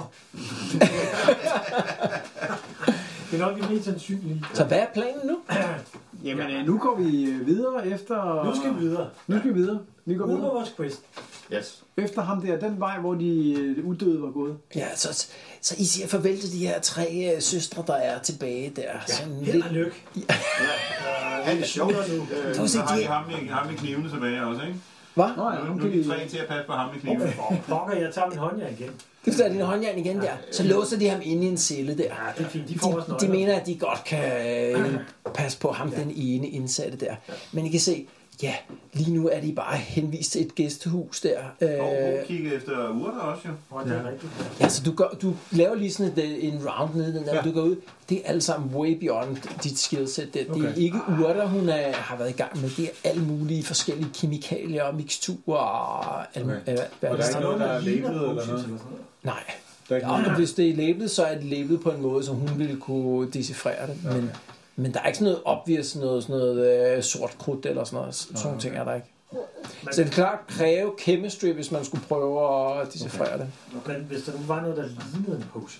Det er nok det mest sandsynlige. Så hvad er planen nu? Jamen, ja. nu går vi videre efter... Nu skal vi videre. Nu skal vi videre. Vi går Ud på videre. vores quest. Yes. Efter ham der, den vej, hvor de øh, uddøde var gået. Ja, så, så I siger farvel til de her tre øh, søstre, der er tilbage der. Ja, Sådan held og lykke. Ja. Han er sjovt nu. Øh, Du kan se, så har vi de- ham med, ham med knivene tilbage også, ikke? Hvad? Nå ja, Nu nu er kan de vi... tre til at passe på ham med knivene. Og pokker, jeg tager min håndjern igen. Du tager din håndjern igen der. Så låser de ham inde i en celle der. Ja, det er fint. De får også De, de nøgler. mener, at de godt kan øh, passe på ham, den ene indsatte der. Men I kan se, ja, lige nu er de bare henvist til et gæstehus der. Og Øh, kigge efter urter også, jo. Åh, det er rigtigt. ja, så du, gør, du laver lige sådan et, øh, en round nede, den der, ja. Du går ud. Det er alt sammen way beyond dit skillset der. Det er Okay. ikke urter, hun er, har været i gang med. Det er alle mulige forskellige kemikalier og miksturer og alt, Okay. øh, hvad Og der er er ikke det? noget, der er ligner labelet eller potions noget? eller sådan noget. Nej. Der er ikke Ja, noget. men hvis det er labelet, så er det labelet på en måde, så hun ville kunne decifrere det. Men, men der er ikke sådan noget obvious, noget, sådan noget øh, sort krudt eller sådan noget. Sådan nogle ting er der ikke. Så det er klart kræve chemistry, hvis man skulle prøve at decifrere okay. det. Men hvis der nu var noget, der lignede en potion.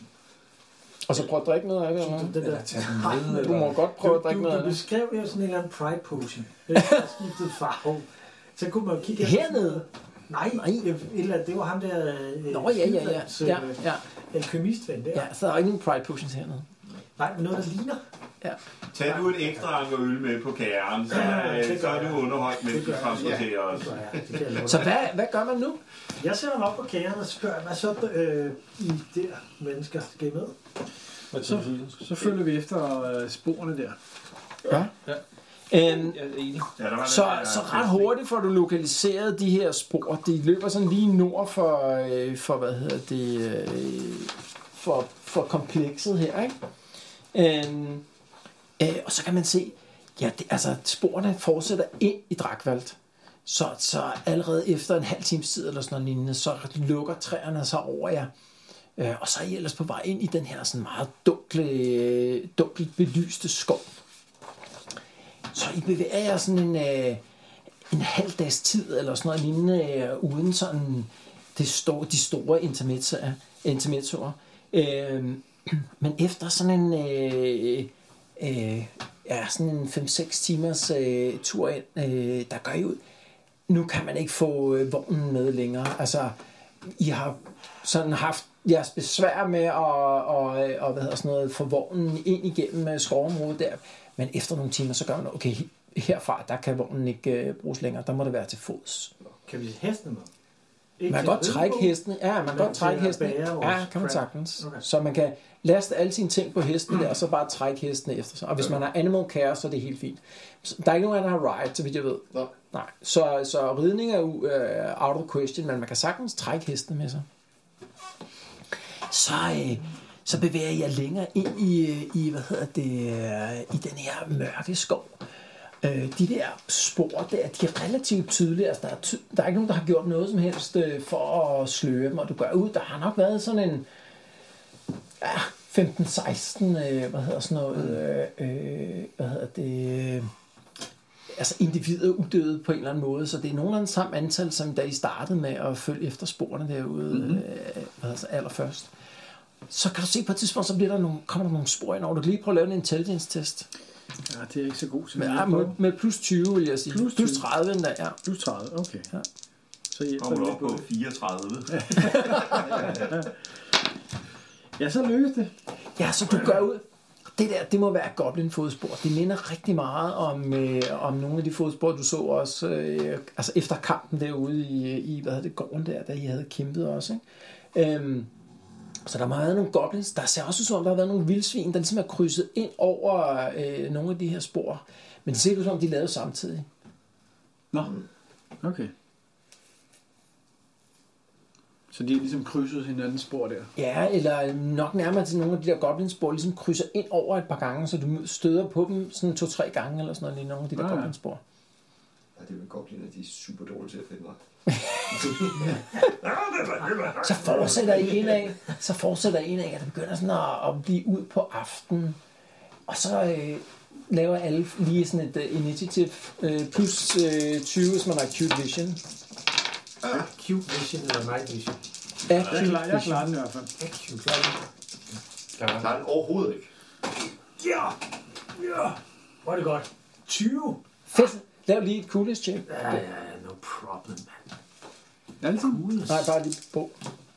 Og så prøv at drikke noget af det, eller Den noget? der, tage den med, Du må godt prøve at drikke du, noget du, af du det. beskrev jo sådan en eller anden pride potion. Det er skiftet farve. Så kunne man jo kigge... Hernede? Nej, Nej. et eller andet, det var ham der... øh, Nå, ja, ja, ja. Sydlands, øh, ja, ja. alkymistven der. ja så der er ikke nogen pride potions hernede. Nej, men noget, der ligner. Tag du et ekstra anker øl med på kæren, så, Ja, øh, det så gør er du jeg. underholdt, mens Det du gør jeg. transporterer os. Det gør jeg. Det kan jeg love Så dig. hvad, hvad gør man nu? Jeg sætter mig op på kæren og spørger, hvad så øh, I der mennesker skal I med? Så, så følger vi efter øh, sporene der. Ja. Øhm, Jeg er enig. Ja, der var Så, den der- så ret hurtigt får du lokaliseret de her spor. De løber sådan lige nord for, øh, for hvad hedder det, øh, for, for komplekset her, ikke? Øhm, øh, og så kan man se, ja, det, altså sporene fortsætter ind i Drakvald. Så, så allerede efter en halv times tid eller sådan noget lignende, så lukker træerne sig over jer. Øh, og så er I ellers på vej ind i den her sådan meget dunkle, dunkelt belyste skov. Så I bevæger jer sådan en, øh, en halv dags tid, eller sådan noget lignende, øh, uden sådan det store, de store intermezzoer. intermezzoer. Øh, men efter sådan en, øh, øh, ja, sådan en fem seks timers øh, tur ind, øh, der gør I ud. Nu kan man ikke få øh, vognen med længere. Altså, I har sådan haft jeres besvær med at og, og, hvad hedder sådan noget, få vognen ind igennem skovområdet der. Men efter nogle timer, så gør man, okay, herfra, der kan vognen ikke øh, bruges længere. Der må det være til fods. Kan vi hestene med? Ikke Man til kan godt at ride trække på, hestene. Ja, man kan men godt til trække at hestene. bære vores Ja, kan man crap. sagtens. Okay. Så man kan laste alle sine ting på hesten der, og så bare trække hestene efter sig. Og hvis man har animal care, så er det helt fint. Så der er ikke nogen, der har ride, så vidt jeg ved. Nå. Nej. Så, så ridning er uh, out of question, men man kan sagtens trække hestene med sig. Så, øh, så bevæger jeg længere ind i, i hvad hedder det, øh, i den her mørke skov. Øh, de der spor der, de er relativt tydelige. Altså, der, er ty- der er ikke nogen, der har gjort noget som helst øh, for at sløre dem, og du går ud. Der har nok været sådan en ja, femten seksten, øh, hvad hedder sådan noget, øh, øh, hvad hedder det, øh, altså individer uddøde på en eller anden måde, så det er nogenlunde samme antal, som da I startede med at følge efter sporene derude, mm-hmm. øh, hvad hedder det, allerførst. Så kan du se på et tidspunkt, så bliver der nogle, kommer der nogle spor ind over. Du kan lige prøve at lave en intelligence-test. Ja, det er ikke så god til Med, ja, med, med plus tyve, vil jeg sige. Plus Plus, tyve. plus tredive endda, ja. Plus tredive, okay. Ja. Så hjælper Kommer du det op lidt på på det. fireogtredive. Ja, så lykkes det. Ja, så du gør ud. Det der, det må være goblin-fodspor. Det minder rigtig meget om, øh, om nogle af de fodspor, du så også øh, altså efter kampen derude i, i hvad hedder det, gården der, da I havde kæmpet også. Ikke? Øhm, så der må have været nogle goblins. Der ser også ud som om, der har været nogle vildsvin, der ligesom er krydset ind over øh, nogle af de her spor. Men det ser ud som om, de er lavet samtidig. Nå, okay. Så de er ligesom krydset hinandens spor der. Ja, eller nok nærmere til nogle af de der goblinspor, ligesom krydser ind over et par gange, så du støder på dem sådan to-tre gange, eller sådan noget, lige nogle af de der Ah, ja. goblinspor. Ja, det vil godt blive, at de er super dårlige til at finde mig. Så fortsætter I en af, så fortsætter I en af, at det begynder sådan at, at blive ud på aftenen. Og så øh, laver alle lige sådan et uh, initiative øh, plus øh, tyve, hvis man har acute vision. Acute vision eller night vision? Jeg Acute klarer, jeg vision. klarer den i hvert fald. Acute. Jeg klarer den overhovedet ikke. Ja! Ja! Hvor er det godt. tyve. Fedt. Lav lige et coolest check. Ja, ja, no problem, man. Altid? Nej, bare lige på.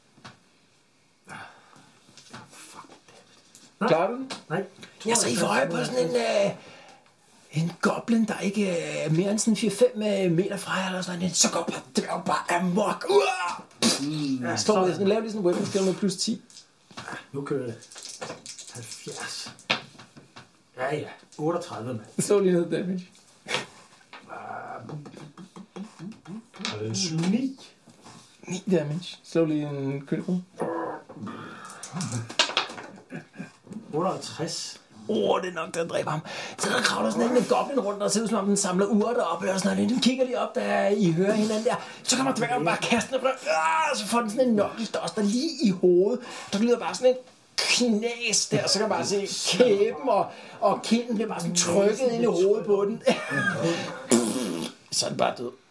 Klarer du den? Nej. Jeg så I får øje på sådan en, øh, en goblin, der ikke er mere end sådan fire fem meter fra jer, eller sådan noget. Så går bare dværgen bare amok. Mm. Ja, så lav lige sådan en weapon skill med plus ti. Nu kører det. halvfjerds. Ja, ja. otteogtredive, mand. Så lige ned damage. ni. ni damage. Slå lige en critical. otteoghalvtreds. Åh, oh, det er nok, der dræber ham. Så der kravler sådan en goblin rundt, og ser ud som om den samler urter op, eller sådan noget. Den kigger lige op, da I hører hinanden der. Så kommer dværgen bare kastende frem, og så får den sådan en knuckles der lige i hovedet. Der lyder bare sådan en knæs der, så kan man bare se kæben, og, og kinden bliver bare sådan trykket ind i hovedet på den. Så er den bare død.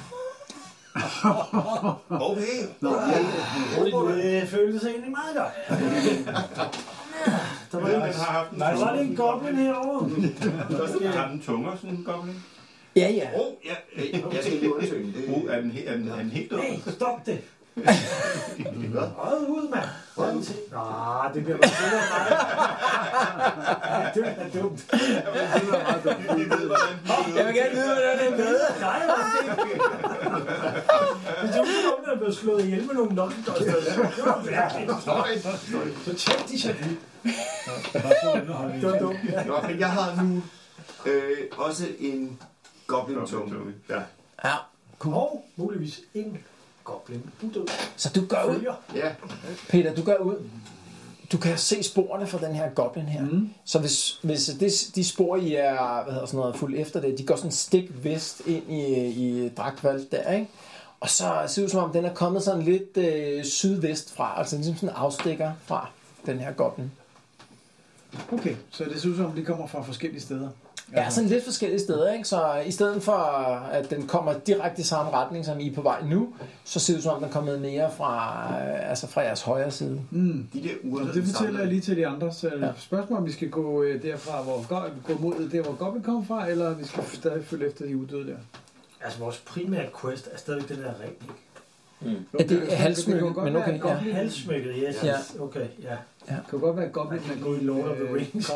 Okay. Det føltes egentlig meget godt. Der var, Den har haft en der var lige en goblin herovre. Har den tunger, sådan en goblin? Ja, ja. Åh, ja, jeg skal lige undersøge den. Det Uh, er den, he- er den, er den helt død? Hey, stop det. er godt. Rød ud, mand. Rød ud. Nå, det bliver bare bedre mig. Det er dumt. Vi ved, hvordan den Jeg vil gerne vide, hvordan den er bedre. Nej, det Hvis du ved, om den er blevet slået ihjel med nogle nokkedolster, det var mærkeligt. Så tjek de sig det. Det var dumt. Nå, men jeg har nu øh, også en goblin-tunge. Ja. Ja, cool. Og muligvis en goblin udød. Så du går ud, Ja. Peter, du går ud. Du kan se sporene fra den her goblin her. Mm. Så hvis, hvis det, de spor, I er hvad hedder sådan noget, fuldt efter det, de går sådan stik vest ind i, i Drakvald der, ikke? Og så ser det ud som om, den er kommet sådan lidt øh, sydvest fra, altså ligesom sådan en afstikker fra den her goblin. Okay, så det ser ud som om, de kommer fra forskellige steder. Ja, sådan lidt forskellige steder, ikke? Så i stedet for, at den kommer direkte i samme retning, som I er på vej nu, så ser det ud som om, den er kommet mere fra, altså fra jeres højre side. Mm. De der uger, Så det fortæller jeg lige til de andre. Så ja. Spørgsmål, om vi skal gå derfra, hvor gå mod der, hvor Goblin kommer fra, eller vi skal stadig følge efter de uddøde der. Altså, vores primære quest er stadig den der ring, ikke? Mm. Ja, det er halssmykket, men okay. Ja. Halssmykket, yes. Ja. Okay, ja. Ja. Det kan godt være, at Goblin er gået i Lord of the Rings.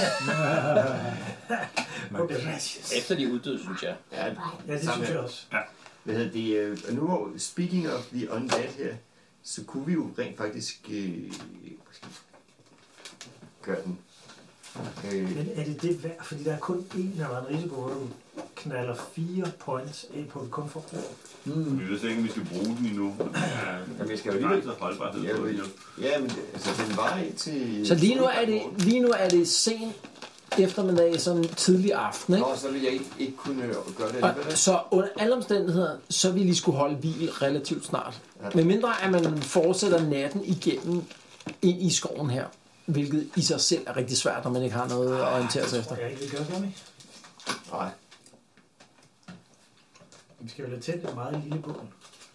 Okay. Efter de er uddøde, synes jeg. Ja, ja, det synes jeg også. Ja. Hvad hedder det? Og nu hvor, speaking of the undead her, så kunne vi jo rent faktisk øh, gøre den. Øh. Men er det det værd? Fordi der er kun én, der var en risiko, hvor du knaller fire points af på det kun for Mm. Vi ved slet ikke, om vi skal bruge den endnu. Jamen, jeg skal jo lige... holdbarhed Ja, men, ja, men altså, den var til... Så lige nu er det, lige nu er det sen eftermiddag, sådan tidlig aften, ikke? Nå, så vil jeg ikke, ikke kunne gøre det. Og, så under alle omstændigheder, så vil I skulle holde hvil relativt snart. Ja. Med mindre, at man fortsætter natten igennem ind i skoven her. Hvilket i sig selv er rigtig svært, når man ikke har noget at orientere sig efter. Jeg ikke vil gøre det, ikke? Nej. Vi skal jo lade tænde et meget lille bål.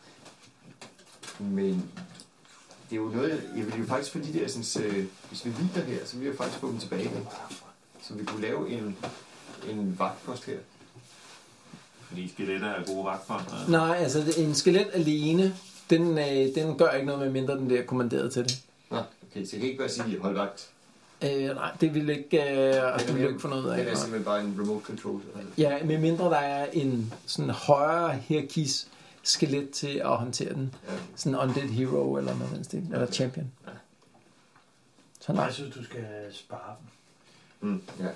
Men det er jo noget, jeg vil jo faktisk for de der, sådan, øh, hvis vi hviler her, så vil jeg faktisk få dem tilbage igen. Så vi kunne lave en, en vagtpost her. Fordi skeletter er gode vagtposter. Nej, altså det, en skelet alene, den, øh, den gør ikke noget med mindre, den der kommanderet til det. Nå, okay, så jeg kan ikke bare sige hold vagt. Øh, nej, det vil ikke, øh, altså, det vil ikke få noget af. Det er simpelthen bare en remote control. Ja, med mindre der er en sådan højere hierarkis skelet til at håndtere den. Ja. Sådan en undead hero eller noget den stil. Eller champion. Ja. Så nej. Jeg synes, du skal spare dem. Mm, ja.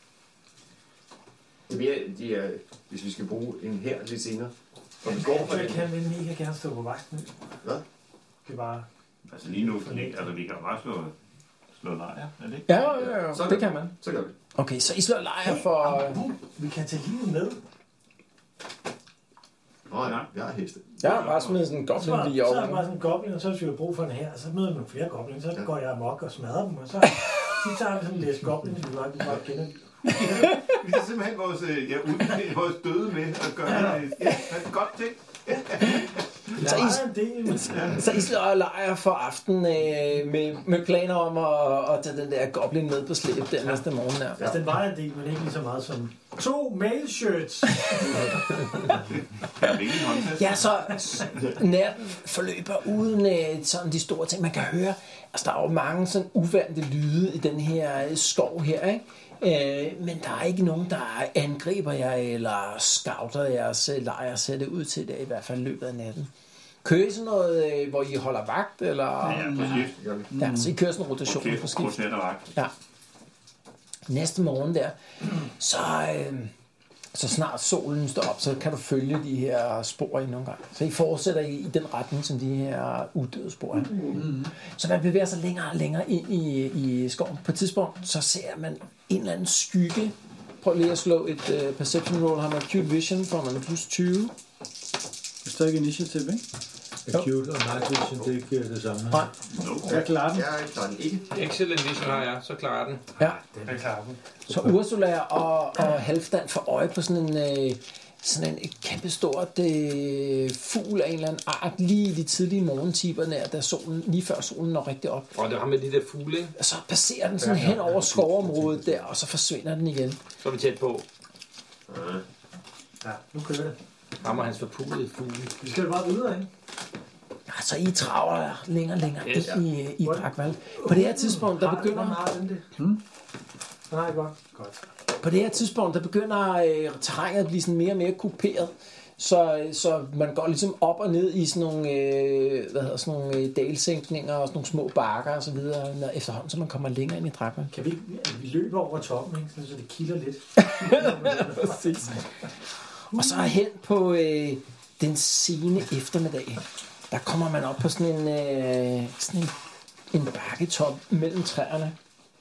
Det bliver, de er, hvis vi skal bruge en her lidt senere. Og vi går for jeg den. kan vel mega gerne stå på vagten. Hvad? Det er bare... Altså lige nu, fordi, altså vi kan jo bare slå, slå lejr, er det ikke? Ja, ja, ja, så det kan man. Så gør vi. Okay, så I slår lejr for... Hey, uh, vi kan tage livet med. Åh ja, jeg har heste. Ja, bare smide sådan en goblin lige over. Så er det bare sådan en goblin, og så hvis vi har brug for den her, så møder vi nogle flere goblin, så ja. går jeg amok og smadrer dem, og så de tager vi sådan en læs goblin, så vi bare, bare kender dem. Vi har simpelthen vores, ja, ud, vores døde med at gøre det. Ja, det er godt ting. Så I, så I slår og leger for aften øh, med, med planer om at, at tage den der goblin med på slæb den næste morgen der. Altså, den vejer en del, men ikke lige så meget som to mail-shirts. Ja, så natten forløber uden øh, sådan de store ting. Man kan høre, altså der er jo mange sådan uvante lyde i den her øh, skov her, ikke? Øh, men der er ikke nogen, der angriber jer eller scouter jeres øh, lejr, ser det ud til det i hvert fald i løbet af natten. Kører I sådan noget, øh, hvor I holder vagt? Eller? Ja, på skift gør vi. Ja, så I kører sådan en rotation på skift. Roterer vagt. Ja. Næste morgen der, så, øh, så snart solen står op, så kan du følge de her spor i nogle gange. Så I fortsætter i, i den retning, som de her uddøde spor er. Mm-hmm. Så man bevæger sig længere og længere ind i, i skoven. På et tidspunkt, så ser man en eller anden skygge. Prøv lige at slå et uh, perception roll. Har man acute vision, får man plus tyve. Det er stadig initiativ, ikke? Acute og night vision, det er ikke det samme. Nej. Jeg klarer den. Jeg klarer den ikke. Excellent vision har jeg, så klarer den. Ja. Jeg klarer den. Så Ursula og, og Halfdan får øje på sådan en, øh, sådan en et kæmpestort øh, fugl af en eller anden art, lige i de tidlige morgentiber, der, da solen, lige før solen når rigtig op. Og det har med de der fugle, ikke? Og så passerer den sådan hen over skovområdet der, og så forsvinder den igen. Så er vi tæt på. Ja, nu kører det. Rammer hans forpulede fugle. Vi skal jo bare videre, ikke? Altså, I traver længere og længere Yes, ind i, i Drakvald. På det her tidspunkt, der begynder... Har den det? Hmm? Nej, godt. Godt. På det her tidspunkt, der begynder øh, terrænet at blive sådan mere og mere kuperet. Så, så man går ligesom op og ned i sådan nogle, øh, hvad hedder, sådan nogle øh, dalsænkninger og sådan nogle små bakker og så videre, når, efterhånden, så man kommer længere ind i Drakvald. Kan vi ikke... Altså, vi løber over toppen, ikke? Så det kilder lidt. Præcis. Og så hen på øh, den sene eftermiddag, der kommer man op på sådan en, øh, sådan en, en bakketop mellem træerne.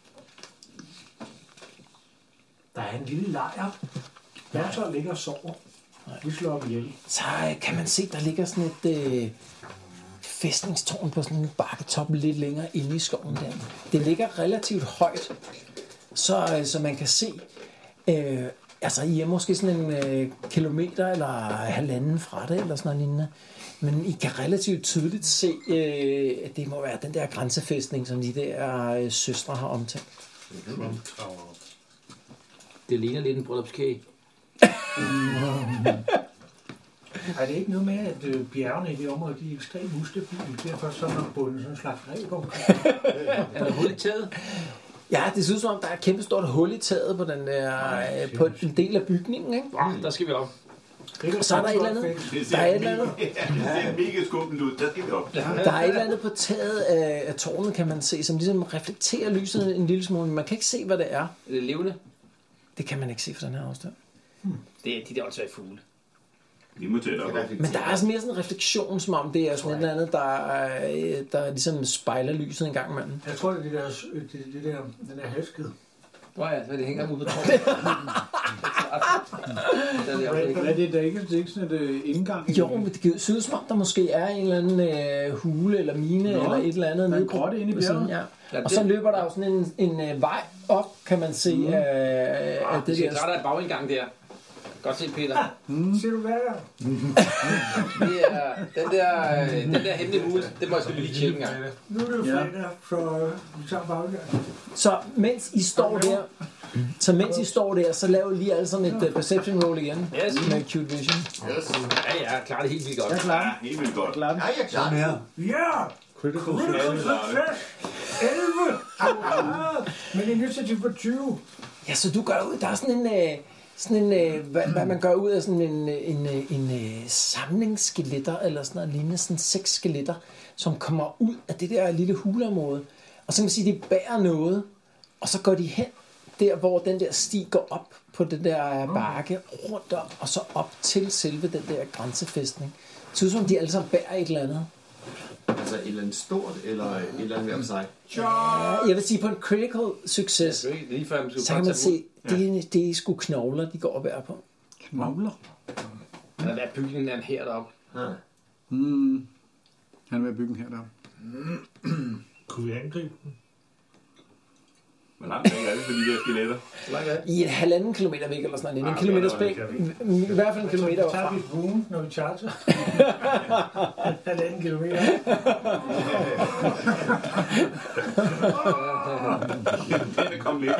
Der er en lille lejr. Bertolt ligger og sover. Vi slår op ihjel. Så øh, kan man se, der ligger sådan et øh, fæstningstårn på sådan en bakketop lidt længere inde i skoven der. Det ligger relativt højt, så, øh, så man kan se... Øh, Altså, I er måske sådan en øh, kilometer eller halvanden fra det, eller sådan noget lignende. Men I kan relativt tydeligt se, øh, at det må være den der grænsefæstning, som de der øh, søstre har omtalt. Det ligner lidt en bryllupskage. Er det ikke noget med, at øh, bjergene i det område, de er ekstremt ustabile, derfor så er der bundet sådan en slags greb omkring? Er der hul i taget? Ja, det synes som om, der er et kæmpe stort hul i taget på, den der, øh, på en del af bygningen, ikke? Ja, der skal vi op. Og så er der et eller andet. Der er et eller andet. Ja, det ser mega skummelt ud. Der skal vi op. Der er et eller andet på taget af, af tårnet, kan man se, som ligesom reflekterer lyset en lille smule. Man kan ikke se, hvad det er. Er det levende? Det kan man ikke se fra den her afstand. Hmm. Det er de der åndssvage fugle. Vi må tælle op. Men der er sådan mere sådan en refleksion, som om det er sådan et eller andet, der, er, der ligesom spejler lyset en gang imellem. Jeg tror, det er det der, det, det der, den der halsked. Nå ja, så det hænger ud på tårnet. Er det der ikke, det er ikke sådan et uh, indgang? Jo, men det ser ud som om, der måske er en eller anden uh, hule eller mine Nå, eller et eller andet. der er en grotte inde i bjerget. Ja. Ja, og så løber der jo sådan en, en uh, vej op, kan man se, mm. af, af Ah, det der. der. Der er et bagindgang der. Godt set, Peter. Mm. Ser du hvad der? Det er den der, øh, den der hemmelige hule, det må jeg skal lige tjekke en gang. Nu er det jo fredag, så vi tager bagindgang. Så mens I står der, så mens I står der, så laver I lige alle sådan et uh, perception roll igen. Yes. Med acute vision. Yes. Ja, ja, jeg klarer det helt vildt godt. Jeg er klar. Ja, helt vildt godt. Klar. Ja, jeg er klar. Ja! Critical success! elleve! Men initiativ på tyve. Ja, så du gør ud, der er sådan en... Uh, sådan en, øh, hvad, hvad man gør ud af sådan en, en, en, en øh, samling skeletter, eller sådan noget lignende, sådan seks skeletter, som kommer ud af det der lille huleområde. Og så kan man sige, at de bærer noget, og så går de hen der, hvor den der sti går op på den der bakke, rundt om, og så op til selve den der grænsefæstning. Så synes som de alle sammen bærer et eller andet. Altså et eller andet stort, eller et eller andet hver for sig. Ja, jeg vil sige, på en critical success, Lige før, man så kan man se, det er, det er sgu knogler, de går og bærer på. Knogler? Der er bygningen af en her deroppe. Ja. Hmm. Han er ved at bygge en her deroppe. Kunne vi angribe den? Hvor langt er det for de der skeletter? Hvor langt er det? I et halvanden kilometer væk eller sådan noget. En Ah, kilometer okay, spæk. okay. I hvert fald en kilometer Så tager overfra. vi et room, når vi charger. Halvanden kilometer. Det kom lidt.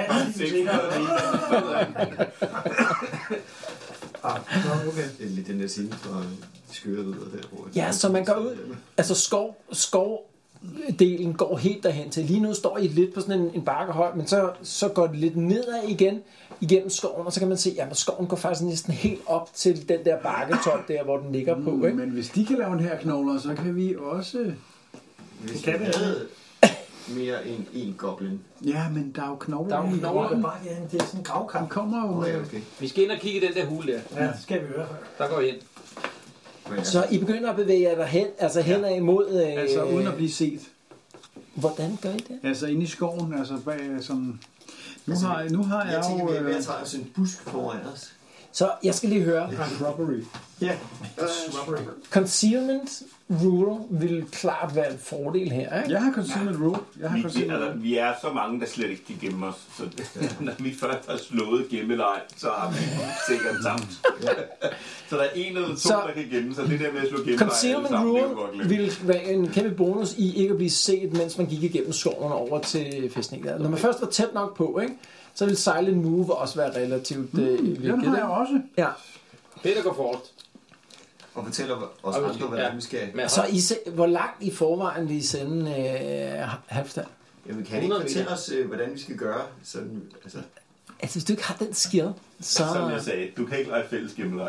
Okay. Det er lidt den der scene fra skørerider der. Hvor Ja, så man går ud. Altså skov, skovdelen går helt derhen til. Lige nu står I lidt på sådan en, en bakkehøj, men så, så går det lidt nedad igen igennem skoven, og så kan man se, at skoven går faktisk næsten helt op til den der bakketop der, hvor den ligger på. Ikke? Men hvis de kan lave en her knogler, så kan vi også... Hvis vi havde mere end en goblin. Ja, men der er jo knogler. Der er jo i. knogler. Det er bare ja, det er sådan en Han gravkamp. kommer jo med... Okay, okay. Vi skal ind og kigge i den der hule der. Ja, det skal vi høre. Der går vi ind. Så I begynder at bevæge jer derhen, altså henad imod... Øh, Altså uden at blive set. Hvordan gør I det? Altså inde i skoven, altså bag sådan... Nu Altså, har, nu har jeg, Jeg tænker, jo... vi er ved øh, at træde sådan en busk foran os. Så jeg skal lige høre. Shrubbery. Ja. Concealment rule vil klart være en fordel her, ikke? Jeg har concealment rule. Jeg har Vi, concealment altså, rule. vi er så mange, der slet ikke kan gemme os. Så når vi først har slået gemmeleg, så har vi sikkert tabt. Så der er en eller to, Så- der kan gemme sig. Det der med at slå gemmeleg, Concealment det kan vi godt rule glemme. vil være en kæmpe bonus i ikke at blive set, mens man gik igennem skoven over til fæstningen. Der. Når man først var tæt nok på, ikke, så vil silent move også være relativt øh, vigtigt. Den har jeg ikke? også. Ja. Peter går forrest. Og fortæller os Og vi andre, skal- hvordan ja. vi skal... Men Så I se, hvor langt i forvejen vil I sende øh, Halfdan? Jamen, kan I ikke fortælle os, øh, hvordan vi skal gøre? Sådan, altså, Altså, hvis du ikke har den skill, så... Som jeg sagde, du kan ikke lege fælles gemmeleg.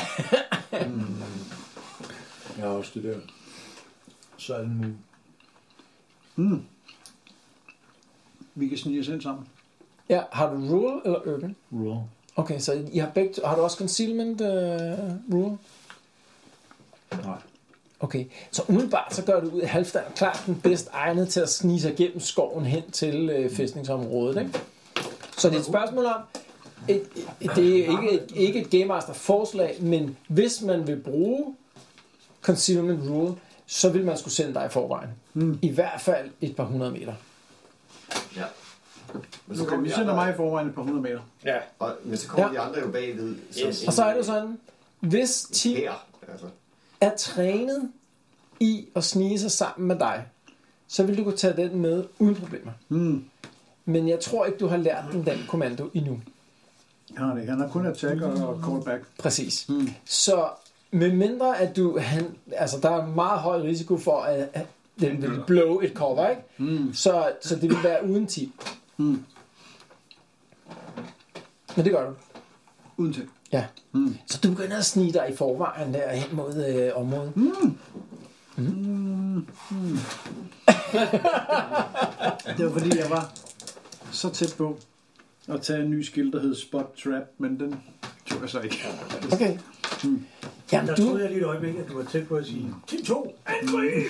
Jeg har også det der. Så er det nu. Mm. Vi kan snige os ind sammen. Ja, har du rule eller urban? Rule. Okay, så I har begge... Har du også concealment uh, rule? Nej. Okay, så umiddelbart så gør du ud af Halfdan klart den bedst egnet til at snige sig gennem skoven hen til øh, fæstningsområdet, ikke? Så det er et spørgsmål om, et, et, det er ikke et, ikke et Game Master forslag, men hvis man vil bruge Concealment Rule, så vil man skulle sende dig i forvejen. Mm. I hvert fald et par hundrede meter. ja. Men Nu kan vi sender mig i forvejen et par hundrede meter. Ja. Og, men så kommer Ja. ja. de andre jo bagved. Som Yes. en- Og så er det sådan, hvis ti her. Altså. er trænet i at snige sig sammen med dig, så vil du kunne tage den med uden problemer. Mm. Men jeg tror ikke, du har lært den, den kommando endnu. Han har det ikke. Han har kun attack og callback. Præcis. Mm. Så med mindre at du... Han, altså, der er meget høj risiko for, at, at den vil blow et cover, ikke? Mm. Så, så det vil være uden ti. Mm. Men det gør du. Uden til. Ja. Mm. Så du begynder at snige dig i forvejen der hen mod øh, området. Mm. Mm. Mm. Det var fordi, jeg var så tæt på at tage en ny skill, der hed Spot Trap, men den tog jeg så ikke. Okay. Mm. Jamen, Der du... troede jeg lige et øjeblik, at du var tæt på at sige, Team to, angreb!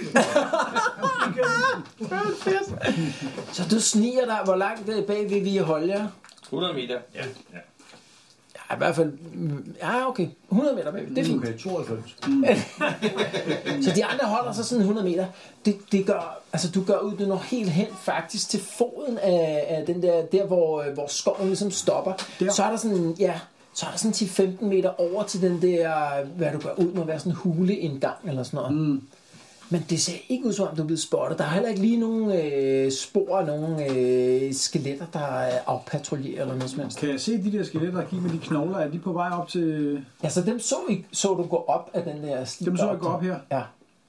Så du sniger dig, hvor langt øh, bagved vi holde jer? hundrede meter. Ja, ja. Ja, i hvert fald... mm, Ja, okay. hundrede meter bagved. Det er fint. Okay, tooghalvfems. Så de andre holder sig sådan hundrede meter. Det, det gør, altså du gør ud, du når helt hen faktisk til foden af, af den der, der hvor, øh, hvor skoven ligesom stopper. Der. Så er der sådan, ja, så er der sådan ti til femten meter over til den der, hvad du gør ud, må være sådan en huleindgang eller sådan noget. Mm. Men det ser ikke ud som om, du er blevet spottet. Der er heller ikke lige nogen øh, spor af nogle øh, skeletter, der øh, afpatruljerer eller noget som helst. Kan jeg se de der skeletter, der giver med de knogler? Er de på vej op til... Ja, så dem så, I, så du gå op af den der sti. Dem så jeg derop gå op til. her. Ja.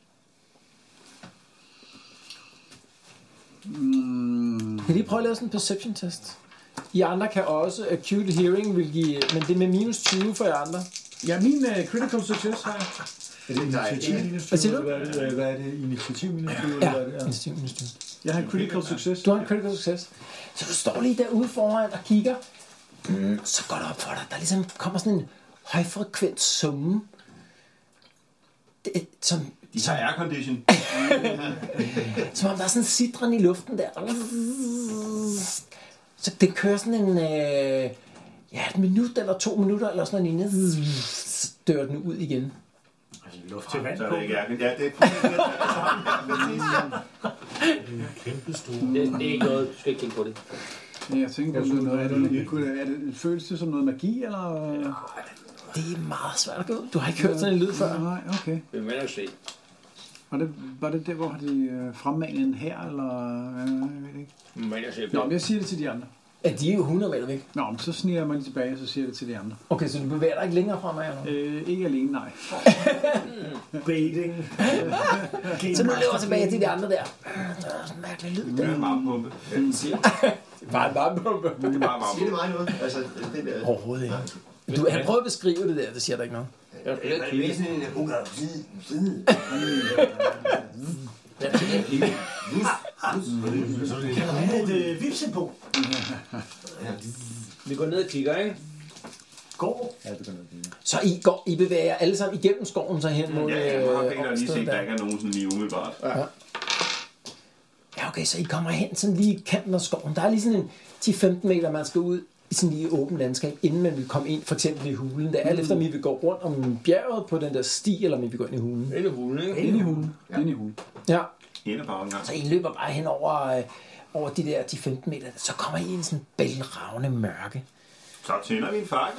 Mm. Kan I lige prøve at lave sådan en perception test? I andre kan også. Acute hearing vil give... Men det er med minus tyve for jer andre. Ja, min uh, critical success har jeg. Er det initiativ minus Hvad siger tyve? du? Hvad er det? Hvad er det? Initiativ minus tyve? Ja, Eller hvad er det? Ja. initiativ minus tyve. Jeg har en critical success. Du har en critical success. Så du står lige derude foran og kigger. Mm, så går det op for dig. Der ligesom kommer sådan en højfrekvent summe. Det, som, De har aircondition. som om der er sådan en citron i luften der. Så det kører sådan en... Øh, ja, et minut eller to minutter eller sådan noget lignende. Dør den ud igen. Luft til vand Så er på. det ikke aircondition. Ja, det er fuldstændig det samme. Ja, præcis, ja. Kæmpe store. Det, det er ikke noget, du skal ikke tænke på det. Jeg tænker, Jeg på skulle noget, er, noget det, i- kunne det, er det, føles det som noget magi, eller? Det er meget svært at gå ud. Du har ikke hørt sådan en lyd før. Nej, okay. Det vil man se. Var det, var det der, hvor har de øh, fremmanet en her, eller? Øh, jeg ved ikke. Men jeg ser Nå, men jeg siger det til de andre. Ja, de er jo hundrede meter væk. Nå, men så sniger jeg mig lige tilbage, og så siger jeg det til de andre. Okay, så du bevæger dig ikke længere fremad, eller hvad? Øh, ikke alene, nej. Baiting. Så nu løber jeg tilbage til de andre der. Der er sådan en mærkelig lyd Det der. er en varmepumpe. Bare en varmepumpe. Det er bare Siger det varmepumpe. mig noget? Altså, det der... Overhovedet ikke. Du, han prøver at beskrive det der, det siger der ikke noget. Jeg er Det er væsentligt, at hun gør side. Side. Kan man have et øh, vipsebo? Vi går ned og kigger, ikke? Går. Ja, det kan jeg Så I går, I bevæger jer alle sammen igennem skoven så hen mod... Ja, jeg har øh, Peter lige set, stedet der der. ikke er nogen sådan lige umiddelbart. Ja, okay, så I kommer hen sådan lige i kanten af skoven. Der er lige sådan en ti til femten meter, man skal ud i sådan lige åbent landskab, inden man vil komme ind, for eksempel i hulen. Det er alt efter, om I vil gå rundt om bjerget på den der sti, eller om I vil gå ind i hulen. Ind i hulen, ikke? Inde i hulen. Ja. Inde i hulen. Ja, Inde på en gang. så I løber bare hen over, øh, over de der ti til femten meter. Så kommer I i en sådan bælragende mørke. Så tænder vi en fakkel.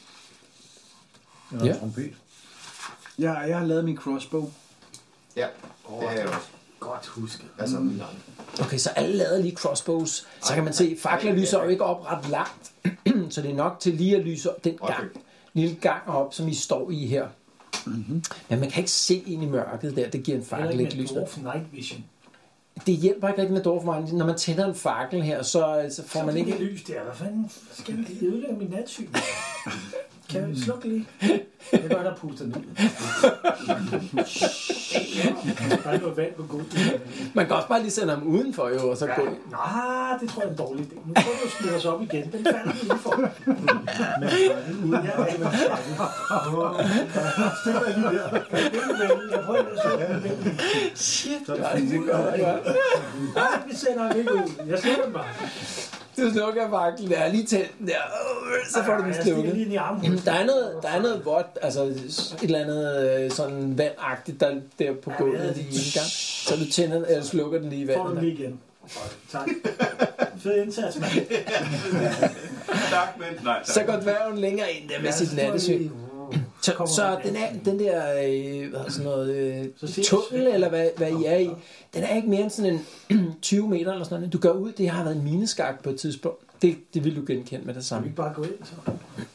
ikke. Ja. Ja. Trompet. Ja, jeg har lavet min crossbow. Ja, det har jeg også. Godt husket. Altså, mm. Okay, så alle lader lige crossbows. Så kan man se, fakler lyser jo ikke op ret langt. Så det er nok til lige at lyse op den gang, lille gang op, som I står i her. Mm-hmm. Men man kan ikke se ind i mørket der. Det giver en fakkel ikke lys. Dwarf Night Vision. Det hjælper ikke rigtig med Dwarf Night. Når man tænder en fakkel her, så, så får Så man ikke ikke... lys der. Hvad fanden skal vi lige ødelægge min natsyn? Kan vi slukke lige? Det gør der puster ned. Der er noget vand på god. Man kan også bare lige sende ham udenfor, jo, og så gå ind. Nej, det tror jeg er en dårlig idé. Nu prøver du at smide os op igen. Den falder vi lige for. Men fakkel uden Ja, ja, jeg prøver at slukke den væk. Shit, det er det godt. Ja. Nej, vi sender ham ikke ud. Jeg slukker den bare. Du slukker faklen der, lige tændt den der, så får du den Jeg stikker slukket. lige ind i armen. Jamen, der er noget, der er noget vådt, altså et eller andet øh, sådan vandagtigt, der, der på gulvet i indgang. Så du tænder, eller slukker den lige i Får den vandet. lige igen. Tak. Fed indsats, mand. Tak, men nej, tak. Så går dværgen længere ind der med sit nattesyn. Så, så den, er, den der øh, hvad, sådan noget, øh, tunnel, eller hvad, hvad I er i, den er ikke mere end sådan en tyve meter eller sådan noget. Du går ud, det har været en mineskak på et tidspunkt. Det, det vil du genkende med det Kan vi samme. ikke bare gå ind, så?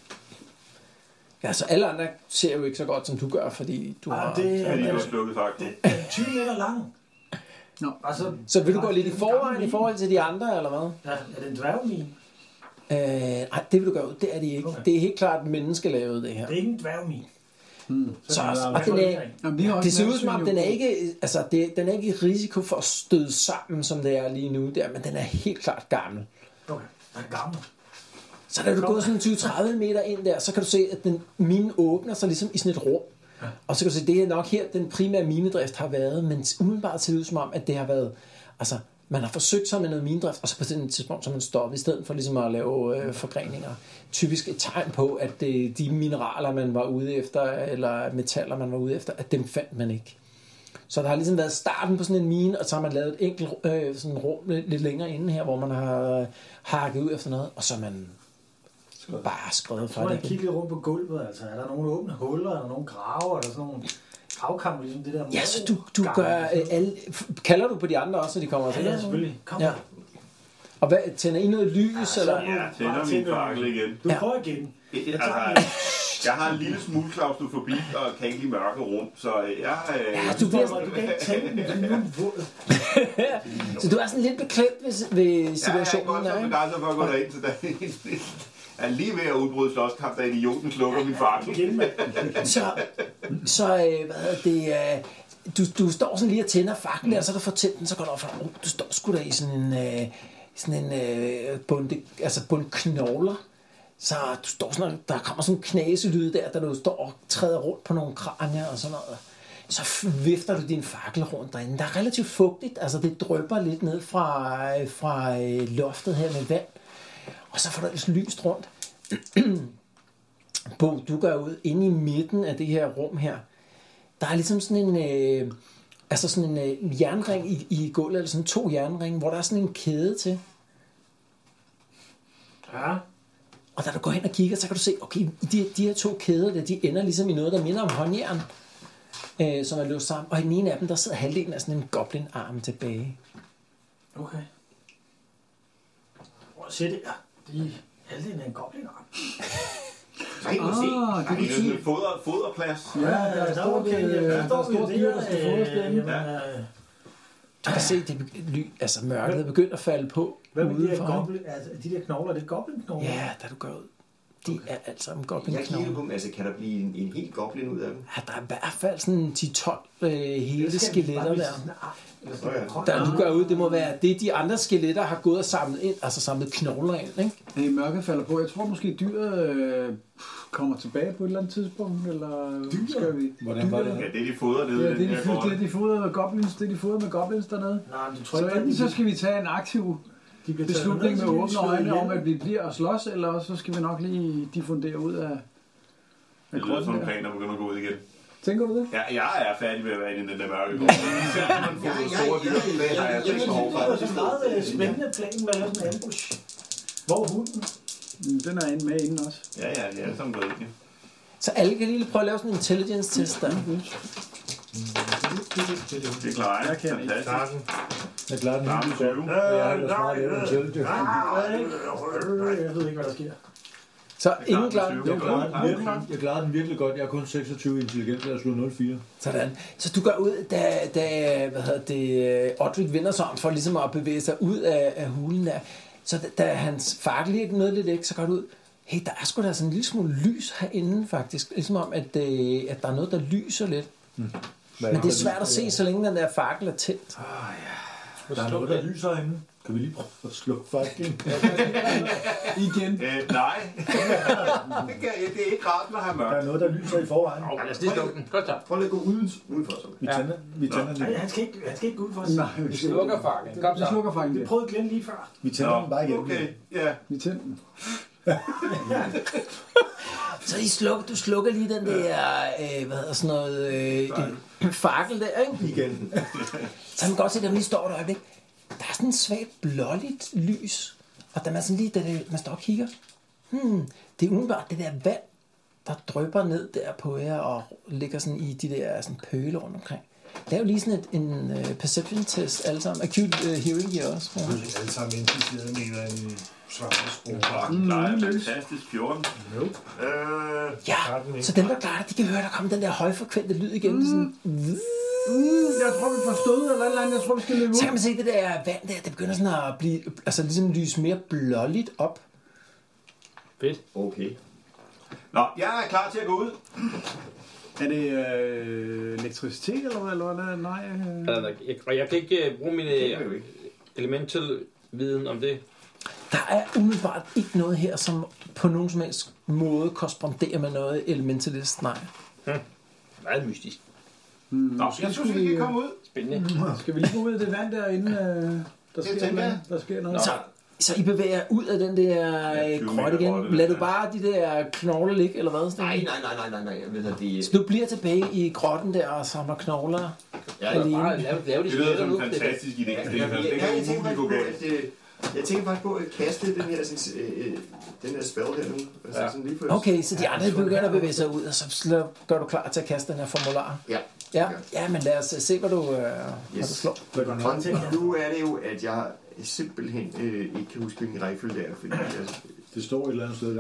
Ja, så alle andre ser jo ikke så godt, som du gør, fordi du har... Ah, det Ja, lige er har slukket faklen. tyve meter lang. Nå. Altså, Så vil du gå lidt i forvejen i forhold til de andre, eller hvad? ja, er det en dværgmine? Øh, nej, det vil du gøre ud. Det er det ikke. Okay. Det er helt klart menneskelavet, det her. Det er ikke en dværgmine. Så, er og den er, Jamen, vi har også det ser ud som om, nattesyn, den er jo. ikke, altså, det, den er ikke i risiko for at støde sammen, som det er lige nu, der, men den er helt klart gammel. Okay, den er gammel. Så da du går sådan tyve til tredive meter ind der, så kan du se, at den mine åbner sig ligesom i sådan et rum. Og så kan du se, at det er nok her, den primære minedrift har været, men umiddelbart ser det ud som om, at det har været, altså, man har forsøgt sig med noget minedrift, og så på den tidspunkt, så man stoppet, i stedet for ligesom at lave øh, forgreninger. Typisk et tegn på, at det, de mineraler, man var ude efter, eller metaller, man var ude efter, at dem fandt man ikke. Så der har ligesom været starten på sådan en mine, og så har man lavet et enkelt øh, sådan rum lidt, lidt længere inde her, hvor man har øh, hakket ud efter noget, og så er man bare skrevet Jeg fra tror, det jeg igen. kigger rundt på gulvet. Altså, er der nogle åbne huller? Er der nogle grave? Er der sådan nogle gravkammer, ligesom det der? Ja, så du, du gør øh, alle... Kalder du på de andre også, så de kommer til? Ja, selvfølgelig. Kom. Ja. Og hvad, tænder I noget lys, så- eller? Ja, tænder min fakkel igen. Du Ja. prøver igen. Jeg tager Altså, jeg har en lille smule klaustrofobi og kan ikke lide mørke rum, så jeg... Øh, Ja, Du, du bliver, du kan ikke tænde den, den er nu våd. så du er sådan lidt beklemt ved, ved jeg er ikke situationen også der, så ikke? begejstret for at gå derind, så der er lige ved at udbryde slåskamp, da idioten slukker min fakkel. Igen, mand. Så, så øh, hvad hedder det, øh, du, du står sådan lige og tænder faklen der, og så kan du få tændt den, så går du op for, oh, du står sgu da i sådan en, øh, sådan en øh, bunde, altså bundknogler. Så du står sådan, og der kommer sådan en knaselyd der, da du står og træder rundt på nogle kranier og sådan noget. Så vifter du din fakkel rundt derinde. Der er relativt fugtigt, altså det drypper lidt ned fra, fra øh, loftet her med vand. Og så får du ellers lyst rundt. Bo, du går ud inde i midten af det her rum her. Der er ligesom sådan en, øh, altså sådan en øh, jernring i, i gulvet, eller sådan to jernringe, hvor der er sådan en kæde til. Ja. Og da du går hen og kigger, så kan du se, okay, de, de her to kæder, der, de ender ligesom i noget, der minder om håndjern, øh, som er løst sammen. Og i den ene af dem, der sidder halvdelen af sådan en goblin-arm tilbage. Okay. Prøv at se det her. De er halvdelen af en goblin-arm. Nej, må se. Ah, det Det er sådan betyder... en foder, foderplads. Ja, der er stort dyr, der skal fodres derinde. Ja. Du kan se, det ly, altså mørket er begyndt at falde på. Hvad med de her, udefra, goblin, altså, de der knogler? Er det goblin-knogler? Ja, da du går ud. De er alt sammen Jeg kigger på goblin-knogler. dem, altså kan der blive en, en helt goblin ud af dem? Ja, der er i hvert fald sådan ti tolv øh, hele skeletter der. Ja. Der du går ud, det må være det, de andre skeletter har gået og samlet ind, altså samlet knogler ind, ikke? Det mørke falder på. Jeg tror måske, dyret øh, kommer tilbage på et eller andet tidspunkt, eller skal vi... Hvordan var det? Ja, det er de foder nede Ja, i det den er her de, grotte. det er de fodrede med goblins, det er de fodrede med goblins dernede. Nej, men du tror Så ikke, enten de- så skal vi tage en aktiv de bliver taget beslutning ned, med så bliver de åbne slået øjne ihjel. om, at vi bliver og slås, eller også så skal vi nok lige diffundere ud af, af Det lyder som grotten en der. plan, der begynder at gå ud igen. Tænker du det? Ja, jeg er færdig med at være inde i den der mørke gård. Især når man får nogle store dyr, det har jeg slet ikke behov for. Det er en meget øh, spændende plan med at lave sådan en ambush. Hvor er hunden? Mm, Den er inde med inden også. Ja, ja, de er alle sammen gået ind. Så alle kan lige prøve at lave sådan en intelligence test der. Det klarer jeg. Jeg kan ikke. Fantastisk. Jeg klarer den Der er helt tyve. godt. Jeg har ellers meget lavet en selv. Jeg ved ikke, hvad der sker. Så ingen den klar. tyve. Jeg klarer den virkelig, jeg klarer den virkelig godt. Jeg er kun seksogtyve intelligent, jeg har slået nul fire. Sådan. Så du går ud, da, da hvad hedder det, Odrik vender sig om for ligesom at bevæge sig ud af, af hulen der. Så da, da hans fakkel lige er med lidt ikke, så går du ud. Hey, der er sgu da sådan en lille smule lys herinde faktisk. Ligesom om, at, øh, at der er noget, der lyser lidt. Hmm. Men det er svært at se, så længe den der fakkel er tændt. Der er noget, der lyser herinde. Kan vi lige prøve at slukke faklen? Igen. Øh, nej. det, kan, det er ikke rart at have Der er mørkt. noget, der lyser i forvejen. Ja, lad os lige slukke den. Godt så. Prøv lige at gå uden, udenfor så. Vi tænder, vi tænder Nej, den. han skal ikke, han skal ikke gå ud for os. Nej, Vi slukker faklen. Kom vi så. slukker faktisk Vi det. prøvede Glenn lige før. Vi tænder den bare igen. Okay, ja. Vi tænder den. Så I slukker, du slukker lige den der, øh, hvad hedder sådan noget, øh, fakkel der, ikke? Igen. Så kan man godt se, at der lige står et øjeblik. Der er sådan en svagt blåligt lys. Og da man sådan lige, da det, man står og kigger, hmm, det er umiddelbart det der vand, der drypper ned der på jer og ligger sådan i de der sådan pøle rundt omkring. Det er jo lige sådan et, en uh, perception test alle sammen. Acute uh, hearing her også. Ja. Vi er alle sammen inficeret med en eller anden svaresprog. Og klarer jeg fantastisk fjorten. Nope. Øh, Ja, så dem der klarer det, de kan høre, der kommer den der højfrekvente lyd igen. Mm. Sådan, Mm, jeg tror, vi får stød eller et eller andet. Jeg tror, vi skal løbe så ud. kan man se det der vand der, det begynder sådan at blive, altså ligesom lyse mere blåligt op. Fedt. Okay. Nå, jeg er klar til at gå ud. Er det øh, elektricitet eller hvad? Eller hvad? Nej. Øh. Altså, jeg, og jeg kan ikke uh, bruge min Det kan vi jo uh, ikke. elemental viden om det. Der er umiddelbart ikke noget her, som på nogen som helst måde korresponderer med noget elementalist. Nej. Meget mystisk. Nå, jeg synes, vi kan komme ud. Spændende. Skal vi lige gå ud af det vand der, inden øh, der, sker tænker noget, jeg. der sker noget? Så, så I bevæger ud af den der Ja, øh, tyve grotte meter igen. grotte, Lad du ja. bare de der knogler ligge, eller hvad? Nej, nej, nej, nej, nej, nej. Jeg ved, at det Så du bliver tilbage i grotten der og samler knogler Ja, alene. Bare lave, lave de Det lyder skeletter som nu. en Det er fantastisk idé. Ja, Det ja, kan ja, det ja, kan jeg tænker umuligt faktisk gå på, galt. at øh, jeg tænker faktisk på at kaste den her, sådan, øh, øh, den her spell her nu. Altså, Ja. sådan lige før. Okay, så de andre begynder at bevæge sig ud, og så slå- gør du klar til at kaste den her formular. Ja. Ja, ja, men lad os se, hvad du, øh, hvad du Yes. slår. Content nu er det jo, at jeg simpelthen øh, ikke kan huske, hvilken rækkefølge det er, fordi jeg, Det står et eller andet sted der.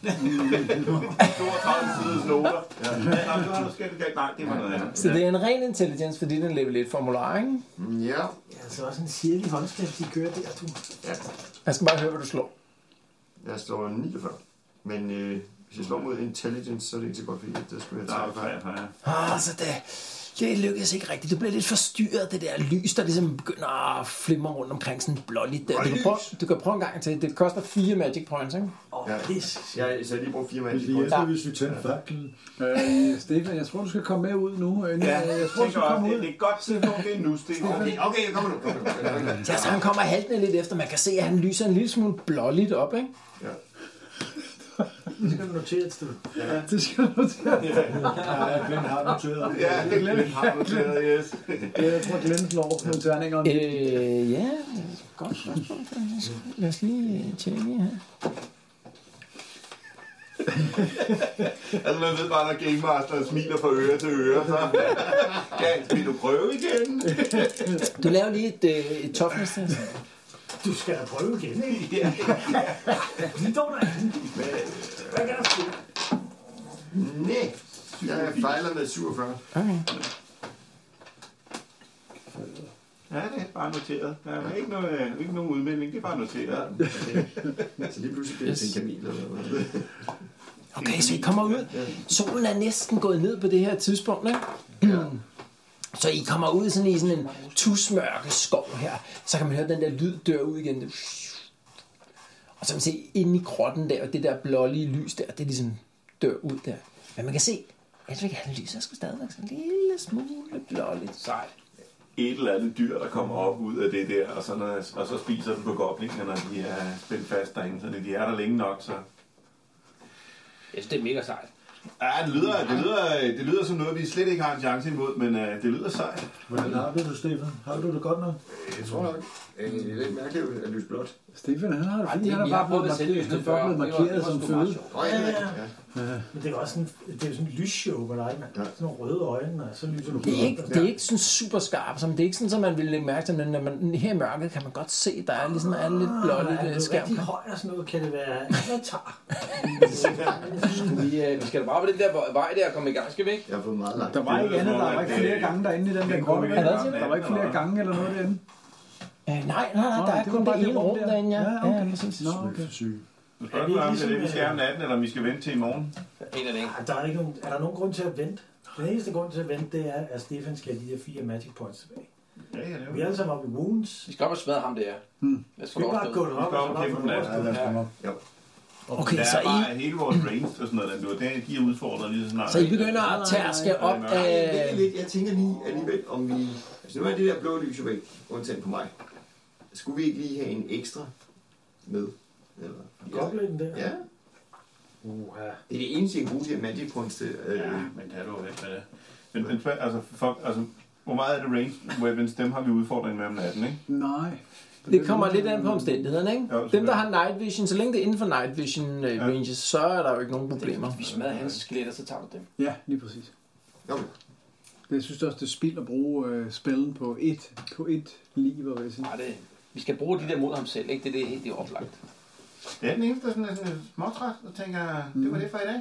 toogtredive siders noter. Ja. Nej, det var noget skægt galt. Nej, det var noget andet. Så det er en ren intelligence, fordi den level et formular, ikke? ja, Ja, så også en sirlig håndskrift, de kører der, du. ja, Jeg skal bare høre, hvad du slår. jeg slår niogfyrre. Men øh, hvis jeg slår mod intelligence, så er det ikke så godt, fordi der skulle jeg Der er treogfyrre. treogfyrre. Ah, så det, det lykkedes ikke rigtigt. Du bliver lidt forstyrret, det der lys, der ligesom begynder at flimre rundt omkring sådan blåligt der. Du kan, prøve, du kan prøve en gang til. Det koster fire magic points, ikke? Åh, Ja. det er Jeg, så jeg lige brugt fire Hvis magic vi points. hjælper, hvis vi tænder faklen. Øh, Stefan, jeg tror, du skal komme med ud nu. Øh, Ja, jeg jeg tror, du tænker skal også, komme det ud. det er et godt tidspunkt, det er nu, Stefan. Okay, okay, jeg kommer nu. Kommer nu. Ja, så han kommer haltende lidt efter. Man kan se, at han lyser en lille smule blåligt op, ikke? Ja. Det skal du notere et sted. Ja, det skal du notere. Ja, Glenn har noteret. Ja, Glenn har noteret, yes. Jeg tror, Glenn slår på terningerne. Øh, ja, godt spørgsmål. Lad os lige tjekke her. Altså, man ved bare, når Game Master smiler fra øre til øre, så ja, vil du prøve igen? Du laver lige et, øh, et toughness test. Du skal da prøve igen, ikke? Ja. Lige dog derinde. Hvad kan der ske? Nej, jeg fejler med syvogfyrre. Okay. Ja, det er bare noteret. Der er ikke, noget, ikke nogen udmelding, det er bare noteret. Så lige pludselig bliver det til en kamel eller noget. Okay, så I kommer ud. Solen er næsten gået ned på det her tidspunkt, ikke? Ja. Så I kommer ud sådan i sådan en tusmørke skov her. Så kan man høre den der lyd dør ud igen. Og så kan man se inde i grotten der, og det der blålige lys der, det ligesom dør ud der. Men man kan se, jeg tror ikke, at lyset er sgu stadigvæk sådan en lille smule blåligt. Sejt. Et eller andet dyr, der kommer op ud af det der, og så, når, og så spiser den på goblingerne, når de er spændt fast derinde. Så de er der længe nok, så... Jeg synes, det er mega sejt. Ja, det lyder, det lyder, det lyder som noget, vi slet ikke har en chance imod, men uh, det lyder sejt. Hvordan har du det, Stefan? Har du det godt nok? Jeg tror nok. Det er lidt mærkeligt at lyse blot. Stefan, han har det Ej, fint. det- Han er vi bare har prøvet blevet at markeret, sælge han det er bare før. blevet Det var- markeret det var som sgu meget føde. sjovt. Åh, ja, ja, ja. Men det er også sådan, det er jo sådan en lysshow med dig, mand. Ja. Sådan nogle røde øjne, og så lyser du Det er ikke, op. det er ikke sådan super skarpt, som det er ikke sådan, at man vil lægge mærke til, men når man, her i mørket kan man godt se, der er ligesom er lidt blåligt er øh, du skærm. rigtig høj og sådan noget, kan det være avatar. Vi, øh, vi skal da bare på den der vej der og komme i gang, skal vi ikke? Jeg har fået meget langt. Der var ikke andet, der var ikke flere gange derinde i den der grotte. kunne vi vel? ikke gøre. Der var ikke flere gange eller noget derinde. Øh, nej, nej, nej, Nå, der er det kun var bare det det ene rum rum der. derinde, ja. Ja, okay. Ja, præcis. Nå, okay. Syg. Nu spørger du, om det er det, vi skal om natten, eller om vi skal vente til i morgen. En af det, ikke? Ej, der er, ikke nogen, er der nogen grund til at vente? Den eneste grund til at vente, det er, at Stefan skal have de der fire magic points tilbage. Ja, ja, det er Vi er alle sammen oppe i wounds. Vi skal op og smadre ham der. Hmm. Lad os få Skal vi lov bare at gå stå. derop, Vi skal og op så og bare kæmpe få om lov at natten. stå? Ja, lad os komme op. Okay, der så er bare I, hele vores range og sådan noget, den, det, de er udfordret lige så snart. så I begynder at tærske op Vent af... lidt, jeg tænker lige alligevel, om vi... Altså nu er det der blå lys jo væk, undtagen på mig. Skulle vi ikke lige have en ekstra med? Eller? Goblinen der. Ja, Uha. det er det eneste, jeg kan bruge de her magic points til. Øh, Ja, men det er du jo væk med det. Men, men spørg- altså, for, altså, hvor meget er det range weapons, dem har vi udfordring med om natten, ikke? Nej. Det kommer lidt an på omstændighederne, ikke? Jo, Dem, der har night vision, så længe det er inden for night vision øh, Ja. ranges, så er der jo ikke nogen problemer. Vi smadrer hans skeletter, så tager du dem. Ja, lige præcis. okay. Jeg synes også, det er spild at bruge øh, spillen på et, på et liv, vil jeg sige. Nej, det, vi skal bruge de der mod ham selv, ikke? Det, det, er helt- det er oplagt. Det er den eneste, der sådan er sådan småtræt, og tænker, det var det for i dag.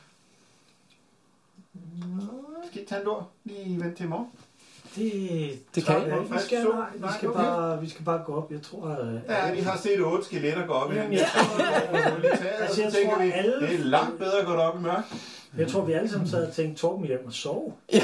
Skal I ikke tage en lur? Lige vente til i morgen? Det, Det tror kan jeg I. ikke. Vi skal, Så- nej, vi nej, skal, okay. bare, vi skal bare gå op. Jeg tror, at... Ja, vi har set otte skeletter gå op i den. Jamen, jeg tror, Og altså, så jeg tænker tror, vi, alle- det er langt bedre at gå op i mørk. Jeg tror, vi alle sammen sad og tænkte, Torben hjem og sove. Ja.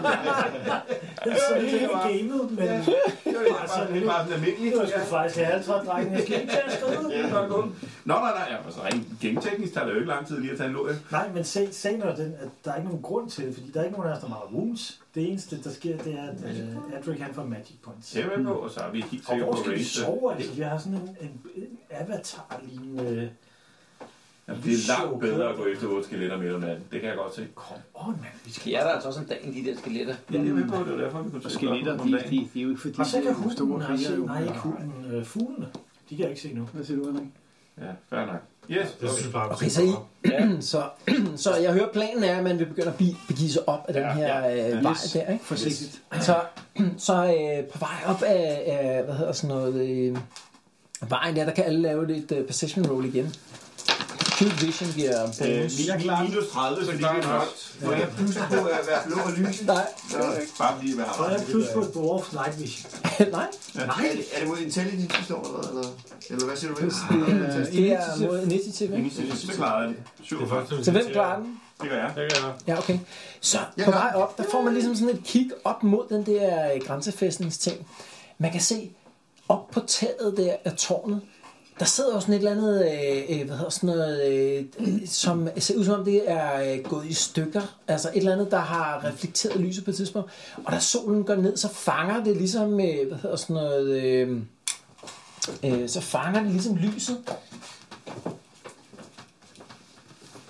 Så det er ikke gamet, men... Det er bare sådan, det er bare sådan almindeligt. Det var sgu faktisk have halvtreds drengen. Jeg skal ikke tage afsted. Ja, godt gå. Nå, nej, nej, ja, altså rent gameteknisk tager det jo ikke lang tid lige at tage en lur. Nej, men se, se når den, at der er ikke nogen grund til det, fordi der er ikke nogen af os, der mangler wounds. Det eneste, der sker, det er, at uh, Adric han får magic points. Det er med på, og så er vi helt Og sikre hvor på skal vi race. sove? Altså, vi har sådan en, en, en avatar-lignende... Jamen, det er langt bedre at gå efter otte skeletter midt om natten. Det kan jeg godt se. Kom on, mand. Vi skal De er der altså også om dagen, de der skeletter. Ja, det er med på, det er derfor, vi kunne Og tage skeletter, om de, dagen. de, de er jo ikke fordi, Og så kan de er hunden store har set, krigere. nej, ikke hunden, øh, fuglene. De kan jeg ikke se nu. Hvad siger du, Henrik? Ja, fair nok. Yes, Det synes jeg bare, Okay, så, I, så, så jeg hører planen er, at man vil begynde at bi- begive sig op af den Ja, her ja. øh, vej Yes. der, ikke? Forsigtigt. Så, så øh, på vej op af, af hvad hedder sådan noget, øh, vejen der, der kan alle lave lidt øh, perception roll igen. Cute vision giver bonus. Øh, Jeg er klar. minus tredive, så det er mørkt. Må jeg pludselig på at være blå og lys? Nej, Bare lige, hvad Så er har jeg plus på Dwarf Night Vision. nej. Nej. Er det, er det mod intelligence, vi slår, eller hvad? Eller, eller hvad siger du? Plus, Ah, øh, fantastisk. Det er mod initiativ, ikke? Så klarer jeg det. Det er syvogfyrre. først, Så hvem klarer den? Det gør jeg. Det kan jeg. Ja, okay. Så Jeg på gør. vej op, der får man ligesom sådan et kig op mod den der øh, grænsefæstningsting. Man kan se op på taget der af tårnet, der sidder også sådan et eller andet, øh, hvad hedder sådan noget, øh, som ser ud som om det er øh, gået i stykker. Altså et eller andet, der har reflekteret lyset på et tidspunkt. Og da solen går ned, så fanger det ligesom, øh, hvad hedder sådan noget, øh, øh, så fanger det ligesom lyset.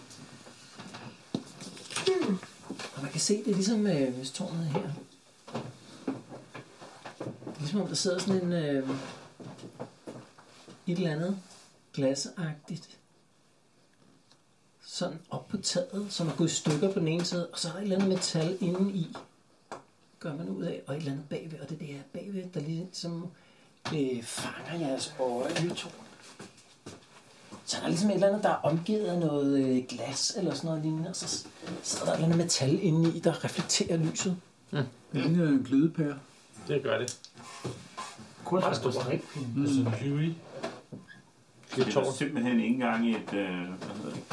Og man kan se, det er ligesom øh, hvis tårnet her. Det er ligesom om der sidder sådan en øh, et eller andet glasagtigt sådan op på taget, som er gået i stykker på den ene side, og så er der et eller andet metal inde i, gør man ud af, og et eller andet bagved, og det er det her bagved, der ligesom øh, fanger jeres øje. Så der er ligesom et eller andet, der er omgivet af noget øh, glas eller sådan noget lignende, og så sidder der et eller andet metal inde i, der reflekterer lyset. Mm. Det ligner en glødepære. Det gør det. Kun har stået rigtig fint. Sådan en Huey. Det er simpelthen ikke engang et, øh, hvad hedder det,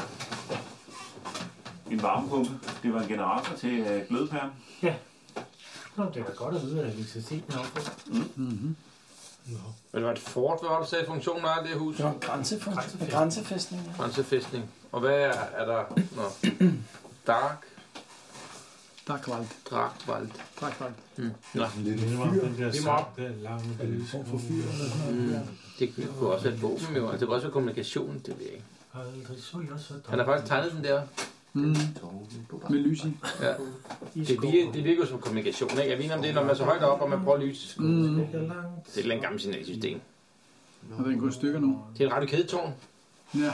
en varmepumpe. Det var en generator til øh, glødepæren. Ja. Nå, det var godt at vide, at elektriciteten er opført. Mm. Mm-hmm. No. Men det var et fort, hvad var det, sagde funktionen af det her hus? Det var en grænsefæstning. Grænsefæstning, ja. Grænsefæstning. Og hvad er, er der? Nå. Dark? Darkwald. Darkwald. Darkwald. Mm. Nå. Det var den der sang, der lange bølge. Form for fyr eller sådan noget. Mm. Det kunne også være et våben, jo. Det kunne også være kommunikation, det ved jeg ikke. Han har faktisk tegnet den der. Mm. Med lys i. Ja. Det virker, det virker som kommunikation, ikke? Jeg ved om det er, når man er så højt op, og man prøver at lyse. Mm. Det er et eller andet gammelt signalsystem. Og den går i stykker nu. Det er en radiokædetårn. Ja.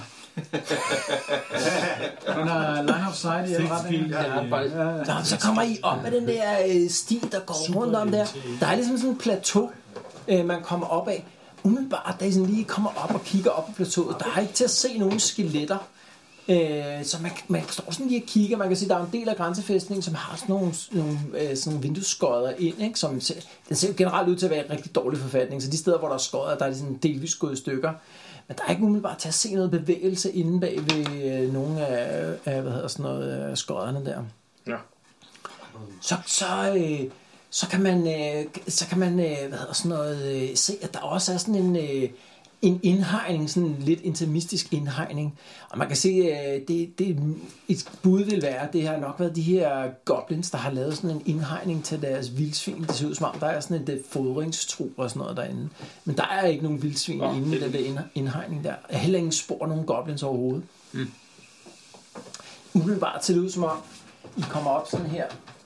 Den er line of sight i retning. Ja, ja. Så kommer I op med den der øh, sti, der går rundt om der. Der er ligesom sådan en plateau, øh, man kommer op af. Umiddelbart, da I sådan lige kommer op og kigger op på plateauet, der er ikke til at se nogen skeletter. Øh, så man, man står sådan lige og kigger. Man kan se, der er en del af grænsefæstningen, som har sådan nogle, nogle øh, sådan vindueskodder ind, ikke? Som, den ser jo generelt ud til at være en rigtig dårlig forfatning. Så de steder, hvor der er skodder, der er de sådan delvis gået i stykker. Men der er ikke umiddelbart til at se noget bevægelse inde bag ved øh, nogle af, af hvad hedder sådan noget, øh, skodderne der. Ja. Så, så, øh, så kan man, øh, så kan man øh, hvad hedder sådan noget, øh, se, at der også er sådan en, øh, en indhegning, sådan en lidt intimistisk indhegning. Og man kan se, øh, det, det et bud vil være, det har nok været de her goblins, der har lavet sådan en indhegning til deres vildsvin. Det ser ud som om, der er sådan et fodringstru og sådan noget derinde. Men der er ikke nogen vildsvin ja, inde i den der indhegning der. Der er heller ingen spor af nogen goblins overhovedet. Mm. Umiddelbart ser det ud som om, I kommer op sådan her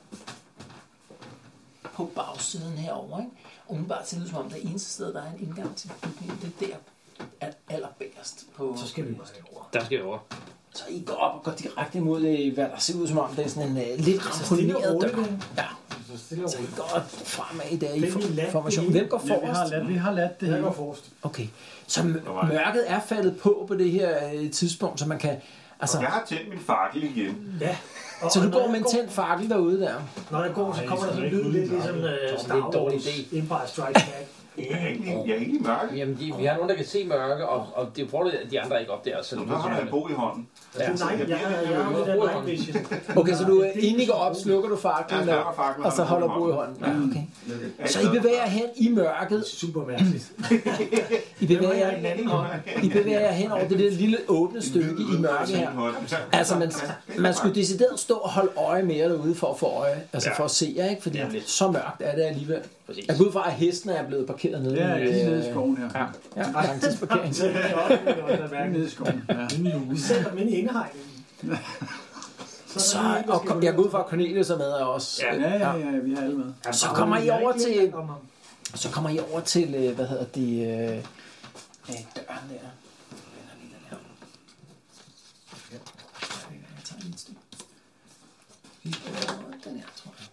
på bagsiden herovre, ikke? Umiddelbart ser det ud som om, der eneste sted, der er en indgang til bygningen, det er der er allerbærest på. Så skal vi bare over. Der skal vi over. Så I går op og går direkte imod, hvad der ser ud som om, det er sådan en uh, lidt ramponeret dør. Ja. Så I går fremad der i formation. Hvem går forrest? Ja, vi har ladt, vi har ladt det her. Hvem går forrest? Okay. Så mørket er faldet på på det her uh, tidspunkt, så man kan. Altså, og jeg har tændt min fakkel igen. Ja. Og, så du går med en tændt fakkel derude der? Når jeg går, så kommer der sådan en lyd lidt ligesom uh, Star Wars Empire Strikes Back. Jeg er ikke, jeg er ikke i mørke. Jamen, de, vi har nogen, der kan se mørke, og, og det er for at de andre ikke op der. Så nu har jeg en bog i hånden. Ja. Nej, jeg har den night vision. Okay, så du inden I går op, slukker du faklen, der, og så holder bog i hånden. Ja, okay. Så I bevæger hen i mørket. Super mærkeligt. I bevæger jer, I bevæger jer hen over det der lille åbne stykke i mørket her. Altså, man, man skulle decideret stå og holde øje med jer derude for at få øje, altså for at se jer, ikke? Fordi så mørkt er det alligevel. Jeg går ud fra, at hestene er blevet parkeret nede. Ja, lige nede i skoven her. Ja, ja, langtidsparkering. Nede i skoven. Vi sætter dem ind i indhegningen. Så, og jeg går ud fra, at Cornelius er med også. Ja, ja, ja, vi har alle med. Så kommer I over til, så kommer I over til, hvad hedder det, øh, døren der. Jeg tager en stykke. Den her, tror jeg.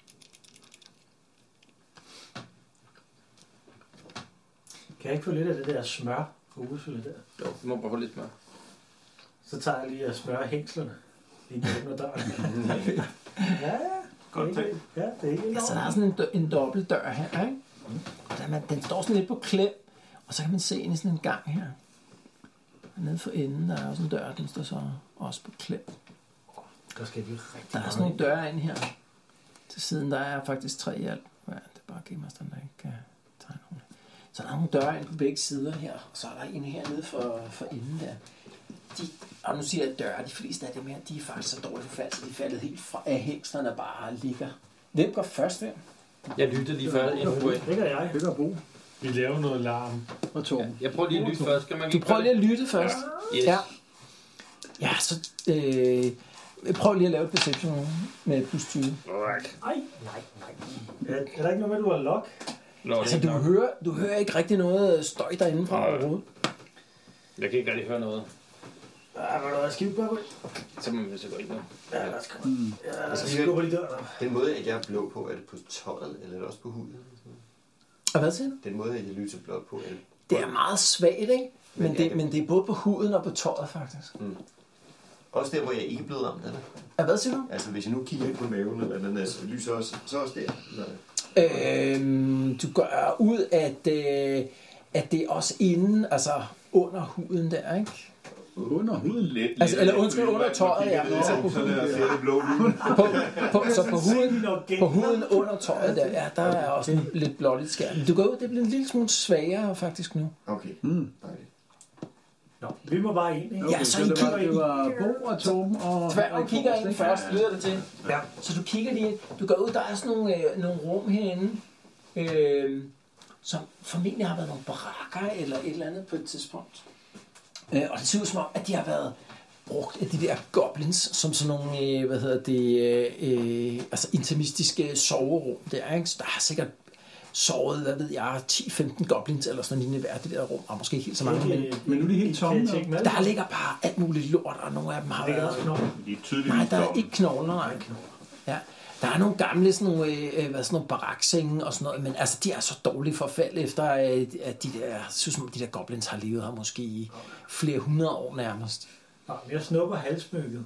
Kan jeg ikke få lidt af det der smør på udfyldet der? Jo, vi må bare få lidt smør. Så tager jeg lige at smøre hængslerne, inden jeg åbner døren. ja, ja. Godt tænkt. Ja, det er ikke ja, så der er sådan en, dør, en dobbelt dør her, ikke? Der man, den står sådan lidt på klem, og så kan man se ind i sådan en gang her. Og nede for enden, der er også en dør, den står så også på klem. Der skal vi rigtig Der er sådan nogle døre ind her. Til siden, der er faktisk tre i alt. Ja, det er bare Gamerstand, der ikke kan tegne nogen. Så der er nogle døre ind på begge sider her, og så er der en hernede for, for enden der. De, og nu siger jeg døre, de fleste af dem her, de er faktisk så dårligt forfaldt, så de er faldet helt fra af hængslerne bare ligger. Hvem går først der? Jeg lytter lige før. Det gør jeg. Det gør Bo. Vi laver noget larm. Og to. Ja, jeg prøver lige at lytte først. Kan man du prøver lige at lytte først? Yes. Ja. Ja, så... Øh, prøv lige at lave et perception med plus tyve. Nej, nej, nej. Er, er der ikke noget med, at du har lock? Altså, du hører, du hører ikke rigtig noget støj derinde fra overhovedet. Jeg kan ikke rigtig høre noget. Ja, hvad er der skidt på? Så må vi så gå ind nu. Ja, lad os komme. Mm. Ja, altså, skal gå på de dør. Den måde, at jeg er blå på, er det på tøjet, eller er det også på huden? Og hvad siger du? Den måde, at jeg lyser blå på, er det... Det er meget svagt, ikke? Men, men, det, det... men det er både på huden og på tøjet, faktisk. Mm. Også der, hvor jeg ikke er blevet ramt, eller? Ja, hvad siger du? Altså, hvis jeg nu kigger ind på maven, eller den er, lyser også, så også der? Øhm, du gør ud, at, øh, at det er også inden, altså under huden der, ikke? Under huden? Lidt, altså, eller undskyld, under tøjet, ja. Så på huden, på, på, så på huden, på huden under tøjet der, ja, der er også en lidt blåligt skær. Men du går ud, det bliver en lille smule svagere faktisk nu. Okay. Mm. Nå, vi må bare ind, ikke? Okay, ja, så, så I det kigger var, det var Bo og Torben og... Tværm kigger ind først, lyder det til. Ja. Så du kigger lige, du går ud, der er sådan nogle, øh, nogle rum herinde, øh, som formentlig har været nogle barakker eller et eller andet på et tidspunkt. Øh, og det ser ud som om, at de har været brugt af de der goblins, som sådan nogle, øh, hvad hedder det, øh, altså intimistiske soverum der, ikke? Så der har sikkert sovet, hvad ved jeg, ti femten goblins eller sådan noget lignende hver det der rum, og måske ikke helt så mange, men, men nu er de helt tomme. Der ligger bare alt muligt lort, og nogle af dem har været... De er tydeligt Nej, der er ikke knogler, nej. Ja. Der er nogle gamle sådan nogle, øh, hvad, sådan nogle baraksenge og sådan noget, men altså, de er så dårlige forfald efter, øh, at de der, synes, de der goblins har levet her måske i flere hundrede år nærmest. Ja, jeg snupper halsmykket.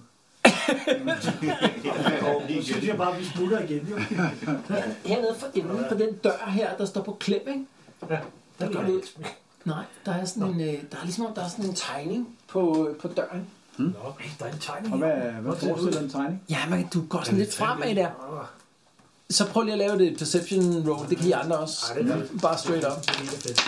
Nu synes jeg bare, at vi smutter igen, jo. Hernede for enden på den dør her, der står på klem, ikke? Ja, der går ud. Nej, der er sådan en, der er ligesom, der er sådan en tegning på, på døren. Hmm? Nå, der er en tegning. Og hvad, hvad forestiller en tegning? Ja, men du går sådan lidt fremad der. Så prøv lige at lave det perception roll. Det kan I andre også. Ej, det er fedt. Bare straight up. Det er mega fedt.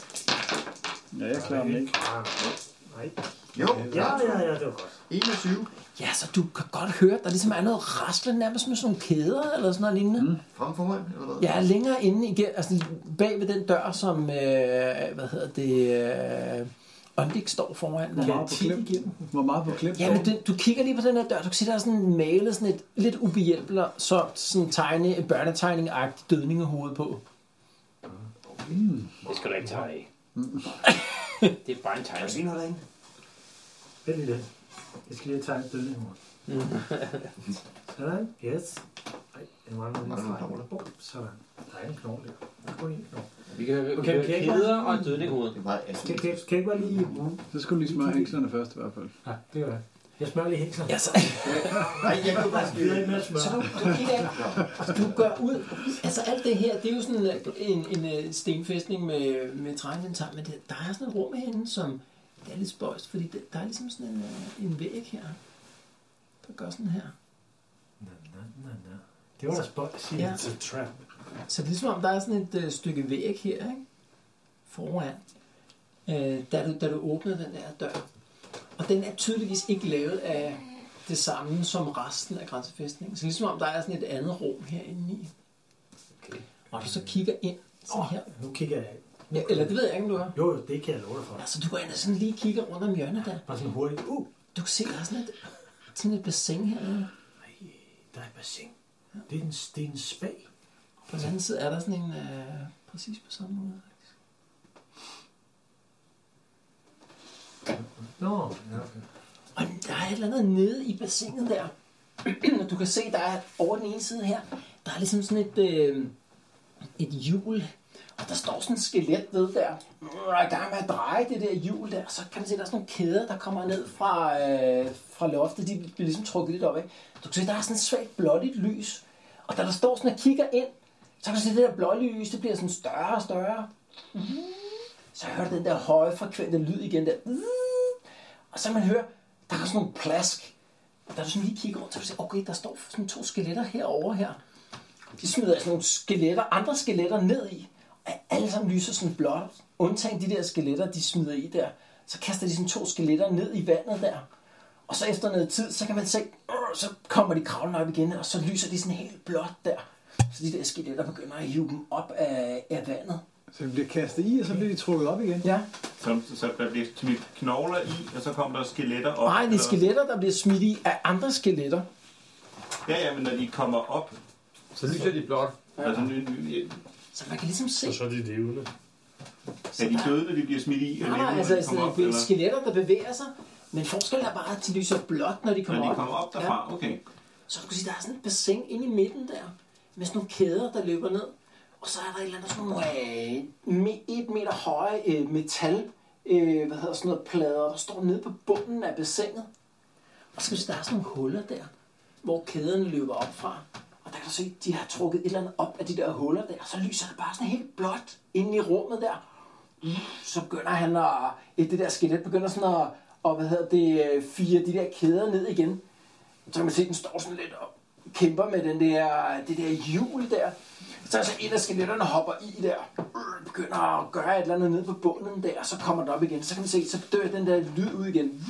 Ja, jeg klarer den ikke. Nej. Jo, ja, ja, ja, det var godt. enogtyve. Ja, så du kan godt høre, der ligesom er noget raslen nærmest med sådan nogle kæder eller sådan noget lignende. Mm. Frem foran, eller hvad? Ja, længere inde igen, altså bag ved den dør, som, øh, hvad hedder det, øh, Ondik står foran. Hvor meget på klem? Hvor meget på klem? Ja, men det, du kigger lige på den her dør, du kan se, der er sådan malet sådan et lidt ubehjælpeligt, så sådan tegne, en børnetegning-agtig dødningehoved på. Mm. Det skal du ikke tage af. Mm. Det er bare en tegning. Kan du se noget derinde? Vent lige lidt. Jeg skal lige tage en dødningehoved. Sådan, yes. Ej, jeg mangler lige en fejl. Oh, sådan. Der er en knogle der. Der er kun en knogle. Vi kan høre okay, okay, kæder og en dødninghoved. Det er meget Kan kan- kan ikke bare lige... Så skal du lige smøre hængslerne først i hvert fald. Ja, det gør jeg. Jeg smører lige hængslerne. Ja, så, Nej, jeg kan bare Jeg er ikke med at smøre. så du, du kigger, du gør ud, altså alt det her, det er jo sådan en, en, en stenfæstning med, med træinventar, men det, der er sådan et rum herinde, som det er lidt spøjst, fordi det, der er ligesom sådan en, en væg her, der gør sådan her. Nå, nå, nå, nå. Det var da spøjt, siger Ja. jeg. It's a trap. Så det er ligesom om, der er sådan et uh, stykke væg her, ikke? Foran, uh, da, du, da du åbner den der dør. Og den er tydeligvis ikke lavet af det samme som resten af grænsefæstningen. Så ligesom om, der er sådan et andet rum herinde i. Okay. Og du så kigger ind sådan her. Nu kigger jeg. Ja, eller det ved jeg ikke, om du har. Jo, det kan jeg love dig for. Ja, så du går ind og sådan lige kigger rundt om hjørnet der. Bare sådan hurtigt. Uh, Du kan se, der er sådan et, sådan et bassin hernede. nej, der er et bassin. Det er en, det er en spag. På den anden side er der sådan en, øh, præcis på samme måde. Nå, ja, okay. Og der er et eller andet nede i bassinet der. Du kan se, der er over den ene side her, der er ligesom sådan et, øh, et hjul. Og der står sådan et skelet ved der. Og er i gang med at dreje det der hjul der. Og så kan man se, der er sådan nogle kæder, der kommer ned fra, øh, fra loftet. De bliver ligesom trukket lidt op, ikke? Du kan se, der er sådan et svagt blåligt lys. Og da der står sådan og kigger ind, så kan du se, at det der blålige lys, det bliver sådan større og større. Så jeg hører den der høje frekvente lyd igen der. Og så kan man høre, der er sådan nogle plask. Og da du sådan lige kigger rundt, så kan du se, okay, der står sådan to skeletter herovre her. De smider altså nogle skeletter, andre skeletter ned i. Og alle sammen lyser sådan blåt. Undtagen de der skeletter, de smider i der. Så kaster de sådan to skeletter ned i vandet der. Og så efter noget tid, så kan man se, så kommer de kravlende op igen, og så lyser de sådan helt blåt der. Så de der skeletter begynder at hive dem op af, af vandet. Så det bliver kastet i, og så bliver de trukket op igen? Ja. Så, så der bliver smidt knogler i, og så kommer der skeletter op? Nej, det er skeletter, der bliver smidt i af andre skeletter. Ja, ja, men når de kommer op... Så lyser de blot. Ja. Altså, ny, ny, så man kan ligesom se... Og så er de levende. Er de døde, når de bliver smidt i? Nej, nej, altså, altså op, det er skeletter, der bevæger sig. Men forskellen er bare, at de lyser blot, når de kommer op. Når de kommer op derfra, ja. Okay. Så du kan sige, der er sådan et bassin inde i midten der, med sådan nogle kæder, der løber ned. Og så er der et eller andet sådan nogle øh, et meter høje øh, metal, øh, hvad hedder sådan noget, plader, der står nede på bunden af bassinet. Og så kan du sige, der er sådan nogle huller der, hvor kæderne løber op fra. Og der kan du se, de har trukket et eller andet op af de der huller der, og så lyser det bare sådan helt blåt inde i rummet der. Så begynder han at, det der skelet begynder sådan at, og hvad hedder det, fire de der kæder ned igen. Så kan man se, at den står sådan lidt og kæmper med den der, det der hjul der. Så altså en af skeletterne hopper i der, begynder at gøre et eller andet ned på bunden der, og så kommer den op igen. Så kan man se, så dør den der lyd ud igen.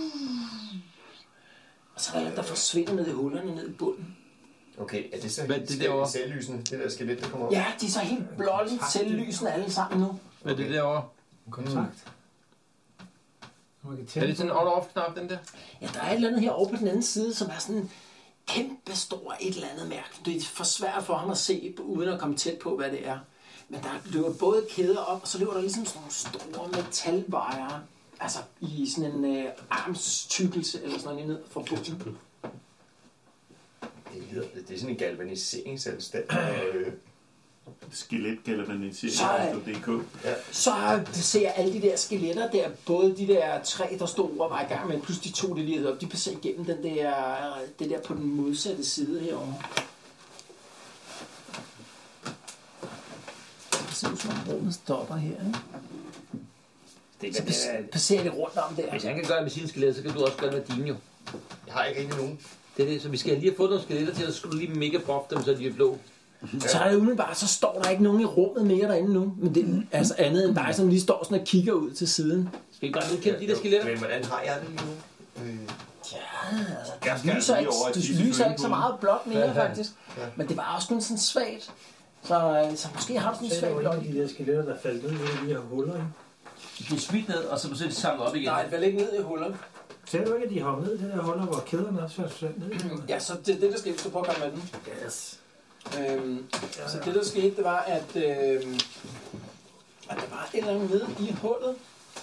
Og så er der lidt, der forsvinder ned i hullerne ned i bunden. Okay, er det så Hvad, helt det derovre? selvlysende, det der skelet, der kommer op? Ja, de er så helt blåligt selvlysende alle sammen nu. Hvad er det derovre? Kontrakt. Er det sådan en on-off-knap, den der? Ja, der er et eller andet her over på den anden side, som er sådan kæmpe stor et eller andet mærke. Det er for svært for ham at se, uden at komme tæt på, hvad det er. Men der løber både kæder op, og så løber der ligesom sådan nogle store metalvejer, altså i sådan en øh, armstykkelse eller sådan noget ned fra bunden. Det, hedder, det er sådan en galvaniseringsanstalt. Skeletgalvanisering punktum d k. Ja. Så passerer alle de der skeletter der, både de der tre, der stod og var i gang med, plus de to, der lige havde op, de passerer igennem den der, det der på den modsatte side herovre. Det ser ud som om rummet stopper her, ikke? Det så pas, passerer det rundt om der. Hvis han kan gøre det med sine skeletter, så kan du også gøre det med dine jo. Jeg har ikke rigtig nogen. Det er det, så vi skal lige have fået nogle skeletter til, og så skal du lige mega buff dem, så de er blå. Ja. Så er det umiddelbart, så står der ikke nogen i rummet mere derinde nu. Men det er altså andet end dig, som lige står sådan og kigger ud til siden. Skal vi bare nedkæmpe de der skeletter? Men hvordan har jeg det lige nu? Øh... Ja, altså, det lyser ikke, du lyser ikke så meget blåt mere, ja, faktisk. Ja. Men det var også kun sådan svagt. Så, så måske har du sådan en svag blåt. Så er det de der skeletter, der faldt ned i de her huller, ikke? De bliver smidt ned, og så bliver de samlet op igen. Nej, det faldt ikke ned i huller. Ser du ikke, at de har ned i de der huller, hvor kæderne også faldt ned i? Ja, så det er det, der skete, du prøver at komme med den. Yes. Øhm, ja, så det, der skete, det var, at, øhm, at der var et eller andet nede i hullet,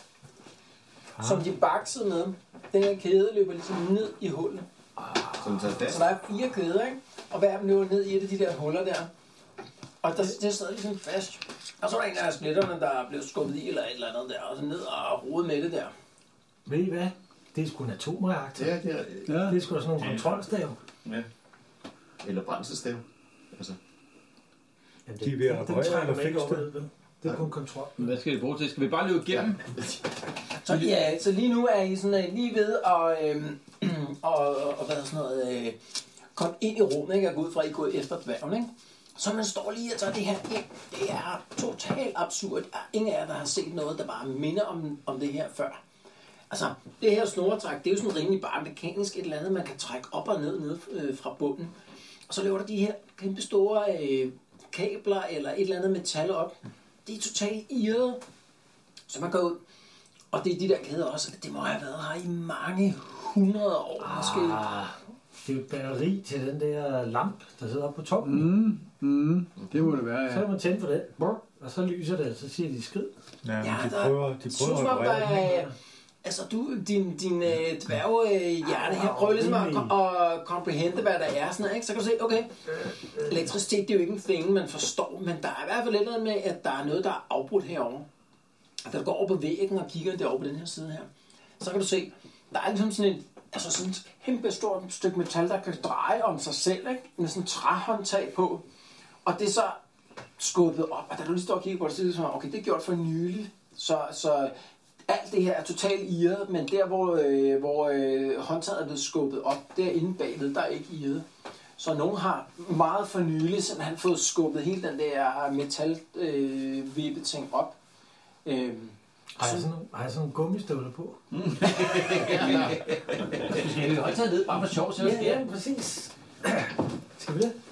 ah. som de baksede med. Den her kæde løber ligesom ned i hullet. Ah. Så der er fire kæder, ikke? Og hver af dem løber ned i et af de der huller der. Og der, det er stadig ligesom fast. Og så er der en af skeletterne, der er blevet skubbet i eller et eller andet der, og så ned og rodet med det der. Ved I hvad? Det er sgu en atomreaktor. Ja, det er, ja. Det er sgu da sådan nogle kontrolstav. Ja. Eller brændselsstav. Altså. Jamen, det, de vil reparere eller fikse det. Det er kun kontrol. Men hvad skal det bruge til? Skal vi bare løbe igennem? Ja. Så, ja, så lige nu er I sådan, lige ved at øh, og, og, hvad sådan noget, øh, komme ind i rummet, ikke? Og gå ud fra, at I går efter dværgen, ikke? Så man står lige og tager det her ind. Det er totalt absurd. Der er ingen af jer, der har set noget, der bare minder om, om det her før. Altså, det her snoretræk, det er jo sådan rimelig bare mekanisk et eller andet, man kan trække op og ned, ned øh, fra bunden. Og så løber der de her kæmpe store øh, kabler eller et eller andet metal op. Det er totalt irret. Så man går ud. Og det er de der kæder også. Det må have været her i mange hundrede år ah, måske. Det er jo et batteri til den der lamp, der sidder oppe på toppen. Mm, mm, det må det være, ja. Så kan man tænde for det, og så lyser det, og så siger de skrid. Ja, ja de prøver, de prøver at reparere det. Altså, du, din, din øh, dværghjerne her, prøver ligesom at, at comprehende, hvad der er. Sådan, ikke? Så kan du se, okay, elektricitet, det er jo ikke en thing, man forstår, men der er i hvert fald lidt noget med, at der er noget, der er afbrudt herovre. Da du går over på væggen og kigger derovre på den her side her, så kan du se, der er ligesom sådan en, altså sådan et kæmpe stort stykke metal, der kan dreje om sig selv, ikke? Med sådan en træhåndtag på. Og det er så skubbet op, og da du lige står og kigger på det, så er det sådan, okay, det er gjort for nylig. Så, så alt det her er totalt irret, men der, hvor, øh, hvor øh, håndtaget er blevet skubbet op, derinde bagved, der er ikke irret. Så nogen har meget for nylig simpelthen fået skubbet hele den der metal-vippe-ting øh, op. Øhm, har jeg sådan nogle, sådan gummistøvler på? Mm. ja, ja. Du skal jo ikke tage ned, bare for sjov, så ja, ja, præcis. Skal vi det?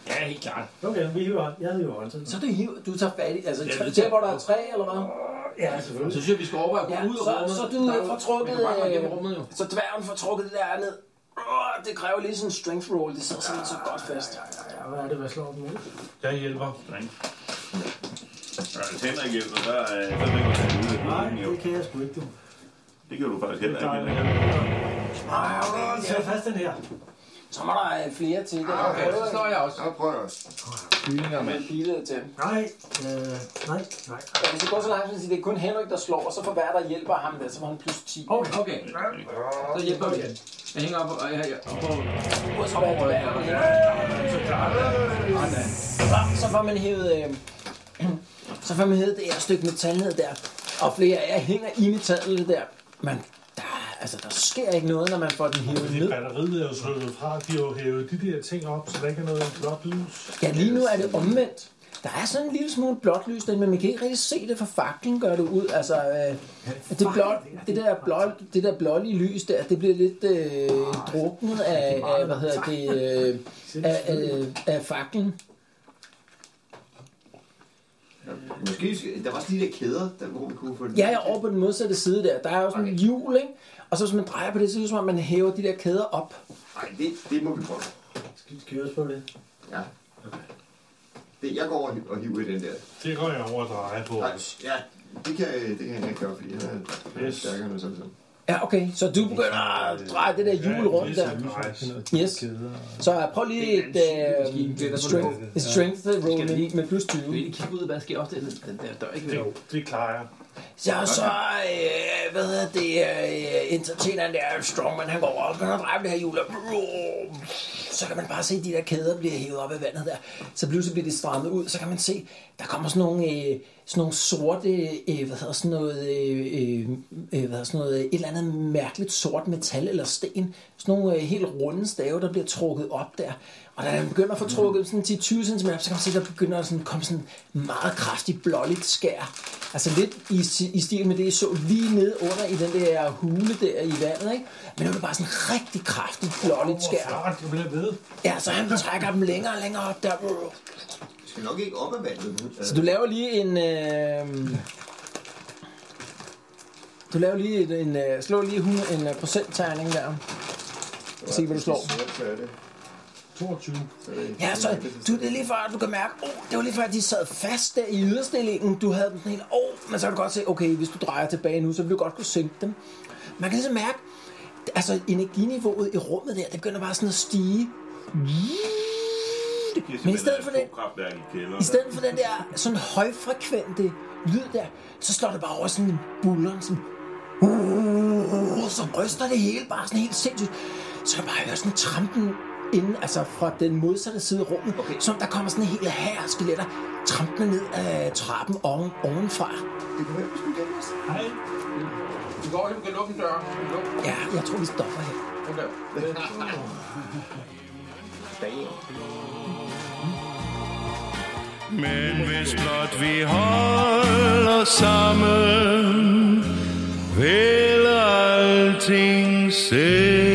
Ja, helt klart. Okay, vi hiver. Jeg hiver håndtaget. Så du hiver, du tager fat i, altså Ja, ja, du der tager- hvor der er træ, eller hvad? Ja, Så selvfølgelig. synes jeg, vi skal overveje at gå Ja, ud af så, rummet. så du Der er jo- får trukket, man kan bare gå igennem øh, rummet, jo. så dværgen får trukket det der ned. Uh, det kræver lige sådan en strength roll, det sidder sådan så godt fast. Ja, hvad er det, hvad slår den mod? Jeg hjælper. Dreng. Ja, hvis Henrik hjælper, så er så drikker han ud af Nej, bilen, jo. det kan jeg sgu ikke, du. Det kan du faktisk heller ikke. Nej, Nej, okay, Tag fast den her. så må der øh, flere til det. Okay, så slår jeg også. Så prøver jeg også. Kyllinger med. med bilet til. Nej, øh, nej, nej. Ja, hvis det går så langt, så det er kun Henrik, der slår, og så for hver, der hjælper ham der, så får han plus ti. Okay, okay. Så hjælper vi. Jeg hænger op og jeg hænger op på... Og så hver dværgen, der hænger. Så, så får man hævet, øh, så får man hævet det her stykke metal ned der, og flere af jer hænger i metallet der. Men der, altså, der sker ikke noget, når man får den hævet Fordi ned. batteriet er jo slået fra. De har jo hævet de der ting op, så der ikke er noget blåt lys. Ja, lige nu er det omvendt. Der er sådan en lille smule blåt lys, der, men man kan ikke rigtig se det, for faklen gør det ud. Altså, øh, det, blå, det der blå, det der blålige lys der, det bliver lidt øh, druknet af, af, hvad hedder det, øh, af, af, af faklen. Måske, skal- der var også de der kæder, der, hvor vi kunne få den. Ja, jeg er over på den modsatte side der. Der er jo sådan en hjul, ikke? Og så hvis man drejer på det, så er det som om, man hæver de der kæder op. Nej, det, det må vi prøve. Skal vi også på det? Ja. Det, jeg går over og hiver i den der. Det går jeg over og drejer på. Nej, ja, det kan, det kan jeg ikke gøre, fordi han er Yes. stærkere end os alle sammen. Ja, okay. Så du begynder at dreje det der hjul rundt der. Yes. Så prøv lige et uh, strength, et strength roll med, med plus Du vil tyve. ikke kigge ud, hvad sker også den, den der dør, ikke? Det, det klarer jeg. Så så, øh, hvad hedder det, øh, entertaineren der, Strongman, han går over og begynder at dreje det her hjul. Og så kan man bare se, at de der kæder bliver hævet op af vandet der. Så pludselig bliver det strammet ud. Så kan man se, der kommer sådan nogle, øh, sådan nogle sorte, øh, hvad hedder sådan noget, øh, øh, hvad hedder sådan noget, et eller andet mærkeligt sort metal eller sten. Sådan nogle øh, helt runde stave, der bliver trukket op der. Og da den begynder at få trukket sådan til tyve centimeter, så kan man se, at der begynder at sådan komme sådan meget kraftigt blåligt skær. Altså lidt i, i stil med det, I så lige nede under i den der hule der i vandet, ikke? Men nu er det bare sådan rigtig kraftigt blåligt skær. Jeg bliver ved. Ja, så han trækker dem længere og længere op der. Vi skal nok ikke op ad vandet nu. Så du laver lige en... Øh... Du laver lige en... en øh, slå lige hundrede, en uh, procentterning der. Se, hvad du slår. toogtyve. Ja, så du, det er lige før, at du kan mærke, oh, det var lige før, at de sad fast der i yderstillingen. Du havde dem sådan helt, oh, men så kan du godt se, okay, hvis du drejer tilbage nu, så vil du godt kunne sænke dem. Man kan ligesom mærke, altså energiniveauet i rummet der, det begynder bare sådan at stige. Men i stedet for den, i stedet for den der sådan højfrekvente lyd der, så slår det bare over sådan en bulleren, sådan, uh, så ryster det hele bare sådan helt sindssygt. Så kan man bare høre sådan trampen inden, altså fra den modsatte side af rummet, okay. Så der kommer sådan en hel hær af skeletter trampende ned af trappen oven, ovenfra. Det kan være, vi skulle gennem os. Hej. Du går hen, du kan lukke en dør. Luk. Ja, jeg tror, vi stopper her. Okay. Men hvis blot vi holder sammen, vil alting se